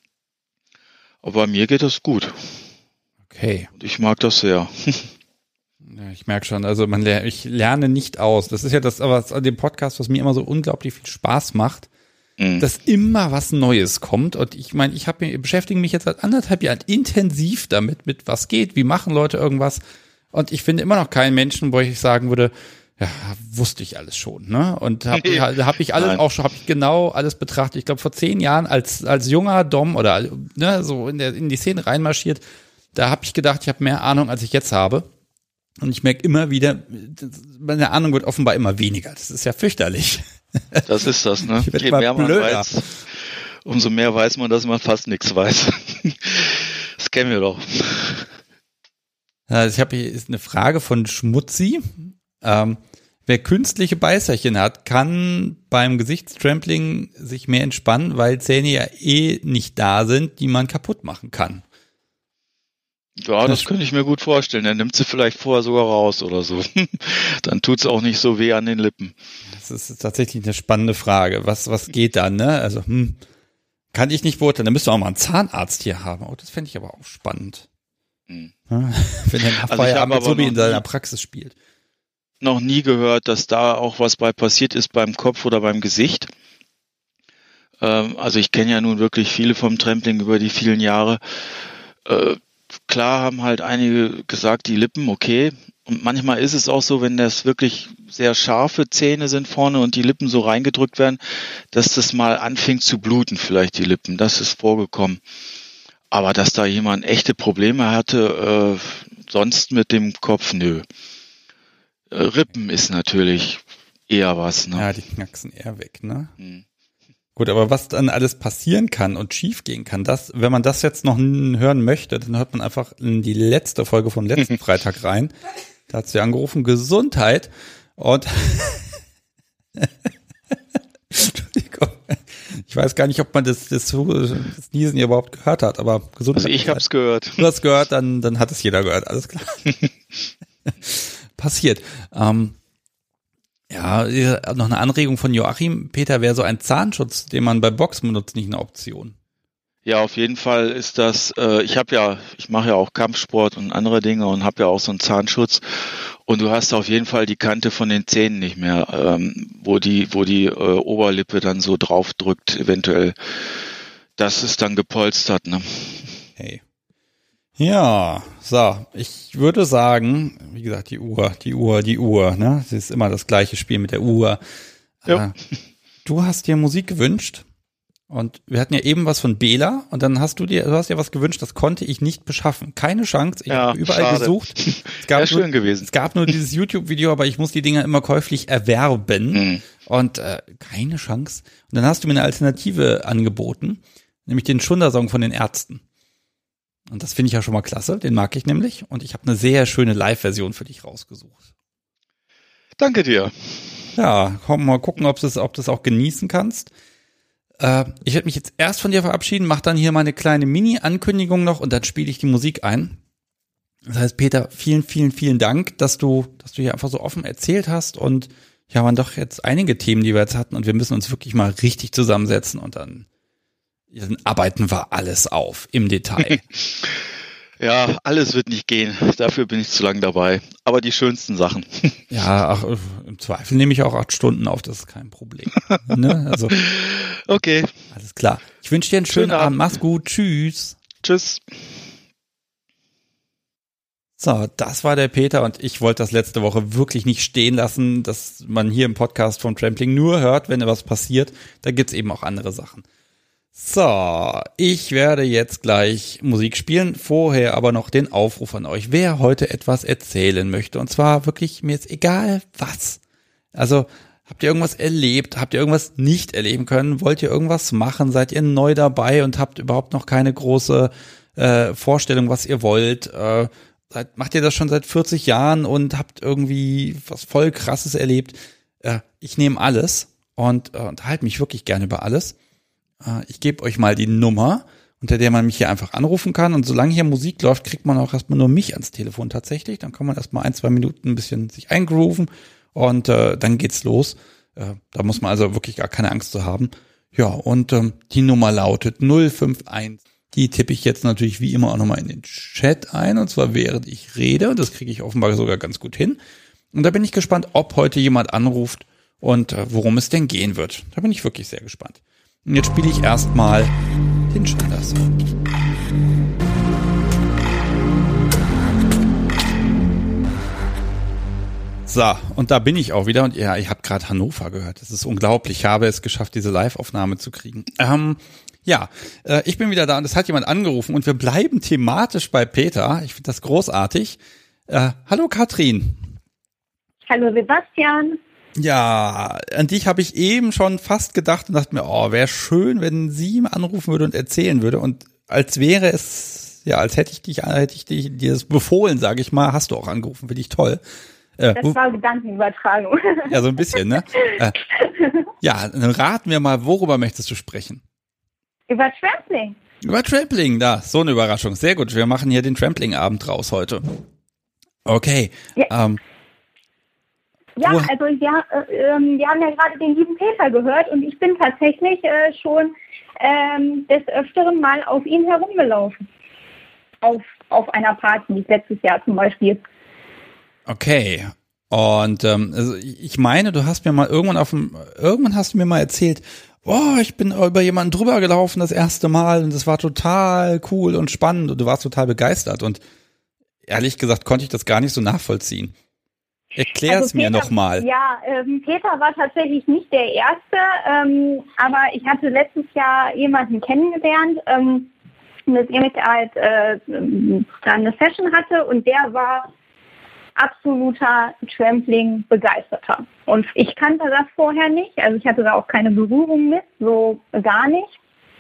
Aber bei mir geht das gut. Okay. Und ich mag das sehr. Ja, ich merke schon, also man ler- ich lerne nicht aus. Das ist ja das, aber an dem Podcast, was mir immer so unglaublich viel Spaß macht, mhm. dass immer was Neues kommt. Und ich meine, ich habe mir beschäftige mich jetzt seit anderthalb Jahren intensiv damit, mit was geht, wie machen Leute irgendwas. Und ich finde immer noch keinen Menschen, wo ich sagen würde, ja, wusste ich alles schon, ne? Und habe nee. hab ich alles Nein. auch schon, habe ich genau alles betrachtet. Ich glaube, vor zehn Jahren als als junger Dom oder ne, so in der in die Szene reinmarschiert, da habe ich gedacht, ich habe mehr Ahnung, als ich jetzt habe. Und ich merke immer wieder, meine Ahnung wird offenbar immer weniger. Das ist ja fürchterlich. Das ist das, ne? Je mehr man weiß, umso mehr weiß man, dass man fast nichts weiß. Das kennen wir doch. Ich habe hier ist eine Frage von Schmutzi. Ähm, wer künstliche Beißerchen hat, kann beim Gesichtstrampling sich mehr entspannen, weil Zähne ja eh nicht da sind, die man kaputt machen kann. Ja, das, das könnte ich mir gut vorstellen. Er nimmt sie vielleicht vorher sogar raus oder so. Dann tut's auch nicht so weh an den Lippen. Das ist tatsächlich eine spannende Frage. Was was geht dann, ne? Also hm, Kann ich nicht beurteilen. Da müsste man auch mal einen Zahnarzt hier haben. Oh, das fände ich aber auch spannend. Hm. Ja, wenn der nach Also Feierabend mit Subi in seiner nie, Praxis spielt. Noch nie gehört, dass da auch was bei passiert ist beim Kopf oder beim Gesicht. Ähm, also ich kenne ja nun wirklich viele vom Trampling über die vielen Jahre. Äh, klar haben halt einige gesagt, die Lippen, okay. Und manchmal ist es auch so, wenn das wirklich sehr scharfe Zähne sind vorne und die Lippen so reingedrückt werden, dass das mal anfängt zu bluten, vielleicht die Lippen. Das ist vorgekommen. Aber dass da jemand echte Probleme hatte, äh, sonst mit dem Kopf, nö. Äh, Rippen ist natürlich eher was, ne? Ja, die knacksen eher weg, ne? Hm. Gut, aber was dann alles passieren kann und schief gehen kann, das, wenn man das jetzt noch hören möchte, dann hört man einfach in die letzte Folge vom letzten Freitag rein. Da hat sie angerufen, Gesundheit. Und Entschuldigung, ich weiß gar nicht, ob man das, das, das Niesen hier überhaupt gehört hat, aber Gesundheit. Also ich hab's gehört. Du hast gehört, dann, dann hat es jeder gehört, alles klar. Passiert. Ähm, ja, noch eine Anregung von Joachim. Peter, wäre so ein Zahnschutz, den man bei Boxen benutzt, nicht eine Option? Ja, auf jeden Fall ist das, äh, ich habe ja, ich mache ja auch Kampfsport und andere Dinge und habe ja auch so einen Zahnschutz und du hast auf jeden Fall die Kante von den Zähnen nicht mehr, ähm, wo die, wo die äh, Oberlippe dann so drauf drückt, eventuell. Das ist dann gepolstert, ne? Hey. Ja, so, ich würde sagen, wie gesagt, die Uhr, die Uhr, die Uhr, ne? Das ist immer das gleiche Spiel mit der Uhr. Ja. Äh, du hast dir Musik gewünscht. Und wir hatten ja eben was von Bela und dann hast du dir, du hast dir was gewünscht, das konnte ich nicht beschaffen. Keine Chance, ich ja, habe überall schade. gesucht. Es gab Wäre schön nur, gewesen. Es gab nur dieses YouTube-Video, aber ich muss die Dinger immer käuflich erwerben Mhm. und äh, keine Chance. Und dann hast du mir eine Alternative angeboten, nämlich den Schunder-Song von den Ärzten. Und das finde ich ja schon mal klasse, den mag ich nämlich. Und ich habe eine sehr schöne Live-Version für dich rausgesucht. Danke dir. Ja, komm mal gucken, ob du es ob du es auch genießen kannst. Äh, ich werde mich jetzt erst von dir verabschieden, mache dann hier meine kleine Mini-Ankündigung noch und dann spiele ich die Musik ein. Das heißt, Peter, vielen, vielen, vielen Dank, dass du, dass du hier einfach so offen erzählt hast und ja, waren doch jetzt einige Themen, die wir jetzt hatten und wir müssen uns wirklich mal richtig zusammensetzen und dann, dann arbeiten wir alles auf im Detail. Ja, alles wird nicht gehen. Dafür bin ich zu lang dabei. Aber die schönsten Sachen. Ja, ach, im Zweifel nehme ich auch acht Stunden auf, das ist kein Problem. Ne? Also, okay. alles klar. Ich wünsche dir einen schönen, schönen Abend. Abend. Mach's gut. Tschüss. Tschüss. So, das war der Peter und ich wollte das letzte Woche wirklich nicht stehen lassen, dass man hier im Podcast vom Trampling nur hört, wenn etwas passiert. Da gibt's eben auch andere Sachen. So, ich werde jetzt gleich Musik spielen, vorher aber noch den Aufruf an euch, wer heute etwas erzählen möchte. Und zwar wirklich, mir ist egal was. Also, habt ihr irgendwas erlebt? Habt ihr irgendwas nicht erleben können? Wollt ihr irgendwas machen? Seid ihr neu dabei und habt überhaupt noch keine große äh, Vorstellung, was ihr wollt? Äh, seid, macht ihr das schon seit vierzig Jahren und habt irgendwie was voll Krasses erlebt? Äh, ich nehme alles und äh, unterhalte mich wirklich gerne über alles. Ich gebe euch mal die Nummer, unter der man mich hier einfach anrufen kann. Und solange hier Musik läuft, kriegt man auch erstmal nur mich ans Telefon tatsächlich. Dann kann man erstmal ein, zwei Minuten ein bisschen sich eingrooven und äh, dann geht's los. Äh, da muss man also wirklich gar keine Angst zu haben. Ja, und ähm, die Nummer lautet null fünf eins. Die tippe ich jetzt natürlich wie immer auch nochmal in den Chat ein. Und zwar während ich rede. Und das kriege ich offenbar sogar ganz gut hin. Und da bin ich gespannt, ob heute jemand anruft und äh, worum es denn gehen wird. Da bin ich wirklich sehr gespannt. Und jetzt spiele ich erstmal den Schunder-Song. So, und da bin ich auch wieder. Und ja, ihr habt gerade Hannover gehört. Das ist unglaublich. Ich habe es geschafft, diese Live-Aufnahme zu kriegen. Ähm, ja, äh, ich bin wieder da und es hat jemand angerufen. Und wir bleiben thematisch bei Peter. Ich finde das großartig. Äh, hallo Katrin. Hallo Sebastian. Ja, an dich habe ich eben schon fast gedacht und dachte mir, oh, wäre schön, wenn sie anrufen würde und erzählen würde. Und als wäre es, ja, als hätte ich dich, hätte ich dich, dir das befohlen, sage ich mal, hast du auch angerufen, finde ich toll. Äh, das war Gedankenübertragung. Ja, so ein bisschen, ne? äh, ja, dann raten wir mal, worüber möchtest du sprechen? Über Trampling. Über Trampling, da, so eine Überraschung. Sehr gut, wir machen hier den Trampling-Abend raus heute. Okay, ja. ähm, Ja, Wo- also wir, äh, ähm, wir haben ja gerade den lieben Peter gehört und ich bin tatsächlich äh, schon ähm, des Öfteren mal auf ihn herumgelaufen. Auf, auf einer Party, letztes Jahr zum Beispiel. Okay. Und ähm, also ich meine, du hast mir mal irgendwann auf dem, irgendwann hast du mir mal erzählt, oh, ich bin über jemanden drüber gelaufen das erste Mal und das war total cool und spannend und du warst total begeistert und ehrlich gesagt konnte ich das gar nicht so nachvollziehen. Erklär's Also mir Peter- nochmal. Ja, ähm, Peter war tatsächlich nicht der Erste, ähm, aber ich hatte letztes Jahr jemanden kennengelernt, ähm, mit dem ich halt äh, ähm, dann eine Session hatte und der war absoluter Trampling-Begeisterter. Und ich kannte das vorher nicht, also ich hatte da auch keine Berührung mit, so gar nicht.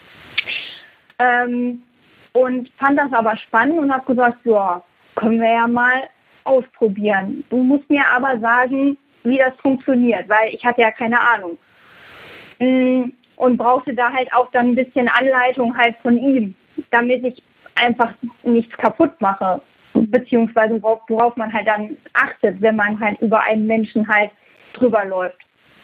Ähm, und fand das aber spannend und habe gesagt, ja, können wir ja mal ausprobieren. Du musst mir aber sagen, wie das funktioniert, weil ich hatte ja keine Ahnung. Und brauchte da halt auch dann ein bisschen Anleitung halt von ihm, damit ich einfach nichts kaputt mache, beziehungsweise worauf, worauf man halt dann achtet, wenn man halt über einen Menschen halt drüber läuft.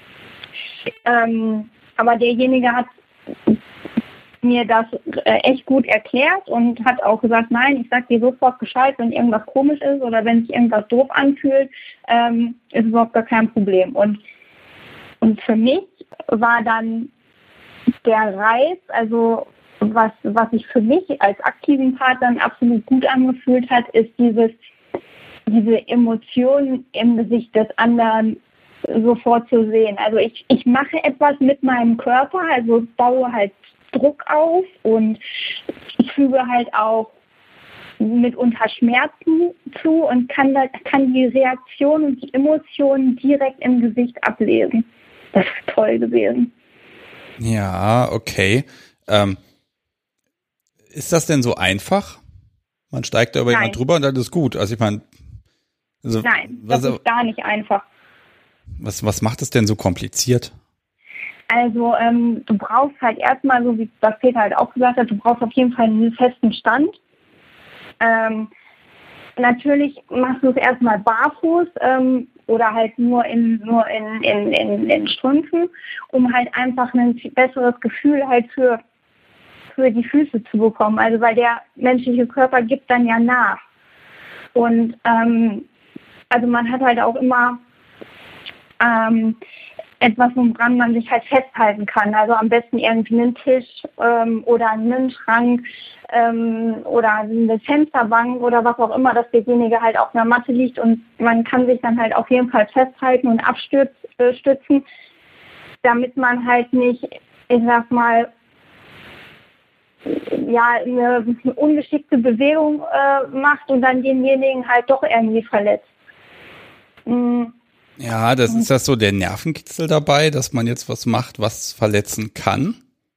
Ähm, aber derjenige hat mir das äh, echt gut erklärt und hat auch gesagt, nein, ich sag dir sofort Bescheid, wenn irgendwas komisch ist oder wenn sich irgendwas doof anfühlt, ähm, ist überhaupt gar kein Problem. Und, und für mich war dann der Reiz, also was, was sich für mich als aktiven Part dann absolut gut angefühlt hat, ist dieses, diese Emotionen im Gesicht des anderen sofort zu sehen. Also ich, ich mache etwas mit meinem Körper, also baue halt Druck auf und ich füge halt auch mitunter Schmerzen zu und kann, da, kann die Reaktion und die Emotionen direkt im Gesicht ablesen. Das ist toll gewesen. Ja, okay. Ähm, ist das denn so einfach? Man steigt da über Nein. jemand drüber und dann ist gut. Also ich meine, also, Nein, das was, ist gar nicht einfach. was, was macht es denn so kompliziert? Also ähm, du brauchst halt erstmal, so wie das Peter halt auch gesagt hat, du brauchst auf jeden Fall einen festen Stand. Ähm, natürlich machst du es erstmal barfuß ähm, oder halt nur in nur in, in, in, in Strümpfen, um halt einfach ein viel besseres Gefühl halt für, für die Füße zu bekommen. Also weil der menschliche Körper gibt dann ja nach. Und ähm, also man hat halt auch immer ähm, etwas, woran man sich halt festhalten kann. Also am besten irgendwie einen Tisch ähm, oder einen Schrank ähm, oder eine Fensterbank oder was auch immer, dass derjenige halt auf einer Matte liegt und man kann sich dann halt auf jeden Fall festhalten und abstützen, damit man halt nicht, ich sag mal, ja, eine, eine ungeschickte Bewegung äh, macht und dann denjenigen halt doch irgendwie verletzt. Mhm. Ja, das ist das so der Nervenkitzel dabei, dass man jetzt was macht, was verletzen kann?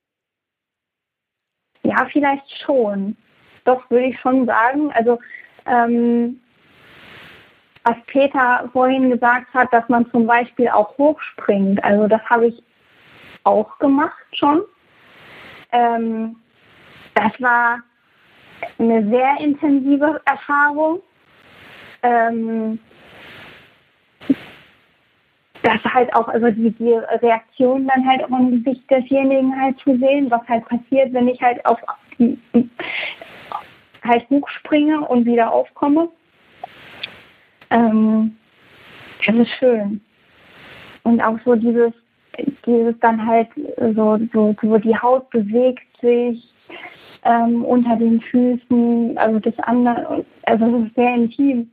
Ja, vielleicht schon. Doch, würde ich schon sagen. Also, ähm, was Peter vorhin gesagt hat, dass man zum Beispiel auch hochspringt. Also, das habe ich auch gemacht schon. Ähm, das war eine sehr intensive Erfahrung. Ähm, Das halt auch, also die, die Reaktion dann halt auch im Gesicht desjenigen halt zu sehen, was halt passiert, wenn ich halt auf halt hochspringe und wieder aufkomme. Ähm, das ist schön. Und auch so dieses, dieses dann halt so, so, so die Haut bewegt sich ähm, unter den Füßen, also das andere, also das ist sehr intim.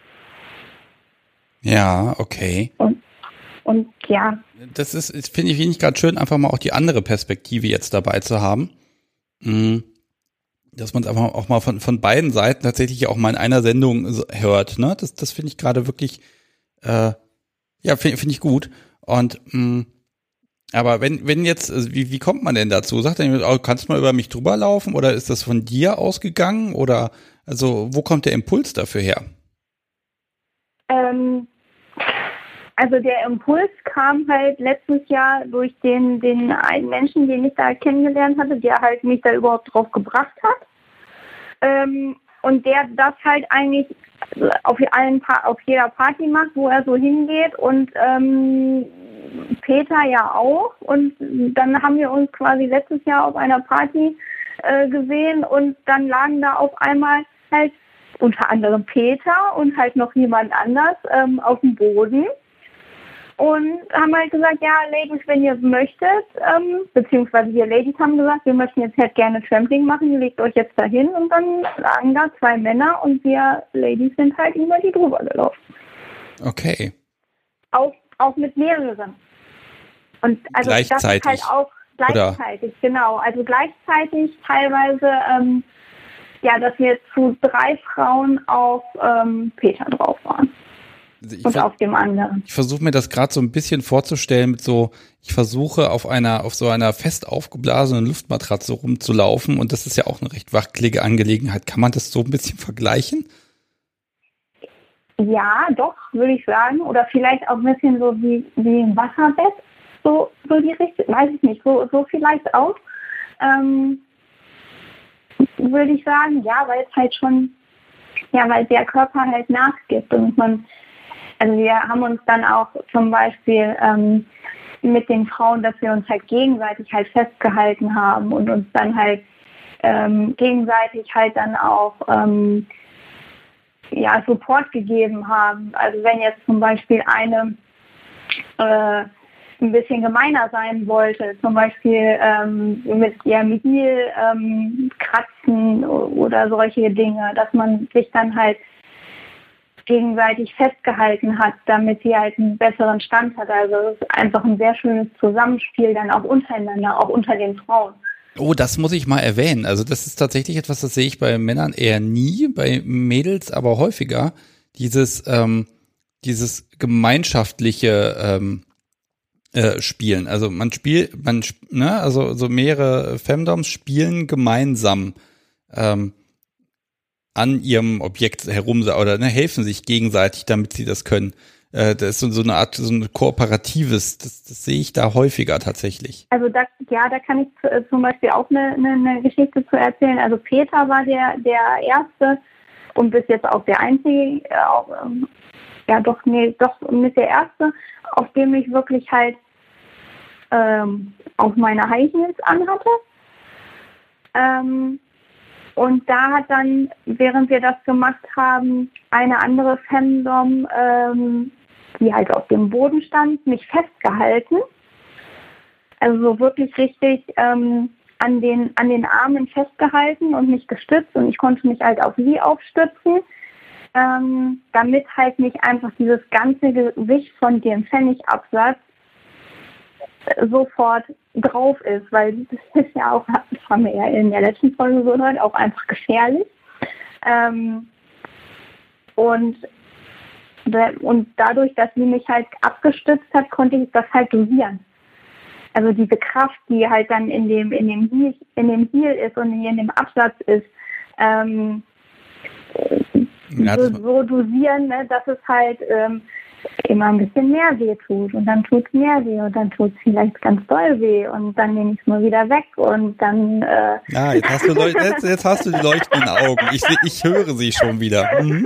Ja, okay. Und Und ja. Das ist, ist finde ich, finde ich gerade schön, einfach mal auch die andere Perspektive jetzt dabei zu haben. Dass man es einfach auch mal von, von beiden Seiten tatsächlich auch mal in einer Sendung hört. Ne? Das, das finde ich gerade wirklich, äh, ja, finde find ich gut. Und mh, aber wenn, wenn jetzt, wie, wie kommt man denn dazu? Sagt er, oh, kannst du mal über mich drüber laufen oder ist das von dir ausgegangen? Oder also wo kommt der Impuls dafür her? Ähm. Also der Impuls kam halt letztes Jahr durch den, den einen Menschen, den ich da kennengelernt hatte, der halt mich da überhaupt drauf gebracht hat. Ähm, und der das halt eigentlich auf, allen pa- auf jeder Party macht, wo er so hingeht und ähm, Peter ja auch. Und dann haben wir uns quasi letztes Jahr auf einer Party äh, gesehen und dann lagen da auf einmal halt unter anderem Peter und halt noch jemand anders ähm, auf dem Boden. Und haben halt gesagt, ja, Ladies, wenn ihr möchtet, ähm, beziehungsweise wir Ladies haben gesagt, wir möchten jetzt halt gerne Trampling machen, ihr legt euch jetzt dahin und dann lagen da zwei Männer und wir Ladies sind halt über die drüber gelaufen. Okay. Auch, auch mit mehreren. Und also gleichzeitig. Das ist halt auch gleichzeitig, oder? Genau. Also gleichzeitig teilweise, ähm, ja, dass wir zu drei Frauen auf ähm, Peter drauf waren. Ich und ver- auf dem anderen. Ich versuche mir das gerade so ein bisschen vorzustellen mit so, ich versuche auf einer, auf so einer fest aufgeblasenen Luftmatratze rumzulaufen und das ist ja auch eine recht wackelige Angelegenheit. Kann man das so ein bisschen vergleichen? Ja, doch, würde ich sagen. Oder vielleicht auch ein bisschen so wie, wie ein Wasserbett. So, so die Richtung, weiß ich nicht, so, so vielleicht auch. Ähm, würde ich sagen, ja, weil es halt schon, ja, weil der Körper halt nachgibt und man, also wir haben uns dann auch zum Beispiel ähm, mit den Frauen, dass wir uns halt gegenseitig halt festgehalten haben und uns dann halt ähm, gegenseitig halt dann auch ähm, ja, Support gegeben haben. Also wenn jetzt zum Beispiel eine äh, ein bisschen gemeiner sein wollte, zum Beispiel ähm, mit ihrem Heel ähm, kratzen oder solche Dinge, dass man sich dann halt gegenseitig festgehalten hat, damit sie halt einen besseren Stand hat. Also es ist einfach ein sehr schönes Zusammenspiel dann auch untereinander, auch unter den Frauen. Oh, das muss ich mal erwähnen. Also das ist tatsächlich etwas, das sehe ich bei Männern eher nie, bei Mädels aber häufiger. Dieses, ähm, dieses gemeinschaftliche ähm, äh, Spielen. Also man spielt, man, ne, also so mehrere Femdoms spielen gemeinsam ähm, an ihrem Objekt herum oder ne, helfen sich gegenseitig, damit sie das können. Äh, das ist so, so eine Art, so ein kooperatives, das, das sehe ich da häufiger tatsächlich. Also da, ja, da kann ich z- zum Beispiel auch eine, eine, eine Geschichte zu erzählen. Also Peter war der, der Erste und bis jetzt auch der Einzige, äh, auch, ähm, ja doch, nee, doch mit der Erste, auf dem ich wirklich halt ähm, auch meine High Heels anhatte. Ähm, Und da hat dann, während wir das gemacht haben, eine andere Femdom, ähm, die halt auf dem Boden stand, mich festgehalten. Also so wirklich richtig ähm, an den, an den Armen festgehalten und mich gestützt. Und ich konnte mich halt auf sie aufstützen, ähm, damit halt nicht einfach dieses ganze Gewicht von dem Pfennigabsatz sofort drauf ist, weil das ist ja auch, das haben wir ja in der letzten Folge gehört, auch einfach gefährlich. Ähm, und, und dadurch, dass sie mich halt abgestützt hat, konnte ich das halt dosieren. Also diese Kraft, die halt dann in dem, in dem Heel, in dem Heel ist und in dem Absatz ist, ähm, Ja, so, so dosieren, ne, dass es halt ähm, immer ein bisschen mehr weh tut und dann tut es mehr weh und dann tut es vielleicht ganz doll weh und dann nehme ich es mal wieder weg und dann äh Ja, jetzt hast du Leuch- jetzt, jetzt hast du die leuchtenden Augen. Ich, ich höre sie schon wieder. Mhm.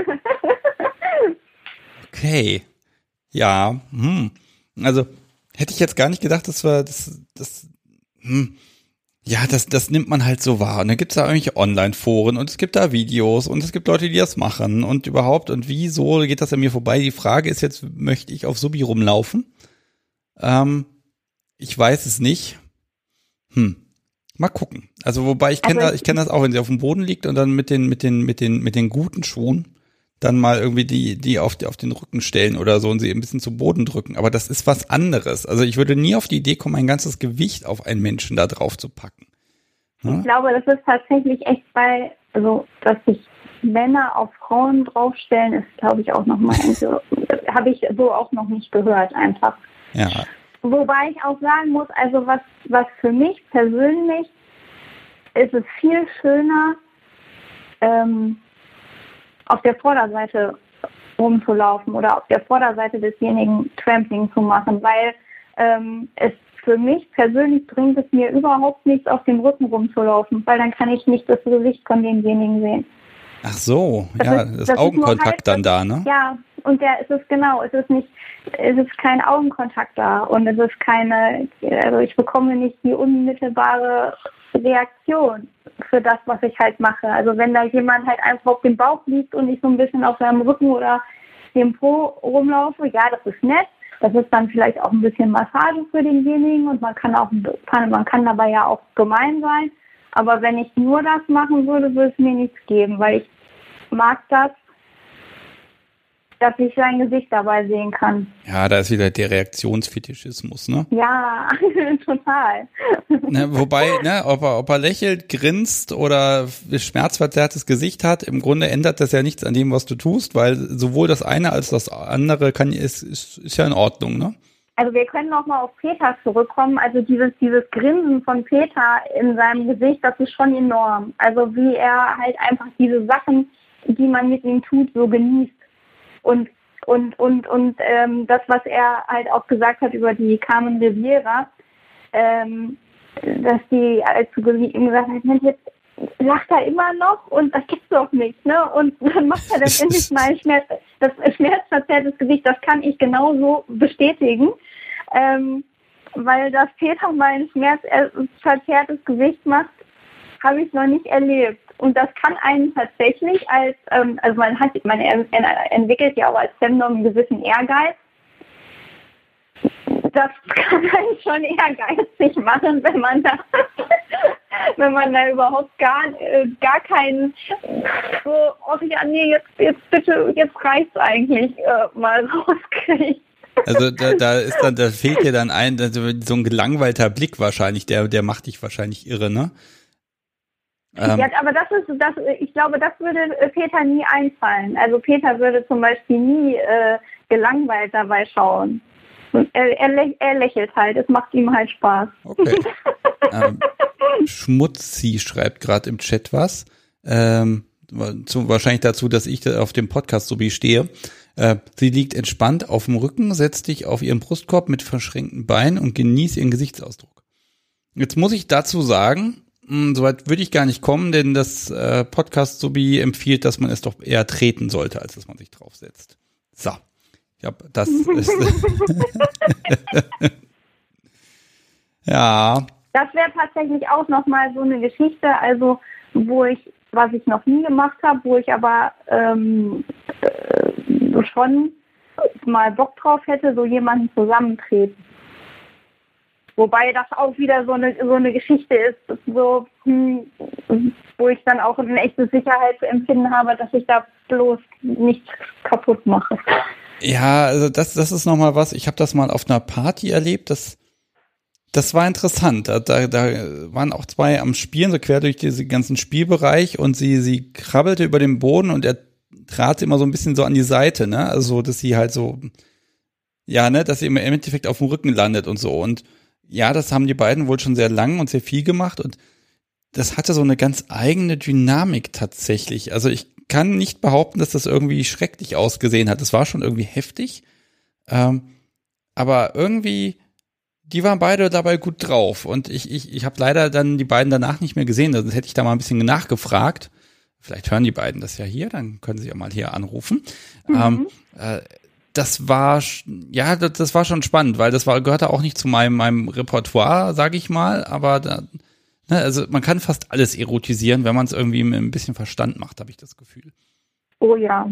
Okay. Ja, hm. Also hätte ich jetzt gar nicht gedacht, dass wir das, das hm. Ja, das, das nimmt man halt so wahr. Und dann gibt's da irgendwelche Online-Foren und es gibt da Videos und es gibt Leute, die das machen und überhaupt und wieso geht das an mir vorbei? Die Frage ist jetzt, möchte ich auf Subi rumlaufen? Ähm, ich weiß es nicht. Hm. Mal gucken. Also wobei ich kenne Also das, ich kenne das auch, wenn sie auf dem Boden liegt und dann mit den mit den mit den mit den guten Schuhen dann mal irgendwie die die auf die, auf den Rücken stellen oder so und sie ein bisschen zu Boden drücken. Aber das ist was anderes. Also ich würde nie auf die Idee kommen, ein ganzes Gewicht auf einen Menschen da drauf zu packen. Ja? Ich glaube, das ist tatsächlich echt bei, also dass sich Männer auf Frauen draufstellen, ist, glaube ich, auch nochmal, so, habe ich so auch noch nicht gehört einfach. Ja. Wobei ich auch sagen muss, also was, was für mich persönlich ist es viel schöner, ähm, auf der Vorderseite rumzulaufen oder auf der Vorderseite desjenigen Trampling zu machen, weil ähm, es für mich persönlich bringt es mir überhaupt nichts, auf dem Rücken rumzulaufen, weil dann kann ich nicht das Gesicht von demjenigen sehen. Ach so, das ja, ist, das, das Augenkontakt halt, dann da, ne? Ja, und der ist es genau, es ist nicht, es ist kein Augenkontakt da und es ist keine, also ich bekomme nicht die unmittelbare Reaktion für das, was ich halt mache. Also wenn da jemand halt einfach auf dem Bauch liegt und ich so ein bisschen auf seinem Rücken oder dem Po rumlaufe, ja, das ist nett. Das ist dann vielleicht auch ein bisschen Massage für denjenigen und man kann auch, man kann dabei ja auch gemein sein. Aber wenn ich nur das machen würde, würde es mir nichts geben, weil ich mag das, dass ich sein Gesicht dabei sehen kann. Ja, da ist wieder der Reaktionsfetischismus, ne? Ja, total. Ne, wobei, ne, ob er, ob er lächelt, grinst oder schmerzverzerrtes Gesicht hat, im Grunde ändert das ja nichts an dem, was du tust, weil sowohl das eine als das andere kann, ist, ist, ist ja in Ordnung, ne? Also wir können noch mal auf Peter zurückkommen. Also dieses, dieses Grinsen von Peter in seinem Gesicht, das ist schon enorm. Also wie er halt einfach diese Sachen, die man mit ihm tut, so genießt. Und und und und ähm, das, was er halt auch gesagt hat über die Carmen Riviera, ähm, dass die, als du ihm gesagt hast, Mensch, jetzt lacht er immer noch und das gibt's doch nicht, ne? Und dann macht er das endlich mal Schmerz, das schmerzverzerrtes Gesicht, das kann ich genauso bestätigen, ähm, weil das Peter mal ein schmerzverzerrtes Gesicht macht, habe ich noch nicht erlebt. Und das kann einen tatsächlich als, ähm, also man hat, man entwickelt ja auch als Femdom einen gewissen Ehrgeiz. Das kann einen schon ehrgeizig machen, wenn man da, wenn man da überhaupt gar, gar keinen, so, oh ja, nee, jetzt, jetzt bitte, jetzt reicht's eigentlich, äh, mal rauskriegt. Also da, da ist dann, da fehlt dir dann ein, so ein gelangweilter Blick wahrscheinlich, der, der macht dich wahrscheinlich irre, ne? Ähm, ja, aber das ist, das, ich glaube, das würde Peter nie einfallen. Also Peter würde zum Beispiel nie äh, gelangweilt dabei schauen. Er, er, er lächelt halt, es macht ihm halt Spaß. Okay. ähm, Schmutzi schreibt gerade im Chat was. Ähm, zu, wahrscheinlich dazu, dass ich auf dem Podcast so wie stehe. Äh, sie liegt entspannt auf dem Rücken, setzt dich auf ihren Brustkorb mit verschränkten Beinen und genießt ihren Gesichtsausdruck. Jetzt muss ich dazu sagen, mh, soweit würde ich gar nicht kommen, denn das äh, Podcast so wie empfiehlt, dass man es doch eher treten sollte, als dass man sich draufsetzt. So. Ich glaube, das ist ja. Das wäre tatsächlich auch nochmal so eine Geschichte, also wo ich, was ich noch nie gemacht habe, wo ich aber ähm, äh, schon mal Bock drauf hätte, so jemanden zusammentreten. Wobei das auch wieder so eine so eine Geschichte ist, so hm, wo ich dann auch eine echte Sicherheitsempfinden habe, dass ich da bloß nichts kaputt mache. Ja, also das, das ist nochmal was, ich habe das mal auf einer Party erlebt, das, das war interessant. Da, da, da waren auch zwei am Spielen, so quer durch diesen ganzen Spielbereich und sie, sie krabbelte über den Boden und er trat immer so ein bisschen so an die Seite, ne, also dass sie halt so, ja, ne, dass sie im Endeffekt auf dem Rücken landet und so und ja, das haben die beiden wohl schon sehr lang und sehr viel gemacht und das hatte so eine ganz eigene Dynamik tatsächlich. Also ich kann nicht behaupten, dass das irgendwie schrecklich ausgesehen hat. Es war schon irgendwie heftig, ähm, aber irgendwie, die waren beide dabei gut drauf und ich ich ich habe leider dann die beiden danach nicht mehr gesehen, sonst hätte ich da mal ein bisschen nachgefragt. Vielleicht hören die beiden das ja hier, dann können sie ja mal hier anrufen. Mhm. Ähm, äh, das war, ja, das, das war schon spannend, weil das war gehörte auch nicht zu meinem meinem Repertoire, sage ich mal, aber da, ne, also man kann fast alles erotisieren, wenn man es irgendwie mit ein bisschen Verstand macht, habe ich das Gefühl. Oh ja.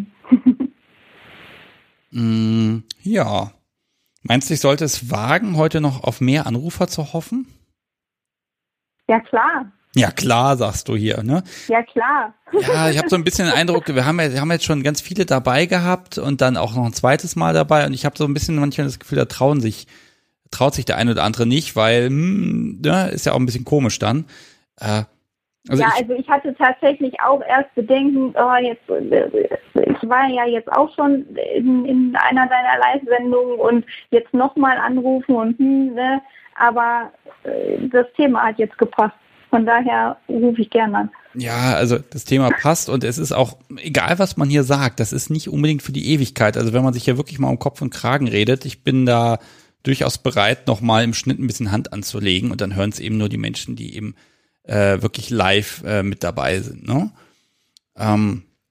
mm, ja. Meinst du, ich sollte es wagen, heute noch auf mehr Anrufer zu hoffen? Ja, klar. Ja, klar, sagst du hier, ne? Ja, klar. Ja, ich habe so ein bisschen den Eindruck, wir haben, ja, wir haben jetzt schon ganz viele dabei gehabt und dann auch noch ein zweites Mal dabei und ich habe so ein bisschen manchmal das Gefühl, da trauen sich, traut sich der eine oder andere nicht, weil, hm, ne, ist ja auch ein bisschen komisch dann. Äh, also ja, ich, also ich hatte tatsächlich auch erst Bedenken, oh, jetzt, ich war ja jetzt auch schon in, in einer deiner Live-Sendungen und jetzt nochmal anrufen und hm, ne, aber äh, das Thema hat jetzt gepasst. Von daher rufe ich gerne an. Ja, also das Thema passt und es ist auch, egal was man hier sagt, das ist nicht unbedingt für die Ewigkeit. Also wenn man sich hier wirklich mal um Kopf und Kragen redet, ich bin da durchaus bereit, nochmal im Schnitt ein bisschen Hand anzulegen und dann hören es eben nur die Menschen, die eben äh, wirklich live äh, mit dabei sind. Ne? Ähm,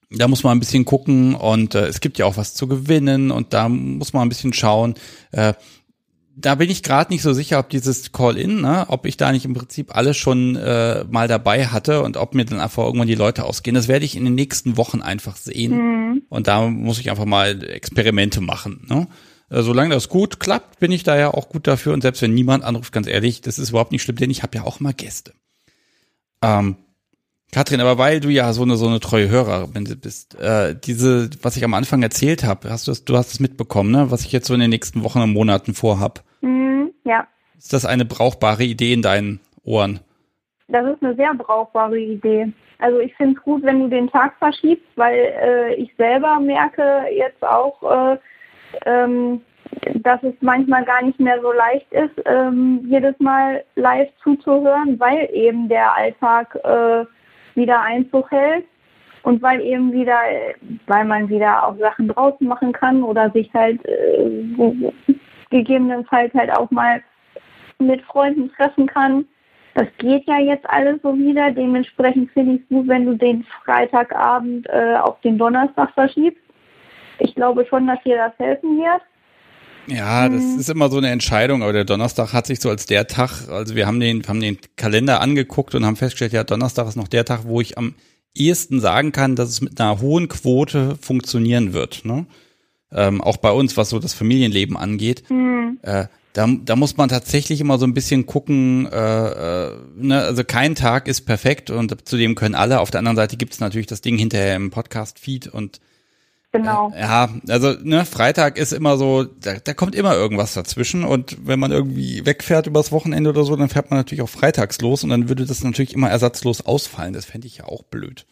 Da muss man ein bisschen gucken und äh, es gibt ja auch was zu gewinnen und da muss man ein bisschen schauen. Äh, da bin ich gerade nicht so sicher, ob dieses Call-In, ne, ob ich da nicht im Prinzip alles schon äh, mal dabei hatte und ob mir dann einfach irgendwann die Leute ausgehen. Das werde ich in den nächsten Wochen einfach sehen. Mhm. Und da muss ich einfach mal Experimente machen. Ne? Äh, solange das gut klappt, bin ich da ja auch gut dafür. Und selbst wenn niemand anruft, ganz ehrlich, das ist überhaupt nicht schlimm, denn ich habe ja auch mal Gäste. Ähm, Katrin, aber weil du ja so eine so eine treue Hörerin bist, äh, diese, was ich am Anfang erzählt habe, hast du das, du hast es mitbekommen, ne? Was ich jetzt so in den nächsten Wochen und Monaten vorhab. Mm, ja. Ist das eine brauchbare Idee in deinen Ohren? Das ist eine sehr brauchbare Idee. Also ich finde es gut, wenn du den Tag verschiebst, weil äh, ich selber merke jetzt auch, äh, ähm, dass es manchmal gar nicht mehr so leicht ist, ähm, jedes Mal live zuzuhören, weil eben der Alltag äh, wieder Einzug hält und weil eben wieder, weil man wieder auch Sachen draußen machen kann oder sich halt äh, gegebenenfalls halt auch mal mit Freunden treffen kann. Das geht ja jetzt alles so wieder. Dementsprechend finde ich es gut, wenn du den Freitagabend äh, auf den Donnerstag verschiebst. Ich glaube schon, dass dir das helfen wird. Ja, das ist immer so eine Entscheidung, aber der Donnerstag hat sich so als der Tag, also wir haben den, haben den Kalender angeguckt und haben festgestellt, ja, Donnerstag ist noch der Tag, wo ich am ehesten sagen kann, dass es mit einer hohen Quote funktionieren wird, ne? Ähm, auch bei uns, was so das Familienleben angeht. Mhm. Äh, da, da muss man tatsächlich immer so ein bisschen gucken, äh, äh, ne, also kein Tag ist perfekt und zudem können alle. Auf der anderen Seite gibt es natürlich das Ding hinterher im Podcast-Feed und Genau. Äh, ja, also ne, Freitag ist immer so, da, da kommt immer irgendwas dazwischen und wenn man irgendwie wegfährt übers Wochenende oder so, dann fährt man natürlich auch freitags los und dann würde das natürlich immer ersatzlos ausfallen. Das fände ich ja auch blöd.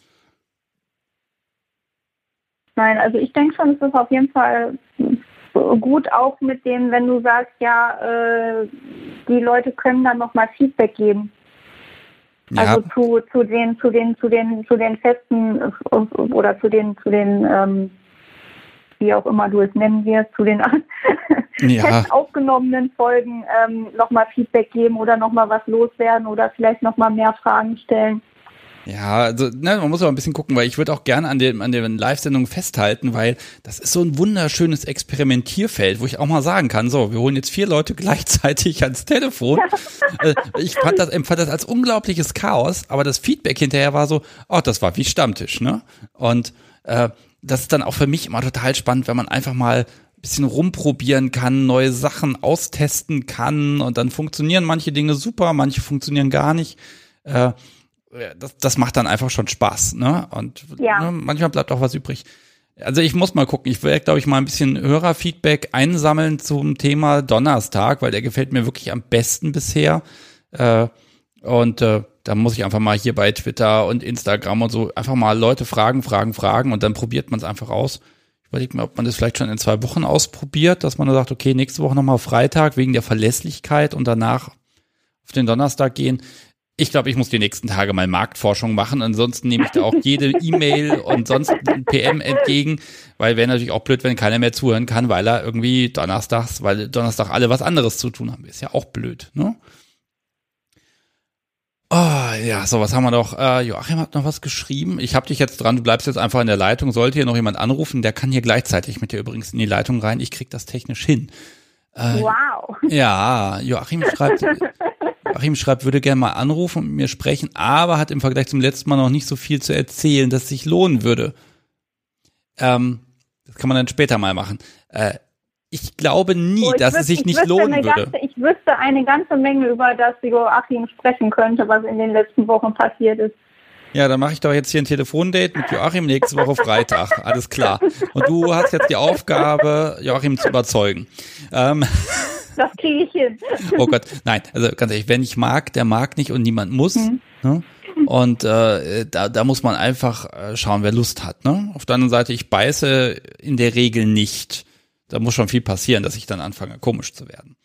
Nein, also ich denke schon, es ist auf jeden Fall gut, auch mit dem, wenn du sagst, ja, äh, die Leute können dann nochmal Feedback geben. Ja. Also zu, zu den, zu den, zu den, zu den festen oder zu den, zu den, ähm, wie auch immer du es nennen wirst, zu den ja. fest aufgenommenen Folgen ähm, nochmal Feedback geben oder nochmal was loswerden oder vielleicht nochmal mehr Fragen stellen. Ja, also ne, man muss aber ein bisschen gucken, weil ich würde auch gerne an den an den Live-Sendungen festhalten, weil das ist so ein wunderschönes Experimentierfeld, wo ich auch mal sagen kann, so, wir holen jetzt vier Leute gleichzeitig ans Telefon. äh, ich fand das, empfand das als unglaubliches Chaos, aber das Feedback hinterher war so, oh, das war wie Stammtisch, ne? Und äh, das ist dann auch für mich immer total spannend, wenn man einfach mal ein bisschen rumprobieren kann, neue Sachen austesten kann und dann funktionieren manche Dinge super, manche funktionieren gar nicht. Äh, Das, das macht dann einfach schon Spaß, ne? Und ja. ne, manchmal bleibt auch was übrig. Also ich muss mal gucken. Ich werde, glaube ich, mal ein bisschen Hörerfeedback einsammeln zum Thema Donnerstag, weil der gefällt mir wirklich am besten bisher. Äh, und äh, da muss ich einfach mal hier bei Twitter und Instagram und so einfach mal Leute fragen, fragen, fragen und dann probiert man es einfach aus. Ich überlege mir, ob man das vielleicht schon in zwei Wochen ausprobiert, dass man dann sagt, okay, nächste Woche nochmal Freitag wegen der Verlässlichkeit und danach auf den Donnerstag gehen. Ich glaube, ich muss die nächsten Tage mal Marktforschung machen. Ansonsten nehme ich da auch jede E-Mail und sonst ein P M entgegen, weil wäre natürlich auch blöd, wenn keiner mehr zuhören kann, weil er irgendwie donnerstags, weil Donnerstag alle was anderes zu tun haben. Ist ja auch blöd, ne? Oh, ja, so, was haben wir noch? Äh, Joachim hat noch was geschrieben. Ich habe dich jetzt dran, du bleibst jetzt einfach in der Leitung. Sollte hier noch jemand anrufen, der kann hier gleichzeitig mit dir übrigens in die Leitung rein. Ich krieg das technisch hin. Äh, wow. Ja, Joachim schreibt... Joachim schreibt, würde gerne mal anrufen und mit mir sprechen, aber hat im Vergleich zum letzten Mal noch nicht so viel zu erzählen, dass es sich lohnen würde. Ähm, das kann man dann später mal machen. Äh, ich glaube nie, oh, ich dass wüs- es sich nicht lohnen würde. Ganze, ich wüsste eine ganze Menge, über das Joachim sprechen könnte, was in den letzten Wochen passiert ist. Ja, dann mache ich doch jetzt hier ein Telefondate mit Joachim nächste Woche Freitag. Alles klar. Und du hast jetzt die Aufgabe, Joachim zu überzeugen. Ähm, Das kriege ich hin. Oh Gott, nein, also ganz ehrlich, wenn ich mag, der mag nicht und niemand muss. Mhm. Ne? Und äh, da, da muss man einfach äh, schauen, wer Lust hat. Ne? Auf der anderen Seite, ich beiße in der Regel nicht. Da muss schon viel passieren, dass ich dann anfange, komisch zu werden.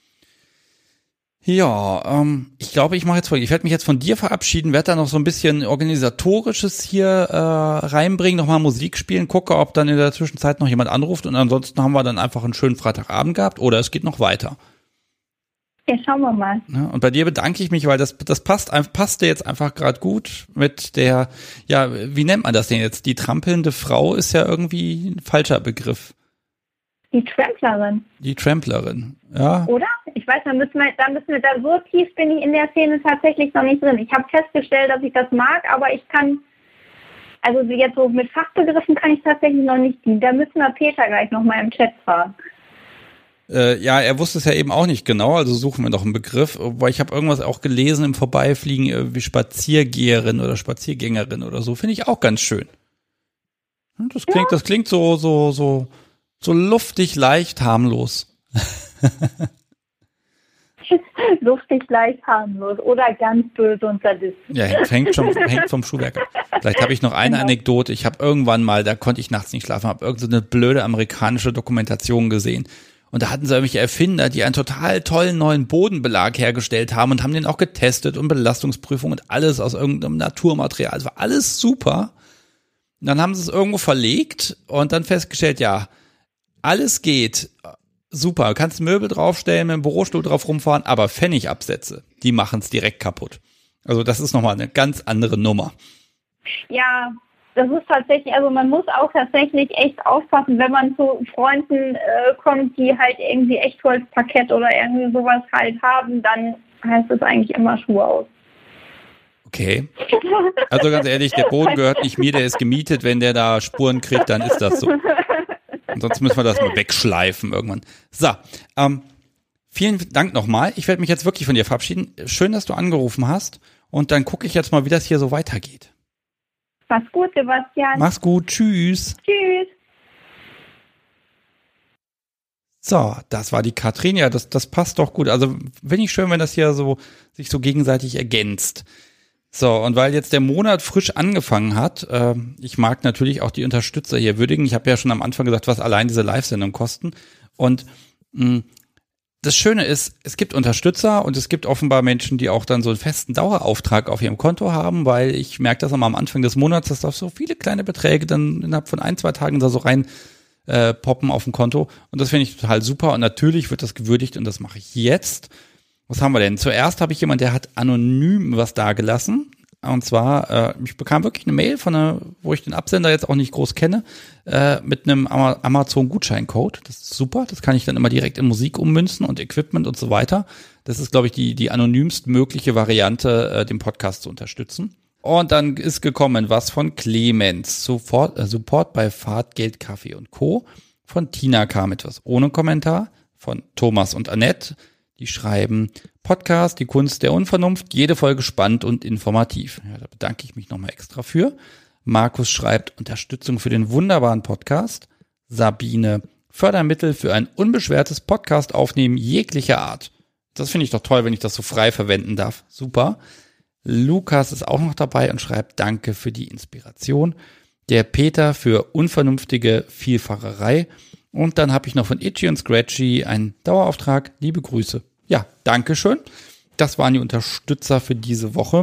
Ja, ähm, ich glaube, ich mache jetzt folgendes. Ich werde mich jetzt von dir verabschieden, werde da noch so ein bisschen Organisatorisches hier äh, reinbringen, nochmal Musik spielen, gucke, ob dann in der Zwischenzeit noch jemand anruft und ansonsten haben wir dann einfach einen schönen Freitagabend gehabt oder es geht noch weiter. Okay, schauen wir mal. Ja, und bei dir bedanke ich mich, weil das das passt passte jetzt einfach gerade gut mit der, ja, wie nennt man das denn jetzt? Die trampelnde Frau ist ja irgendwie ein falscher Begriff. Die Tramplerin. Die Tramplerin, ja. Oder? Ich weiß, da müssen wir, da müssen wir, da so tief bin ich in der Szene tatsächlich noch nicht drin. Ich habe festgestellt, dass ich das mag, aber ich kann, also jetzt so mit Fachbegriffen kann ich tatsächlich noch nicht dienen. Da müssen wir Peter gleich nochmal im Chat fragen. Äh, ja, er wusste es ja eben auch nicht genau, also suchen wir noch einen Begriff, weil ich habe irgendwas auch gelesen im Vorbeifliegen wie Spaziergeherin oder Spaziergängerin oder so, finde ich auch ganz schön. Das klingt, ja. das klingt so, so, so, so luftig, leicht, harmlos. Luftig, leicht, harmlos oder ganz böse und sadistisch. Ja, hängt, schon, hängt vom Schuhwerk ab. Vielleicht habe ich noch eine genau. Anekdote. Ich habe irgendwann mal, da konnte ich nachts nicht schlafen, habe irgendeine so blöde amerikanische Dokumentation gesehen. Und da hatten sie irgendwelche Erfinder, die einen total tollen neuen Bodenbelag hergestellt haben und haben den auch getestet und Belastungsprüfung und alles aus irgendeinem Naturmaterial. Es war alles super. Und dann haben sie es irgendwo verlegt und dann festgestellt, ja, alles geht. Super, du kannst Möbel draufstellen, mit dem Bürostuhl drauf rumfahren, aber Pfennigabsätze, die machen es direkt kaputt. Also das ist nochmal eine ganz andere Nummer. Ja, das ist tatsächlich, also man muss auch tatsächlich echt aufpassen, wenn man zu Freunden äh, kommt, die halt irgendwie Echtholzparkett oder irgendwie sowas halt haben, dann heißt es eigentlich immer Schuhe aus. Okay. Also ganz ehrlich, der Boden gehört nicht mir, der ist gemietet. Wenn der da Spuren kriegt, dann ist das so. Ansonsten müssen wir das mal wegschleifen irgendwann. So, ähm, vielen Dank nochmal. Ich werde mich jetzt wirklich von dir verabschieden. Schön, dass du angerufen hast. Und dann gucke ich jetzt mal, wie das hier so weitergeht. Mach's gut, Sebastian. Mach's gut. Tschüss. Tschüss. So, das war die Katrin. Ja, das, das passt doch gut. Also finde ich schön, wenn das hier so sich so gegenseitig ergänzt. So, und weil jetzt der Monat frisch angefangen hat, äh, ich mag natürlich auch die Unterstützer hier würdigen. Ich habe ja schon am Anfang gesagt, was allein diese Live-Sendung kosten. Und mh, das Schöne ist, es gibt Unterstützer und es gibt offenbar Menschen, die auch dann so einen festen Dauerauftrag auf ihrem Konto haben, weil ich merke das immer am Anfang des Monats, dass da so viele kleine Beträge dann innerhalb von ein, zwei Tagen da so rein äh, poppen auf dem Konto. Und das finde ich total super. Und natürlich wird das gewürdigt und das mache ich jetzt. Was haben wir denn? Zuerst habe ich jemanden, der hat anonym was dagelassen. Und zwar, äh, ich bekam wirklich eine Mail von einer, wo ich den Absender jetzt auch nicht groß kenne, äh, mit einem Amazon-Gutscheincode. Das ist super. Das kann ich dann immer direkt in Musik ummünzen und Equipment und so weiter. Das ist, glaube ich, die die anonymst mögliche Variante, äh, den Podcast zu unterstützen. Und dann ist gekommen was von Clemens. Support, äh, Support bei Fahrtgeld, Kaffee und Co. Von Tina kam etwas ohne Kommentar. Von Thomas und Annette. Die schreiben, Podcast, die Kunst der Unvernunft, jede Folge spannend und informativ. Ja, da bedanke ich mich nochmal extra für. Markus schreibt, Unterstützung für den wunderbaren Podcast. Sabine, Fördermittel für ein unbeschwertes Podcast aufnehmen jeglicher Art. Das finde ich doch toll, wenn ich das so frei verwenden darf. Super. Lukas ist auch noch dabei und schreibt, danke für die Inspiration. Der Peter für unvernünftige Vielfacherei. Und dann habe ich noch von Itchy und Scratchy einen Dauerauftrag. Liebe Grüße. Ja, Dankeschön. Das waren die Unterstützer für diese Woche.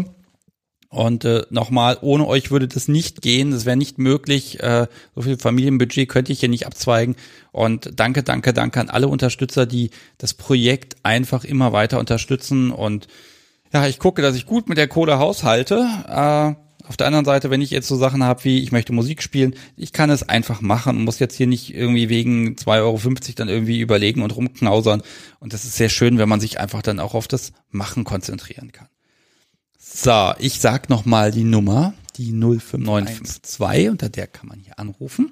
Und äh, nochmal, ohne euch würde das nicht gehen. Das wäre nicht möglich. Äh, so viel Familienbudget könnte ich hier nicht abzweigen. Und danke, danke, danke an alle Unterstützer, die das Projekt einfach immer weiter unterstützen. Und ja, ich gucke, dass ich gut mit der Kohle haushalte. Äh, Auf der anderen Seite, wenn ich jetzt so Sachen habe wie, ich möchte Musik spielen, ich kann es einfach machen und muss jetzt hier nicht irgendwie wegen zwei Euro fünfzig dann irgendwie überlegen und rumknausern. Und das ist sehr schön, wenn man sich einfach dann auch auf das Machen konzentrieren kann. So, ich sag nochmal die Nummer, die null fünf neun fünf zwei, unter der kann man hier anrufen.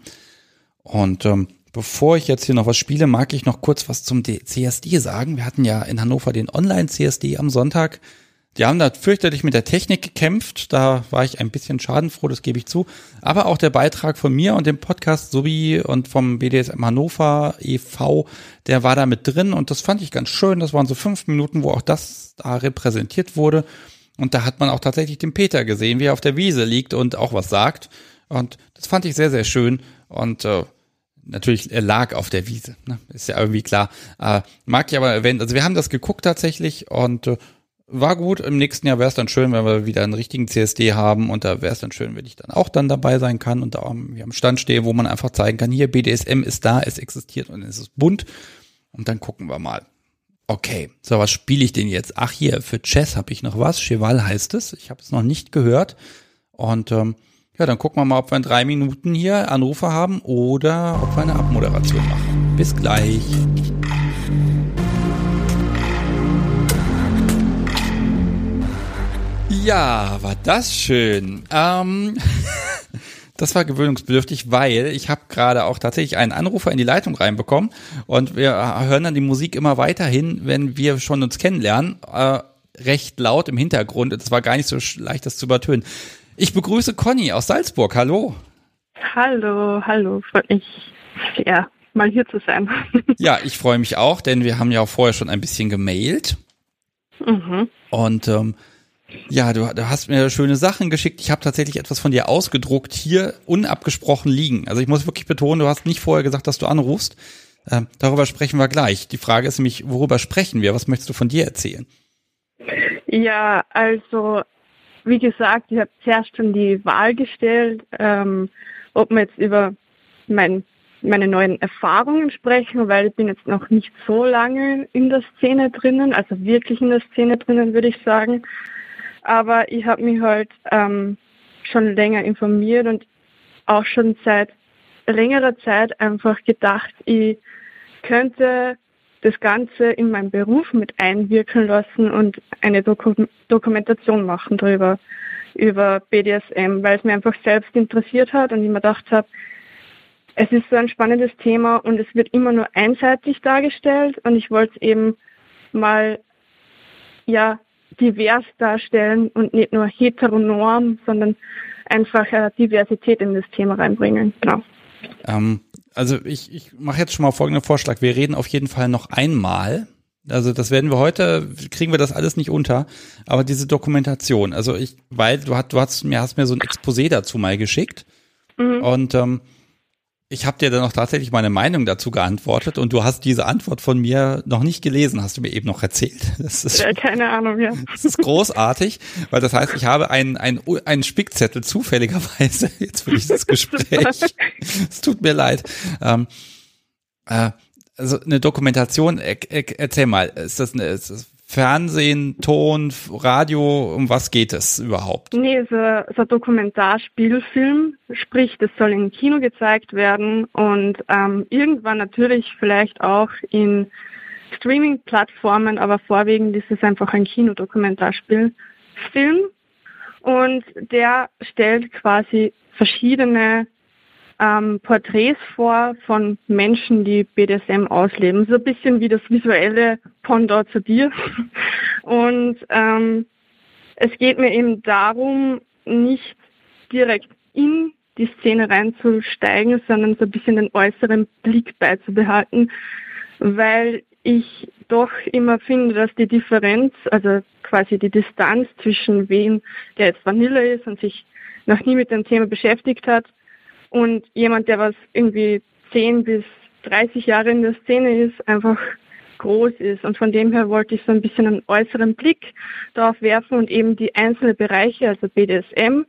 Und ähm, bevor ich jetzt hier noch was spiele, mag ich noch kurz was zum C S D sagen. Wir hatten ja in Hannover den Online-C S D am Sonntag. Die haben da fürchterlich mit der Technik gekämpft, da war ich ein bisschen schadenfroh, das gebe ich zu. Aber auch der Beitrag von mir und dem Podcast sowie und vom B D S M Hannover e V, der war da mit drin und das fand ich ganz schön. Das waren so fünf Minuten, wo auch das da repräsentiert wurde. Und da hat man auch tatsächlich den Peter gesehen, wie er auf der Wiese liegt und auch was sagt. Und das fand ich sehr, sehr schön. Und äh, natürlich, er lag auf der Wiese, ne? Ist ja irgendwie klar. Äh, mag ich aber erwähnen, also wir haben das geguckt tatsächlich und äh, war gut. Im nächsten Jahr wäre es dann schön, wenn wir wieder einen richtigen C S D haben und da wäre es dann schön, wenn ich dann auch dann dabei sein kann und da am, am Stand stehe, wo man einfach zeigen kann, hier B D S M ist da, es existiert und es ist bunt und dann gucken wir mal. Okay, so, was spiele ich denn jetzt? Ach, hier, für Chess habe ich noch was. Cheval heißt es. Ich habe es noch nicht gehört. Und ähm, ja, dann gucken wir mal, ob wir in drei Minuten hier Anrufe haben oder ob wir eine Abmoderation machen. Bis gleich. Ja, war das schön. Ähm, das war gewöhnungsbedürftig, weil ich habe gerade auch tatsächlich einen Anrufer in die Leitung reinbekommen und wir hören dann die Musik immer weiterhin, wenn wir schon uns kennenlernen, äh, recht laut im Hintergrund. Es war gar nicht so leicht, das zu übertönen. Ich begrüße Conny aus Salzburg. Hallo. Hallo, hallo. Freut mich sehr, mal hier zu sein. Ja, ich freue mich auch, denn wir haben ja auch vorher schon ein bisschen gemailt. Mhm. Und ähm, ja, du, du hast mir schöne Sachen geschickt. Ich habe tatsächlich etwas von dir ausgedruckt, hier unabgesprochen liegen. Also ich muss wirklich betonen, du hast nicht vorher gesagt, dass du anrufst. Ähm, darüber sprechen wir gleich. Die Frage ist nämlich, worüber sprechen wir? Was möchtest du von dir erzählen? Ja, also wie gesagt, ich habe zuerst schon die Wahl gestellt, ähm, ob wir jetzt über mein, meine neuen Erfahrungen sprechen, weil ich bin jetzt noch nicht so lange in der Szene drinnen, also wirklich in der Szene drinnen, würde ich sagen. Aber ich habe mich halt ähm, schon länger informiert und auch schon seit längerer Zeit einfach gedacht, ich könnte das Ganze in meinen Beruf mit einwirken lassen und eine Doku- Dokumentation machen darüber, über B D S M, weil es mir einfach selbst interessiert hat und ich mir gedacht habe, es ist so ein spannendes Thema und es wird immer nur einseitig dargestellt und ich wollte es eben mal, ja, divers darstellen und nicht nur heteronorm, sondern einfach äh, Diversität in das Thema reinbringen. Genau. Ähm, also ich, ich mache jetzt schon mal folgenden Vorschlag. Wir reden auf jeden Fall noch einmal. Also das werden wir heute, kriegen wir das alles nicht unter, aber diese Dokumentation, also ich, weil du hast, du hast mir, hast mir so ein Exposé dazu mal geschickt mhm. und ähm, ich habe dir dann auch tatsächlich meine Meinung dazu geantwortet und du hast diese Antwort von mir noch nicht gelesen, hast du mir eben noch erzählt. Das ist, ja, keine Ahnung, ja. Das ist großartig, weil das heißt, ich habe einen, einen, einen Spickzettel zufälligerweise jetzt für dieses Gespräch. Es tut mir leid. Ähm, äh, also eine Dokumentation, er, er, erzähl mal, ist das, eine, ist das Fernsehen, Ton, Radio, um was geht es überhaupt? Nee, es ist ein, so ein Dokumentarspielfilm, sprich, das soll im Kino gezeigt werden und ähm, irgendwann natürlich vielleicht auch in Streaming-Plattformen, aber vorwiegend ist es einfach ein Kinodokumentarspielfilm und der stellt quasi verschiedene ähm, Porträts vor von Menschen, die B D S M ausleben. So ein bisschen wie das visuelle Pendant zu dir. Und ähm, es geht mir eben darum, nicht direkt in die Szene reinzusteigen, sondern so ein bisschen den äußeren Blick beizubehalten, weil ich doch immer finde, dass die Differenz, also quasi die Distanz zwischen wem, der jetzt Vanille ist und sich noch nie mit dem Thema beschäftigt hat, und jemand, der was irgendwie zehn bis dreißig Jahre in der Szene ist, einfach groß ist. Und von dem her wollte ich so ein bisschen einen äußeren Blick darauf werfen und eben die einzelnen Bereiche, also B D S M,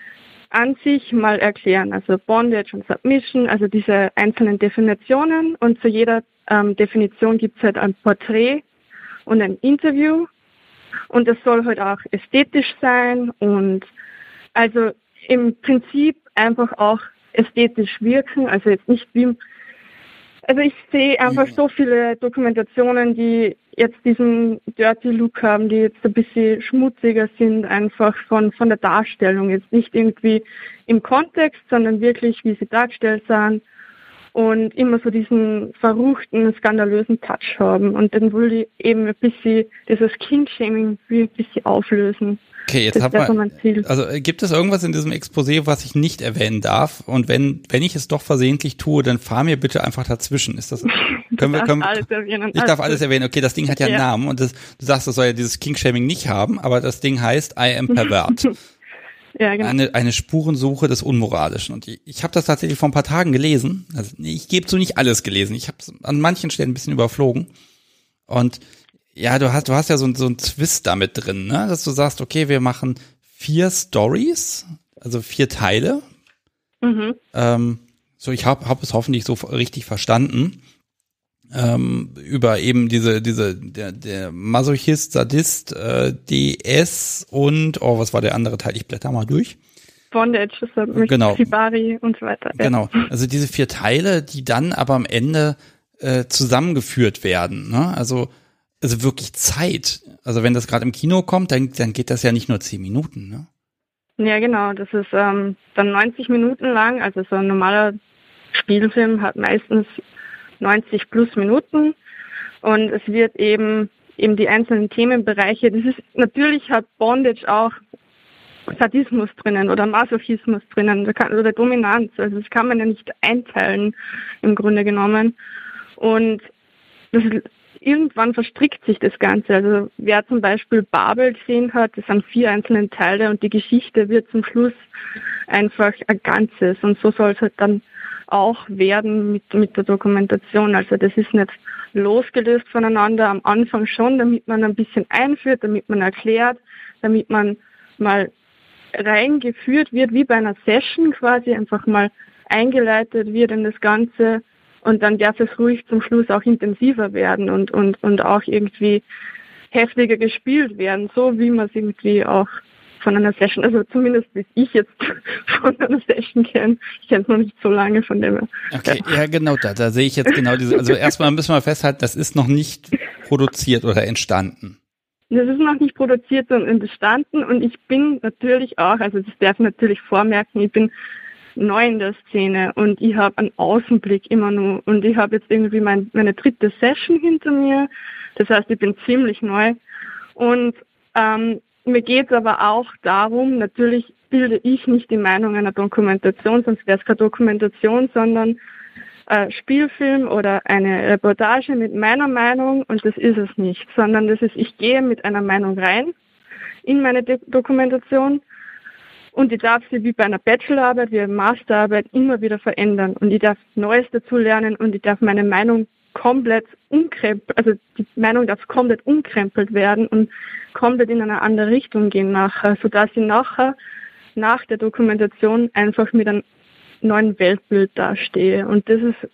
an sich mal erklären. Also Bondage und Submission, also diese einzelnen Definitionen. Und zu jeder ähm, Definition gibt es halt ein Porträt und ein Interview. Und das soll halt auch ästhetisch sein und also im Prinzip einfach auch ästhetisch wirken, also jetzt nicht wie, also ich sehe einfach so viele Dokumentationen, die jetzt diesen Dirty Look haben, die jetzt ein bisschen schmutziger sind, einfach von, von der Darstellung, jetzt nicht irgendwie im Kontext, sondern wirklich, wie sie dargestellt sind und immer so diesen verruchten, skandalösen Touch haben und dann will ich eben ein bisschen dieses King-Shaming ein bisschen auflösen. Okay, jetzt haben wir, also gibt es irgendwas in diesem Exposé, was ich nicht erwähnen darf? Und wenn wenn ich es doch versehentlich tue, dann fahr mir bitte einfach dazwischen. Ist das? Können wir, können, alles erwähnen. Ich darf alles erwähnen. Okay, das Ding hat ja einen ja. Namen und das, du sagst, das soll ja dieses King-Shaming nicht haben, aber das Ding heißt I am pervert. Ja, genau. Eine eine Spurensuche des Unmoralischen. Und ich, ich habe das tatsächlich vor ein paar Tagen gelesen. Also ich gebe so nicht alles gelesen. Ich habe es an manchen Stellen ein bisschen überflogen. Und ja, du hast, du hast ja so, so einen Twist damit drin, ne? Dass du sagst, okay, wir machen vier Stories, also vier Teile. Mhm. Ähm, so, ich habe hab es hoffentlich so richtig verstanden. ähm, über eben diese, diese, der, der Masochist, Sadist, äh, D S und, oh, was war der andere Teil? Ich blätter mal durch. Bondage, das hat mit Genau. Shibari und so weiter. Genau. Also diese vier Teile, die dann aber am Ende äh, zusammengeführt werden, ne? Also, also wirklich Zeit. Also wenn das gerade im Kino kommt, dann, dann geht das ja nicht nur zehn Minuten, ne? Ja, genau. Das ist ähm, dann neunzig Minuten lang. Also so ein normaler Spielfilm hat meistens neunzig plus Minuten. Und es wird eben, eben die einzelnen Themenbereiche, das ist, natürlich hat Bondage auch Sadismus drinnen oder Masochismus drinnen oder Dominanz. Also das kann man ja nicht einteilen im Grunde genommen. Und das, irgendwann verstrickt sich das Ganze. Also wer zum Beispiel Babel gesehen hat, das sind vier einzelne Teile und die Geschichte wird zum Schluss einfach ein Ganzes. Und so soll es halt dann auch werden mit, mit der Dokumentation. Also das ist nicht losgelöst voneinander, am Anfang schon, damit man ein bisschen einführt, damit man erklärt, damit man mal reingeführt wird, wie bei einer Session quasi, einfach mal eingeleitet wird in das Ganze und dann darf es ruhig zum Schluss auch intensiver werden und, und, und auch irgendwie heftiger gespielt werden, so wie man es irgendwie auch von einer Session, also zumindest wie ich jetzt von einer Session kenne. Ich kenne es noch nicht so lange von dem. Okay, ja, ja genau, da, da sehe ich jetzt genau diese, also erstmal müssen wir festhalten, das ist noch nicht produziert oder entstanden. Das ist noch nicht produziert und entstanden und ich bin natürlich auch, also das darf ich natürlich vormerken, ich bin neu in der Szene und ich habe einen Außenblick immer nur und ich habe jetzt irgendwie mein, meine dritte Session hinter mir, das heißt, ich bin ziemlich neu und ähm, mir geht es aber auch darum, natürlich bilde ich nicht die Meinung einer Dokumentation, sonst wäre es keine Dokumentation, sondern äh, Spielfilm oder eine Reportage mit meiner Meinung und das ist es nicht, sondern das ist, ich gehe mit einer Meinung rein in meine De- Dokumentation und ich darf sie wie bei einer Bachelorarbeit, wie einer Masterarbeit immer wieder verändern und ich darf Neues dazu lernen und ich darf meine Meinung komplett umkrempeln, also die Meinung darf komplett umkrempelt werden und komplett in eine andere Richtung gehen nachher, sodass ich nachher nach der Dokumentation einfach mit einem neuen Weltbild dastehe. Und das ist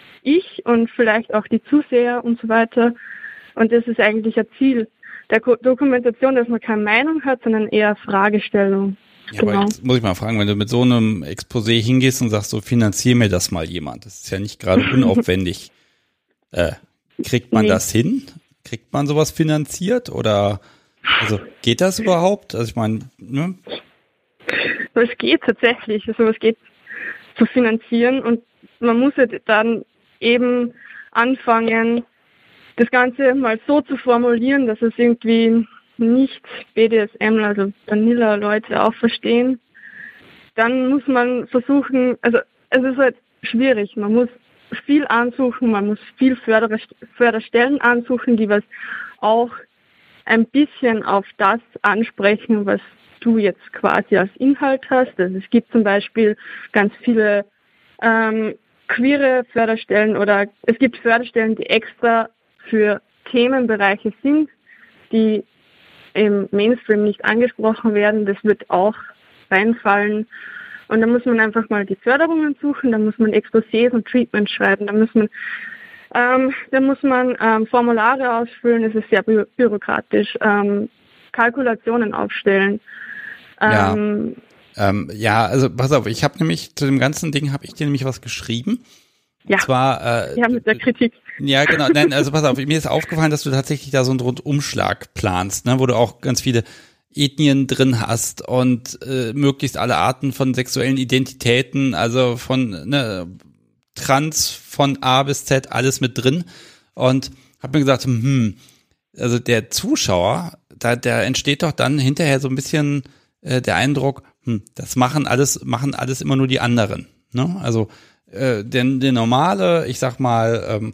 ich und vielleicht auch die Zuseher und so weiter. Und das ist eigentlich ein Ziel der Ko- Dokumentation, dass man keine Meinung hat, sondern eher Fragestellung. Ja, genau. aber jetzt muss ich mal fragen, wenn du mit so einem Exposé hingehst und sagst, so finanzier mir das mal jemand, das ist ja nicht gerade unaufwendig. äh, kriegt man Nee. das hin? Kriegt man sowas finanziert? Oder also geht das überhaupt? Also ich meine, ne? Aber es geht tatsächlich, also es geht zu finanzieren und man muss halt dann eben anfangen, das Ganze mal so zu formulieren, dass es irgendwie nicht B D S M, also Vanilla-Leute auch verstehen. Dann muss man versuchen, also es ist halt schwierig, man muss viel ansuchen, man muss viel Förder- Förderstellen ansuchen, die was auch ein bisschen auf das ansprechen, was du jetzt quasi als Inhalt hast. Also es gibt zum Beispiel ganz viele ähm, queere Förderstellen oder es gibt Förderstellen, die extra für Themenbereiche sind, die im Mainstream nicht angesprochen werden. Das wird auch reinfallen. Und da muss man einfach mal die Förderungen suchen, da muss man Exposés und Treatments schreiben, da muss man ähm, da muss man ähm, Formulare ausfüllen, es ist sehr bü- bürokratisch, ähm, Kalkulationen aufstellen. Ähm, ja, ähm, ja, also pass auf, ich habe nämlich zu dem ganzen Ding habe ich dir nämlich was geschrieben. Ja, und zwar, äh, ja, mit der Kritik. Ja, genau. Nein, also pass auf, mir ist aufgefallen, dass du tatsächlich da so einen Rundumschlag planst, ne, wo du auch ganz viele Ethnien drin hast und äh, möglichst alle Arten von sexuellen Identitäten, also von ne, Trans von A bis Z, alles mit drin. Und hab mir gesagt, hm, also der Zuschauer, da, da entsteht doch dann hinterher so ein bisschen äh, der Eindruck, hm, das machen alles, machen alles immer nur die anderen. Ne? Also äh, der, der normale, ich sag mal, ähm,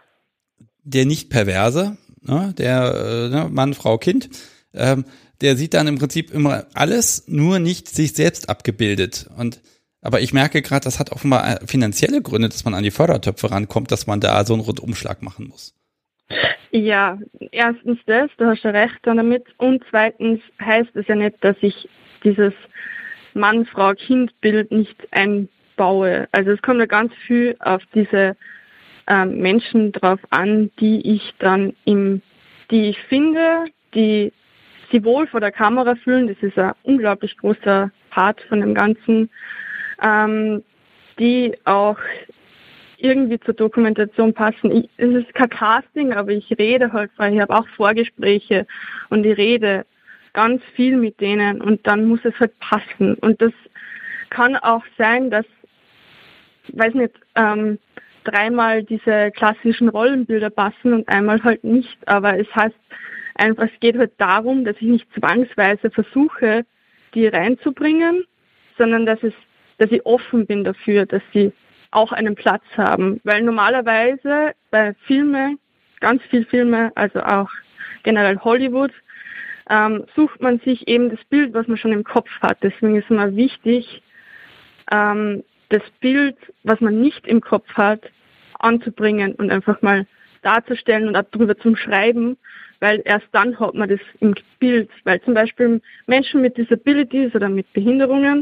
der nicht perverse, ne, der äh, ne, Mann, Frau, Kind, ähm, der sieht dann im Prinzip immer alles, nur nicht sich selbst abgebildet. Und aber ich merke gerade, das hat offenbar finanzielle Gründe, dass man an die Fördertöpfe rankommt, dass man da so einen Rundumschlag machen muss. Ja, erstens das, du hast ja recht damit. Und zweitens heißt es ja nicht, dass ich dieses Mann-Frau-Kind-Bild nicht einbaue. Also es kommt ja ganz viel auf diese ähm, Menschen drauf an, die ich dann im, die ich finde, die sich wohl vor der Kamera fühlen. Das ist ein unglaublich großer Part von dem Ganzen, ähm, die auch irgendwie zur Dokumentation passen. Ich, es ist kein Casting, aber ich rede halt frei. Ich habe auch Vorgespräche und ich rede ganz viel mit denen und dann muss es halt passen. Und das kann auch sein, dass, weiß nicht, ähm, dreimal diese klassischen Rollenbilder passen und einmal halt nicht. Aber es heißt einfach, es geht halt darum, dass ich nicht zwangsweise versuche, die reinzubringen, sondern dass es, dass ich offen bin dafür, dass sie auch einen Platz haben. Weil normalerweise bei Filmen, ganz viel Filme, also auch generell Hollywood, ähm, sucht man sich eben das Bild, was man schon im Kopf hat. Deswegen ist es immer wichtig, ähm, das Bild, was man nicht im Kopf hat, anzubringen und einfach mal darzustellen und auch darüber zum Schreiben, weil erst dann hat man das im Bild. Weil zum Beispiel Menschen mit Disabilities oder mit Behinderungen,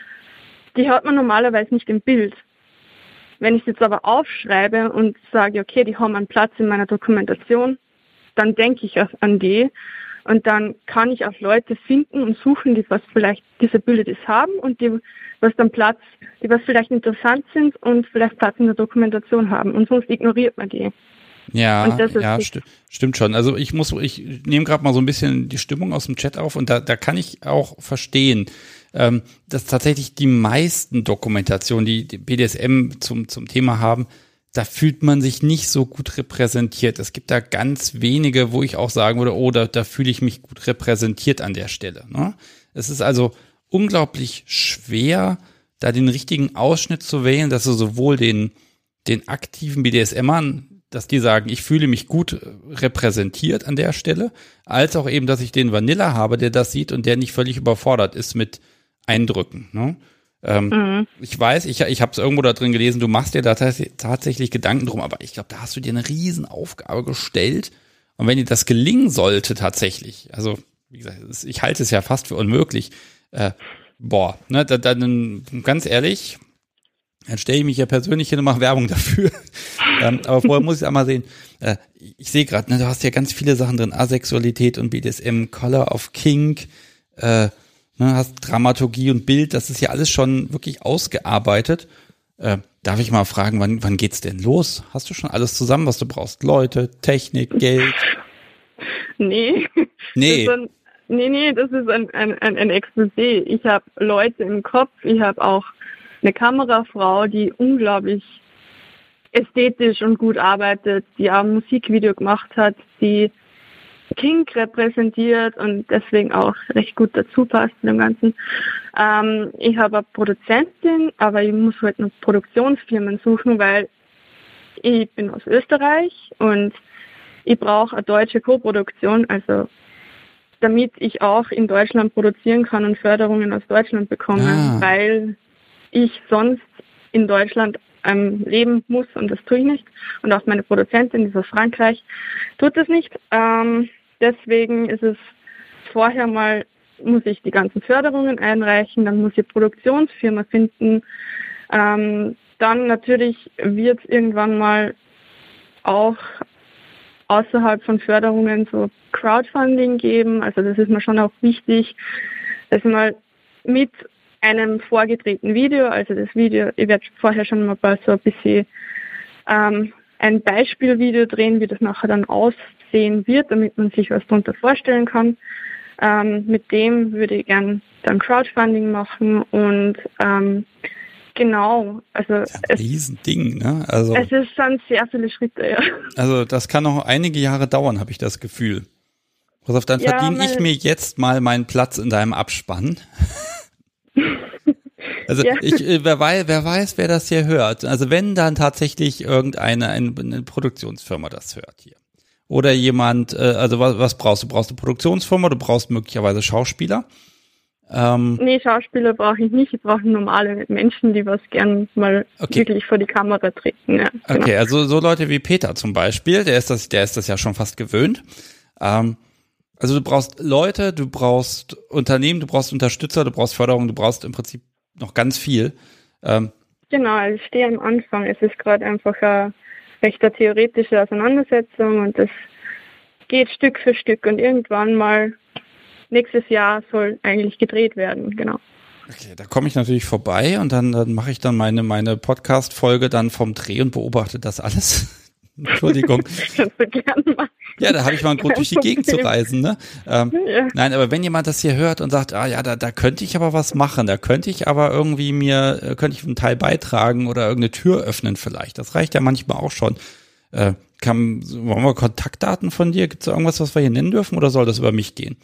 die hat man normalerweise nicht im Bild. Wenn ich es jetzt aber aufschreibe und sage, okay, die haben einen Platz in meiner Dokumentation, dann denke ich auch an die und dann kann ich auch Leute finden und suchen, die was vielleicht Disabilities haben und die was dann Platz, die was vielleicht interessant sind und vielleicht Platz in der Dokumentation haben und sonst ignoriert man die. Ja, ja, sti- stimmt schon. Also ich muss, ich nehme gerade mal so ein bisschen die Stimmung aus dem Chat auf und da, da kann ich auch verstehen, ähm, dass tatsächlich die meisten Dokumentationen, die, die B D S M zum, zum Thema haben, da fühlt man sich nicht so gut repräsentiert. Es gibt da ganz wenige, wo ich auch sagen würde, oh, da, da fühle ich mich gut repräsentiert an der Stelle. Ne? Es ist also unglaublich schwer, da den richtigen Ausschnitt zu wählen, dass du sowohl den, den aktiven B D S M-ern, dass die sagen, ich fühle mich gut repräsentiert an der Stelle, als auch eben, dass ich den Vanilla habe, der das sieht und der nicht völlig überfordert ist mit Eindrücken. Ne? Ähm, mhm. Ich weiß, ich, ich habe es irgendwo da drin gelesen, du machst dir da tats- tatsächlich Gedanken drum, aber ich glaube, da hast du dir eine riesen Aufgabe gestellt und wenn dir das gelingen sollte tatsächlich, also wie gesagt, ich halte es ja fast für unmöglich, äh, boah, ne, dann, dann ganz ehrlich, dann stelle ich mich ja persönlich hin und mache Werbung dafür. ähm, aber vorher muss ich einmal sehen, äh, ich sehe gerade, ne, du hast ja ganz viele Sachen drin, Asexualität und B D S M, Color of Kink, äh, ne, hast Dramaturgie und Bild, das ist ja alles schon wirklich ausgearbeitet. Äh, darf ich mal fragen, wann, wann geht's denn los? Hast du schon alles zusammen, was du brauchst? Leute, Technik, Geld? Nee. Nee. Das ist ein, nee, nee, das ist ein, ein, ein, ein Exposé. Ich habe Leute im Kopf, ich habe auch eine Kamerafrau, die unglaublich ästhetisch und gut arbeitet, die auch ein Musikvideo gemacht hat, die Kink repräsentiert und deswegen auch recht gut dazu passt in dem Ganzen. Ähm, ich habe eine Produzentin, aber ich muss halt noch Produktionsfirmen suchen, weil ich bin aus Österreich und ich brauche eine deutsche Koproduktion, also damit ich auch in Deutschland produzieren kann und Förderungen aus Deutschland bekomme, ah. weil ich sonst in Deutschland ähm, leben muss und das tue ich nicht. Und auch meine Produzentin, die ist aus Frankreich, tut das nicht. Ähm, deswegen ist es vorher mal, muss ich die ganzen Förderungen einreichen, dann muss ich eine Produktionsfirma finden. Ähm, dann natürlich wird es irgendwann mal auch außerhalb von Förderungen so Crowdfunding geben. Also das ist mir schon auch wichtig, dass man mit einem vorgedrehten Video, also das Video, ich werde vorher schon mal so ein bisschen ähm, ein Beispielvideo drehen, wie das nachher dann aussehen wird, damit man sich was darunter vorstellen kann. Ähm, mit dem würde ich gern dann Crowdfunding machen und ähm, genau, also das ist ein es, Riesending, ne? Also es ist schon sehr viele Schritte, ja. Also das kann noch einige Jahre dauern, habe ich das Gefühl. Pass auf, dann ja, verdiene ich mir jetzt mal meinen Platz in deinem Abspann. Also ja. ich, wer weiß, wer weiß, wer das hier hört. Also wenn dann tatsächlich irgendeine eine, eine Produktionsfirma das hört hier. Oder jemand, also was, was brauchst du? Brauchst du Produktionsfirma, du brauchst möglicherweise Schauspieler? Ähm, nee, Schauspieler brauche ich nicht. Ich brauche normale Menschen, die was gern mal okay. wirklich vor die Kamera treten. Ja, genau. Okay, also so Leute wie Peter zum Beispiel, der ist das, der ist das ja schon fast gewöhnt. Ähm, also du brauchst Leute, du brauchst Unternehmen, du brauchst Unterstützer, du brauchst Förderung, du brauchst im Prinzip noch ganz viel. Ähm, genau, ich stehe am Anfang. Es ist gerade einfach ein, recht eine theoretische Auseinandersetzung und das geht Stück für Stück und irgendwann mal nächstes Jahr soll eigentlich gedreht werden, genau. Okay, da komme ich natürlich vorbei und dann, dann mache ich dann meine, meine Podcast-Folge dann vom Dreh und beobachte das alles. Entschuldigung. Kannst du gerne machen. Ja, da habe ich mal einen Grund, durch die Gegend zu reisen. Ne? Ähm, ja. Nein, aber wenn jemand das hier hört und sagt, ah ja, da, da könnte ich aber was machen, da könnte ich aber irgendwie mir, könnte ich einen Teil beitragen oder irgendeine Tür öffnen vielleicht. Das reicht ja manchmal auch schon. Äh, kann, wollen wir Kontaktdaten von dir? Gibt es irgendwas, was wir hier nennen dürfen oder soll das über mich gehen?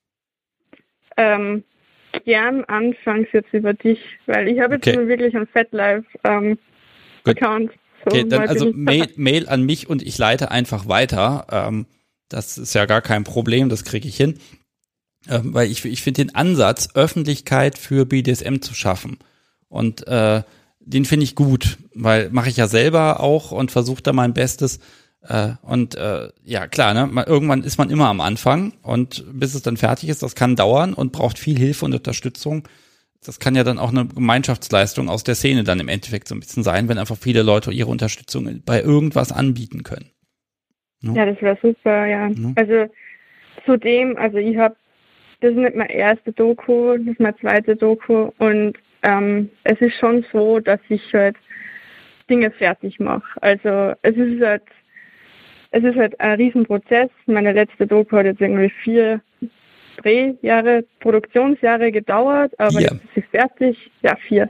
Ähm, gern anfangs jetzt über dich, weil ich habe jetzt okay. nur wirklich einen FatLife ähm, Account. So, okay, dann also Mail, Mail an mich und ich leite einfach weiter. Ähm, das ist ja gar kein Problem, das kriege ich hin. Ähm, weil ich, ich finde den Ansatz, Öffentlichkeit für B D S M zu schaffen und äh, den finde ich gut, weil mache ich ja selber auch und versuche da mein Bestes. Äh, und äh, ja, klar, ne, man, irgendwann ist man immer am Anfang und bis es dann fertig ist, das kann dauern und braucht viel Hilfe und Unterstützung. Das kann ja dann auch eine Gemeinschaftsleistung aus der Szene dann im Endeffekt so ein bisschen sein, wenn einfach viele Leute ihre Unterstützung bei irgendwas anbieten können. Ja, ja das wäre super, ja. ja. Also zudem, also ich habe, das ist nicht meine erste Doku, das ist meine zweite Doku und ähm, es ist schon so, dass ich halt Dinge fertig mache. Also es ist halt, es ist halt ein Riesenprozess. Meine letzte Doku hat jetzt irgendwie vier Drehjahre, Produktionsjahre gedauert, aber vier. Jetzt ist sie fertig. Ja, vier.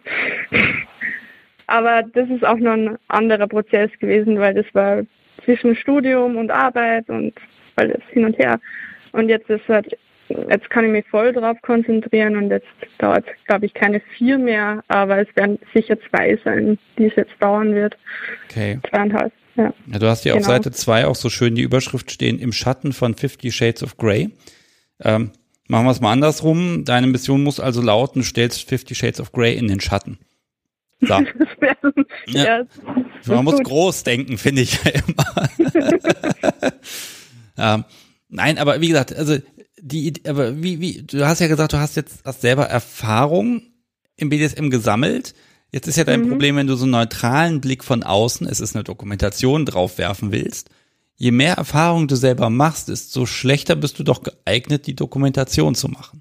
Aber das ist auch noch ein anderer Prozess gewesen, weil das war zwischen Studium und Arbeit und alles hin und her. Und jetzt ist halt, jetzt kann ich mich voll drauf konzentrieren und jetzt dauert, glaube ich, keine vier mehr, aber es werden sicher zwei sein, die es jetzt dauern wird. Okay. Zweieinhalb, ja. Ja, du hast hier genau. Auf Seite zwei auch so schön die Überschrift stehen, im Schatten von Fifty Shades of Grey. Ähm, machen wir es mal andersrum. Deine Mission muss also lauten, du stellst Fifty Shades of Grey in den Schatten. So. ja. Ja. Man muss gut. Groß denken, finde ich ja immer. ähm, nein, aber wie gesagt, also die, aber wie, wie, du hast ja gesagt, du hast jetzt hast selber Erfahrung im B D S M gesammelt. Jetzt ist ja dein mhm. Problem, wenn du so einen neutralen Blick von außen, es ist eine Dokumentation, drauf werfen willst. Je mehr Erfahrung du selber machst, desto schlechter bist du doch geeignet, die Dokumentation zu machen.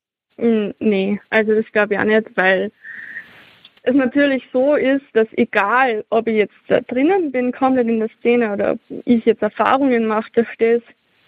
Nee, also das glaube ich auch nicht, weil es natürlich so ist, dass egal, ob ich jetzt da drinnen bin, komplett in der Szene oder ob ich jetzt Erfahrungen mache, durch das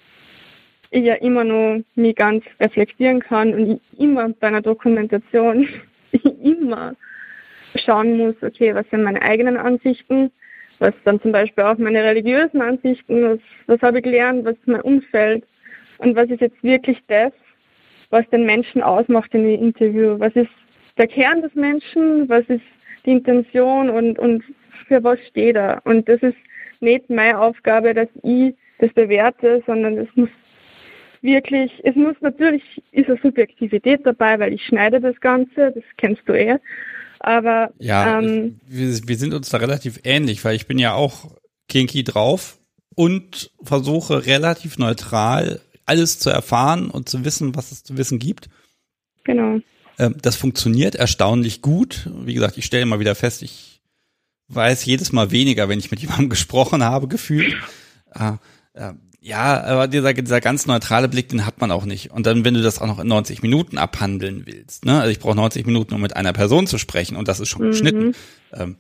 ich ja immer noch mich ganz reflektieren kann und ich immer bei einer Dokumentation immer schauen muss, okay, was sind meine eigenen Ansichten, was dann zum Beispiel auch meine religiösen Ansichten, was, was habe ich gelernt, was ist mein Umfeld und was ist jetzt wirklich das, was den Menschen ausmacht in dem Interview, was ist der Kern des Menschen, was ist die Intention und, und für was steht er. Und das ist nicht meine Aufgabe, dass ich das bewerte, sondern es muss wirklich, es muss natürlich, ist eine Subjektivität dabei, weil ich schneide das Ganze, das kennst du eh. Aber ja, ähm, wir, wir sind uns da relativ ähnlich, weil ich bin ja auch kinky drauf und versuche relativ neutral alles zu erfahren und zu wissen, was es zu wissen gibt. Genau. Ähm, das funktioniert erstaunlich gut. Wie gesagt, ich stelle immer wieder fest, ich weiß jedes Mal weniger, wenn ich mit jemandem gesprochen habe, gefühlt. Äh, äh, ja, aber dieser, dieser ganz neutrale Blick, den hat man auch nicht. Und dann, wenn du das auch noch in neunzig Minuten abhandeln willst, ne? Also ich brauche neunzig Minuten, um mit einer Person zu sprechen und das ist schon mhm. geschnitten. Ähm,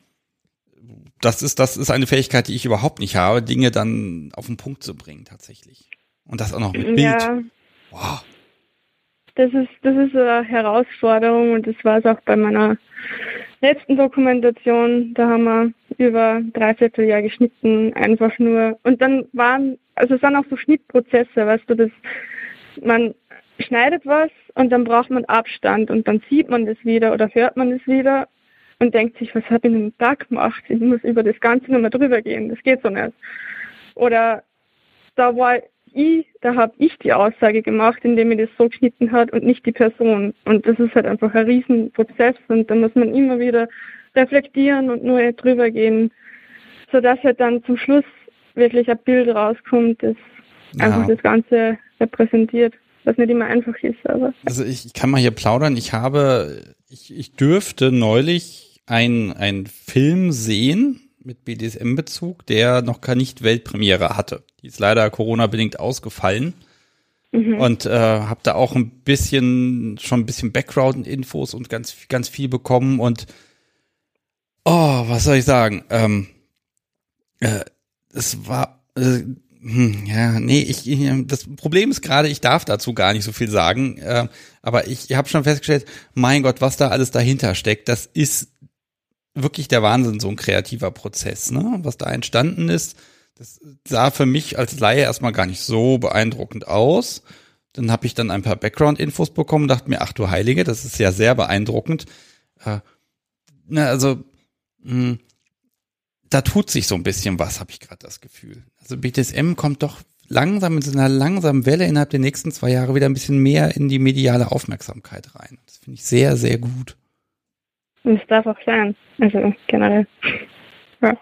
das ist, das ist eine Fähigkeit, die ich überhaupt nicht habe, Dinge dann auf den Punkt zu bringen, tatsächlich. Und das auch noch mit Bild. Ja. Wow. Das ist, das ist eine Herausforderung und das war es auch bei meiner letzten Dokumentation. Da haben wir über dreiviertel Jahr geschnitten, einfach nur. Und dann waren, also es waren auch so Schnittprozesse, weißt du, das, man schneidet was und dann braucht man Abstand und dann sieht man das wieder oder hört man das wieder und denkt sich, was habe ich denn da gemacht? Ich muss über das Ganze nochmal drüber gehen, das geht so nicht. Oder da war ich, da habe ich die Aussage gemacht, indem ich das so geschnitten hat und nicht die Person. Und das ist halt einfach ein Riesenprozess und da muss man immer wieder reflektieren und nur drüber gehen, sodass halt dann zum Schluss wirklich ein Bild rauskommt, das ja. einfach das Ganze repräsentiert, was nicht immer einfach ist. Aber also ich, ich kann mal hier plaudern, ich habe, ich, ich dürfte neulich ein, ein Film sehen, mit B D S M-Bezug, der noch gar nicht Weltpremiere hatte. Die ist leider Corona-bedingt ausgefallen. Mhm. Und äh, habe da auch ein bisschen, schon ein bisschen Background-Infos und ganz, ganz viel bekommen. Und oh, was soll ich sagen? Ähm, äh, es war, äh, hm, ja, nee, ich, ich, das Problem ist gerade, ich darf dazu gar nicht so viel sagen. Äh, aber ich, ich habe schon festgestellt, mein Gott, was da alles dahinter steckt, das ist wirklich der Wahnsinn, so ein kreativer Prozess, ne? Was da entstanden ist. Das sah für mich als Laie erstmal gar nicht so beeindruckend aus. Dann habe ich dann ein paar Background-Infos bekommen, dachte mir, ach du Heilige, das ist ja sehr beeindruckend. Äh, na, also, mh, da tut sich so ein bisschen was, habe ich gerade das Gefühl. Also B D S M kommt doch langsam in so einer langsamen Welle innerhalb der nächsten zwei Jahre wieder ein bisschen mehr in die mediale Aufmerksamkeit rein. Das finde ich sehr, sehr gut. Und es darf auch sein, also generell. Ja.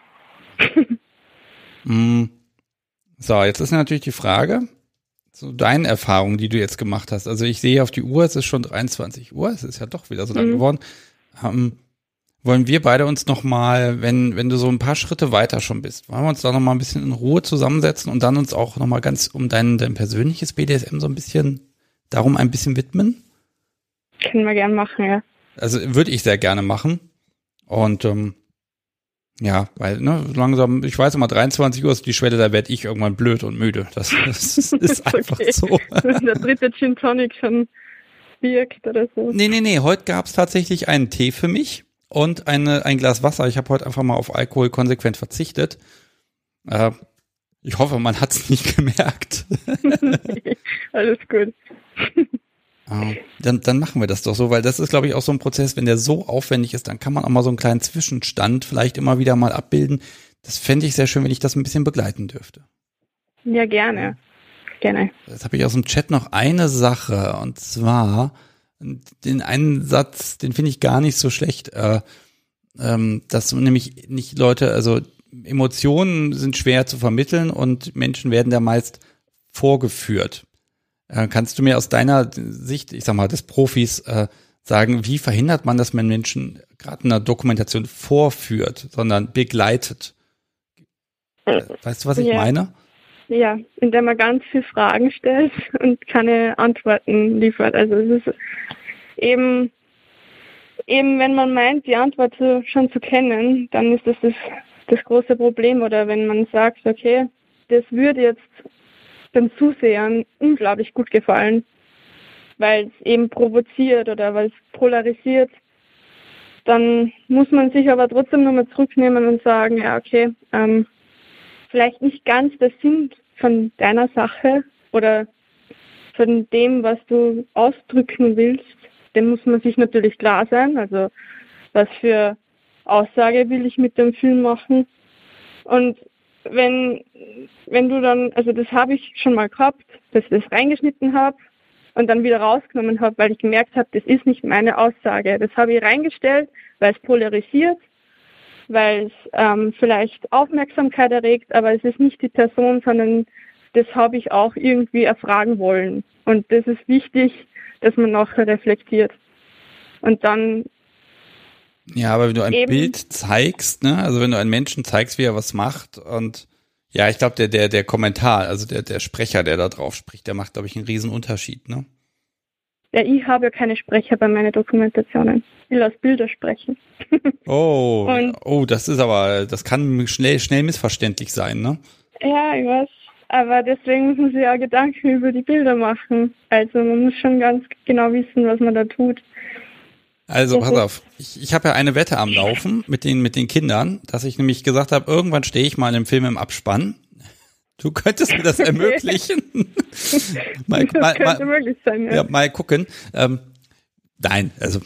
So, jetzt ist natürlich die Frage, so deine Erfahrungen, die du jetzt gemacht hast. Also ich sehe auf die Uhr, es ist schon dreiundzwanzig Uhr, es ist ja doch wieder so lang mhm. geworden. Ähm, wollen wir beide uns nochmal, wenn wenn du so ein paar Schritte weiter schon bist, wollen wir uns da nochmal ein bisschen in Ruhe zusammensetzen und dann uns auch nochmal ganz um dein, dein persönliches B D S M so ein bisschen, darum ein bisschen widmen? Können wir gerne machen, ja. Also würde ich sehr gerne machen. Und ähm, ja, weil, ne, langsam, ich weiß immer, dreiundzwanzig Uhr ist die Schwelle, da werde ich irgendwann blöd und müde. Das, das ist, ist einfach okay. So. Wenn der dritte Gin Tonic schon wirkt oder so. Nee, nee, nee, heute gab es tatsächlich einen Tee für mich und eine, ein Glas Wasser. Ich habe heute einfach mal auf Alkohol konsequent verzichtet. Äh, ich hoffe, man hat es nicht gemerkt. Nee, alles gut. Uh, dann, dann machen wir das doch so, weil das ist, glaube ich, auch so ein Prozess, wenn der so aufwendig ist, dann kann man auch mal so einen kleinen Zwischenstand vielleicht immer wieder mal abbilden. Das fände ich sehr schön, wenn ich das ein bisschen begleiten dürfte. Ja, gerne. Gerne. Jetzt habe ich aus dem Chat noch eine Sache, und zwar den einen Satz, den finde ich gar nicht so schlecht, äh, ähm, dass nämlich nicht Leute, also Emotionen sind schwer zu vermitteln und Menschen werden da meist vorgeführt. Kannst du mir aus deiner Sicht, ich sag mal, des Profis, äh, sagen, wie verhindert man, dass man Menschen gerade in einer Dokumentation vorführt, sondern begleitet? Weißt du, was ich ja. meine? Ja, indem man ganz viele Fragen stellt und keine Antworten liefert. Also es ist eben, eben wenn man meint, die Antwort zu, schon zu kennen, dann ist das, das das große Problem. Oder wenn man sagt, okay, das würde jetzt den Zusehern unglaublich gut gefallen, weil es eben provoziert oder weil es polarisiert, dann muss man sich aber trotzdem nochmal zurücknehmen und sagen, ja okay, ähm, vielleicht nicht ganz der Sinn von deiner Sache oder von dem, was du ausdrücken willst, dem muss man sich natürlich klar sein, also was für Aussage will ich mit dem Film machen. Und wenn wenn du dann, also das habe ich schon mal gehabt, dass ich das reingeschnitten habe und dann wieder rausgenommen habe, weil ich gemerkt habe, das ist nicht meine Aussage. Das habe ich reingestellt, weil es polarisiert, weil es ähm, vielleicht Aufmerksamkeit erregt, aber es ist nicht die Person, sondern das habe ich auch irgendwie erfragen wollen. Und das ist wichtig, dass man nachher reflektiert. Und dann ja, aber wenn du ein Eben. Bild zeigst, ne, also wenn du einen Menschen zeigst, wie er was macht und ja, ich glaube, der, der, der Kommentar, also der, der Sprecher, der da drauf spricht, der macht, glaube ich, einen riesen Unterschied, ne? Ja, ich habe ja keine Sprecher bei meinen Dokumentationen. Ich lasse Bilder sprechen. Oh, und, oh, das ist aber, das kann schnell, schnell missverständlich sein, ne? Ja, ich weiß. Aber deswegen muss man sich ja Gedanken über die Bilder machen. Also man muss schon ganz genau wissen, was man da tut. Also pass auf, ich, ich habe ja eine Wette am Laufen mit den mit den Kindern, dass ich nämlich gesagt habe, irgendwann stehe ich mal in einem Film im Abspann. Du könntest mir das ermöglichen. mal, das mal, könnte mal, möglich sein, ja. ja. Mal gucken. Ähm, nein, also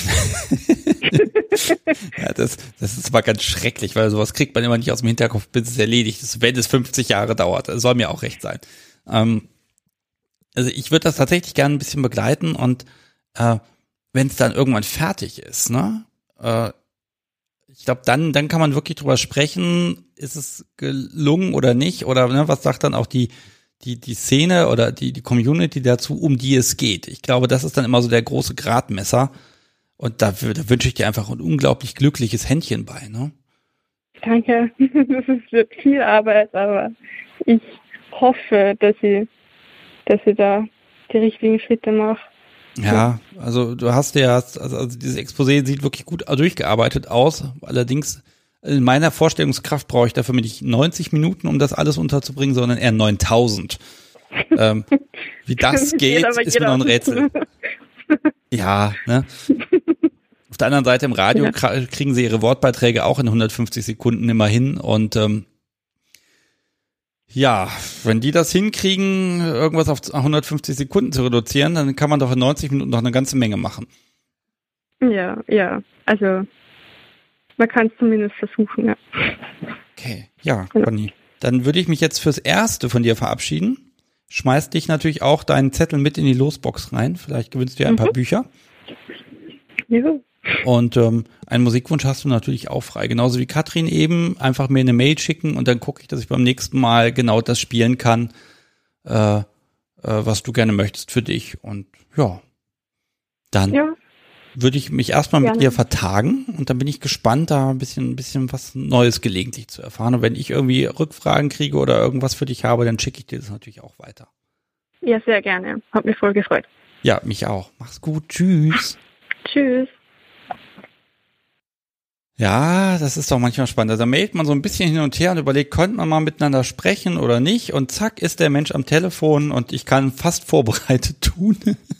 ja, das, das ist aber ganz schrecklich, weil sowas kriegt man immer nicht aus dem Hinterkopf, bis es erledigt ist, wenn es fünfzig Jahre dauert. Das soll mir auch recht sein. Ähm, also ich würde das tatsächlich gerne ein bisschen begleiten und äh, wenn es dann irgendwann fertig ist, ne? Äh, ich glaube, dann dann kann man wirklich drüber sprechen, ist es gelungen oder nicht, oder ne, was sagt dann auch die die die Szene oder die die Community dazu, um die es geht. Ich glaube, das ist dann immer so der große Gradmesser und da, da wünsche ich dir einfach ein unglaublich glückliches Händchen bei, ne? Danke. Es wird viel Arbeit, aber ich hoffe, dass ich, dass ich da die richtigen Schritte mache. Ja, also du hast ja, also, also dieses Exposé sieht wirklich gut durchgearbeitet aus. Allerdings in meiner Vorstellungskraft brauche ich dafür nicht neunzig Minuten, um das alles unterzubringen, sondern eher neuntausend. ähm, wie das geht, ist mir noch ein Rätsel. Ja, ne? Auf der anderen Seite im Radio ja. kriegen sie ihre Wortbeiträge auch in hundertfünfzig Sekunden immer hin und ähm, ja, wenn die das hinkriegen, irgendwas auf hundertfünfzig Sekunden zu reduzieren, dann kann man doch in neunzig Minuten noch eine ganze Menge machen. Ja, ja, also man kann es zumindest versuchen, ja. Okay, ja, Conny. Dann würde ich mich jetzt fürs Erste von dir verabschieden. Schmeiß dich natürlich auch deinen Zettel mit in die Losbox rein. Vielleicht gewinnst du ja ein mhm. paar Bücher. Ja. Und ähm, einen Musikwunsch hast du natürlich auch frei. Genauso wie Katrin eben. Einfach mir eine Mail schicken und dann gucke ich, dass ich beim nächsten Mal genau das spielen kann, äh, äh, was du gerne möchtest für dich. Und ja, dann ja. würde ich mich erstmal mit dir vertagen und dann bin ich gespannt, da ein bisschen, ein bisschen was Neues gelegentlich zu erfahren. Und wenn ich irgendwie Rückfragen kriege oder irgendwas für dich habe, dann schicke ich dir das natürlich auch weiter. Ja, sehr gerne. Hat mich voll gefreut. Ja, mich auch. Mach's gut. Tschüss. Tschüss. Ja, das ist doch manchmal spannend. Da mailt man so ein bisschen hin und her und überlegt, konnte man mal miteinander sprechen oder nicht? Und zack, ist der Mensch am Telefon und ich kann fast vorbereitet tun.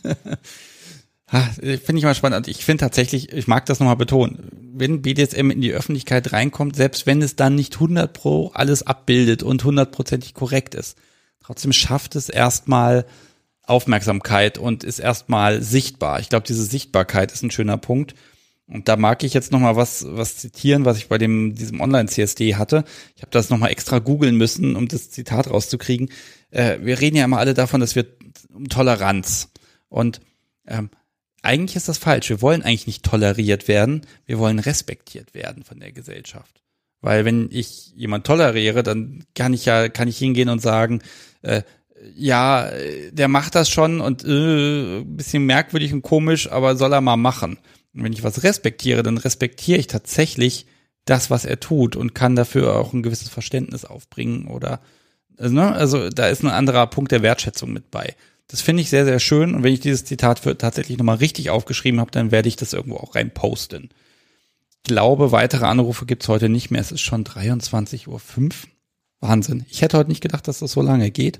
Finde ich mal spannend. Ich finde tatsächlich, ich mag das nochmal betonen, wenn B D S M in die Öffentlichkeit reinkommt, selbst wenn es dann nicht hundert pro alles abbildet und hundertprozentig korrekt ist, trotzdem schafft es erstmal Aufmerksamkeit und ist erstmal sichtbar. Ich glaube, diese Sichtbarkeit ist ein schöner Punkt. Und da mag ich jetzt nochmal was was zitieren, was ich bei dem diesem Online-C S D hatte. Ich habe das nochmal extra googeln müssen, um das Zitat rauszukriegen. Äh, wir reden ja immer alle davon, dass wir um Toleranz. Und ähm, eigentlich ist das falsch. Wir wollen eigentlich nicht toleriert werden. Wir wollen respektiert werden von der Gesellschaft. Weil wenn ich jemand toleriere, dann kann ich ja kann ich hingehen und sagen, äh, ja, der macht das schon und äh, ein bisschen merkwürdig und komisch, aber soll er mal machen. Und wenn ich was respektiere, dann respektiere ich tatsächlich das, was er tut und kann dafür auch ein gewisses Verständnis aufbringen oder, also, ne, also da ist ein anderer Punkt der Wertschätzung mit bei. Das finde ich sehr, sehr schön und wenn ich dieses Zitat für tatsächlich nochmal richtig aufgeschrieben habe, dann werde ich das irgendwo auch rein posten. Ich glaube, weitere Anrufe gibt's heute nicht mehr. Es ist schon dreiundzwanzig Uhr fünf. Wahnsinn. Ich hätte heute nicht gedacht, dass das so lange geht.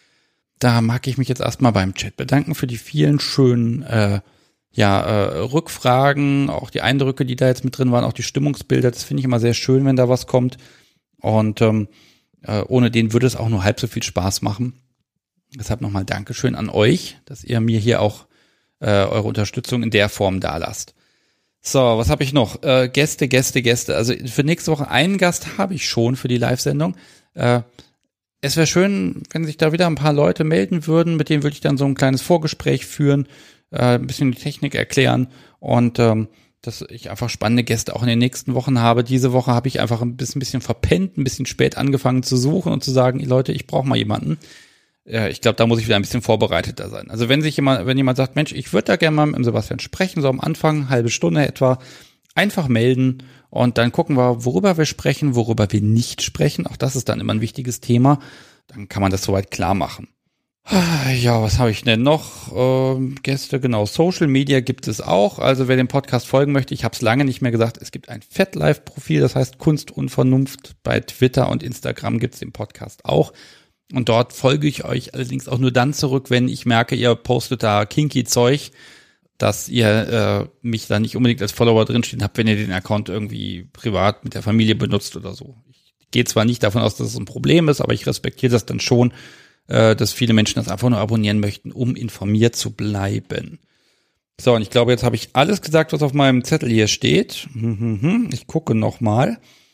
Da mag ich mich jetzt erstmal beim Chat bedanken für die vielen schönen äh, ja, äh, Rückfragen, auch die Eindrücke, die da jetzt mit drin waren, auch die Stimmungsbilder, das finde ich immer sehr schön, wenn da was kommt. Und ähm, äh, ohne den würde es auch nur halb so viel Spaß machen. Deshalb nochmal Dankeschön an euch, dass ihr mir hier auch äh, eure Unterstützung in der Form da lasst. So, was habe ich noch? Äh, Gäste, Gäste, Gäste. Also für nächste Woche einen Gast habe ich schon für die Live-Sendung. Äh, es wäre schön, wenn sich da wieder ein paar Leute melden würden, mit denen würde ich dann so ein kleines Vorgespräch führen, äh, ein bisschen die Technik erklären und ähm, dass ich einfach spannende Gäste auch in den nächsten Wochen habe. Diese Woche habe ich einfach ein bisschen, ein bisschen verpennt, ein bisschen spät angefangen zu suchen und zu sagen, Leute, ich brauche mal jemanden. Äh, ich glaube, da muss ich wieder ein bisschen vorbereiteter sein. Also wenn sich jemand, wenn jemand sagt, Mensch, ich würde da gerne mal mit dem Sebastian sprechen, so am Anfang, halbe Stunde etwa, einfach melden und dann gucken wir, worüber wir sprechen, worüber wir nicht sprechen. Auch das ist dann immer ein wichtiges Thema. Dann kann man das soweit klar machen. Ja, was habe ich denn noch? Ähm, Gäste, genau. Social Media gibt es auch. Also wer dem Podcast folgen möchte, ich habe es lange nicht mehr gesagt, es gibt ein FatLife-Profil, das heißt Kunst und Vernunft. Bei Twitter und Instagram gibt es den Podcast auch. Und dort folge ich euch allerdings auch nur dann zurück, wenn ich merke, ihr postet da kinky Zeug, dass ihr äh, mich da nicht unbedingt als Follower drinstehen habt, wenn ihr den Account irgendwie privat mit der Familie benutzt oder so. Ich gehe zwar nicht davon aus, dass es ein Problem ist, aber ich respektiere das dann schon, dass viele Menschen das einfach nur abonnieren möchten, um informiert zu bleiben. So, und ich glaube, jetzt habe ich alles gesagt, was auf meinem Zettel hier steht. Ich gucke nochmal.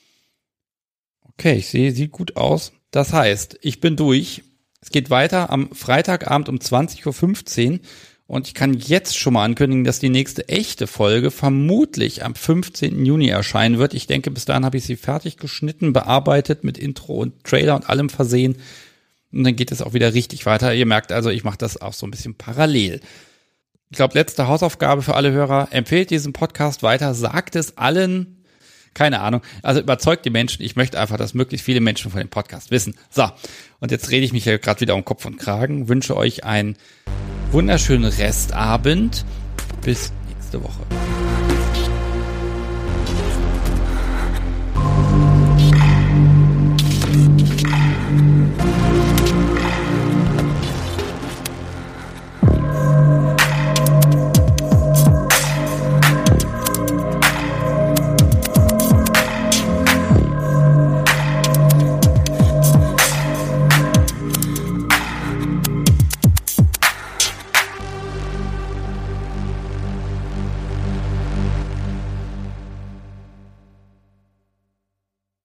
Okay, ich sehe, sieht gut aus. Das heißt, ich bin durch. Es geht weiter am Freitagabend um zwanzig Uhr fünfzehn und ich kann jetzt schon mal ankündigen, dass die nächste echte Folge vermutlich am fünfzehnten Juni erscheinen wird. Ich denke, bis dahin habe ich sie fertig geschnitten, bearbeitet, mit Intro und Trailer und allem versehen. Und dann geht es auch wieder richtig weiter. Ihr merkt also, ich mache das auch so ein bisschen parallel. Ich glaube, letzte Hausaufgabe für alle Hörer. Empfehlt diesen Podcast weiter. Sagt es allen. Keine Ahnung. Also überzeugt die Menschen. Ich möchte einfach, dass möglichst viele Menschen von dem Podcast wissen. So, und jetzt rede ich mich ja gerade wieder um Kopf und Kragen. Wünsche euch einen wunderschönen Restabend. Bis nächste Woche.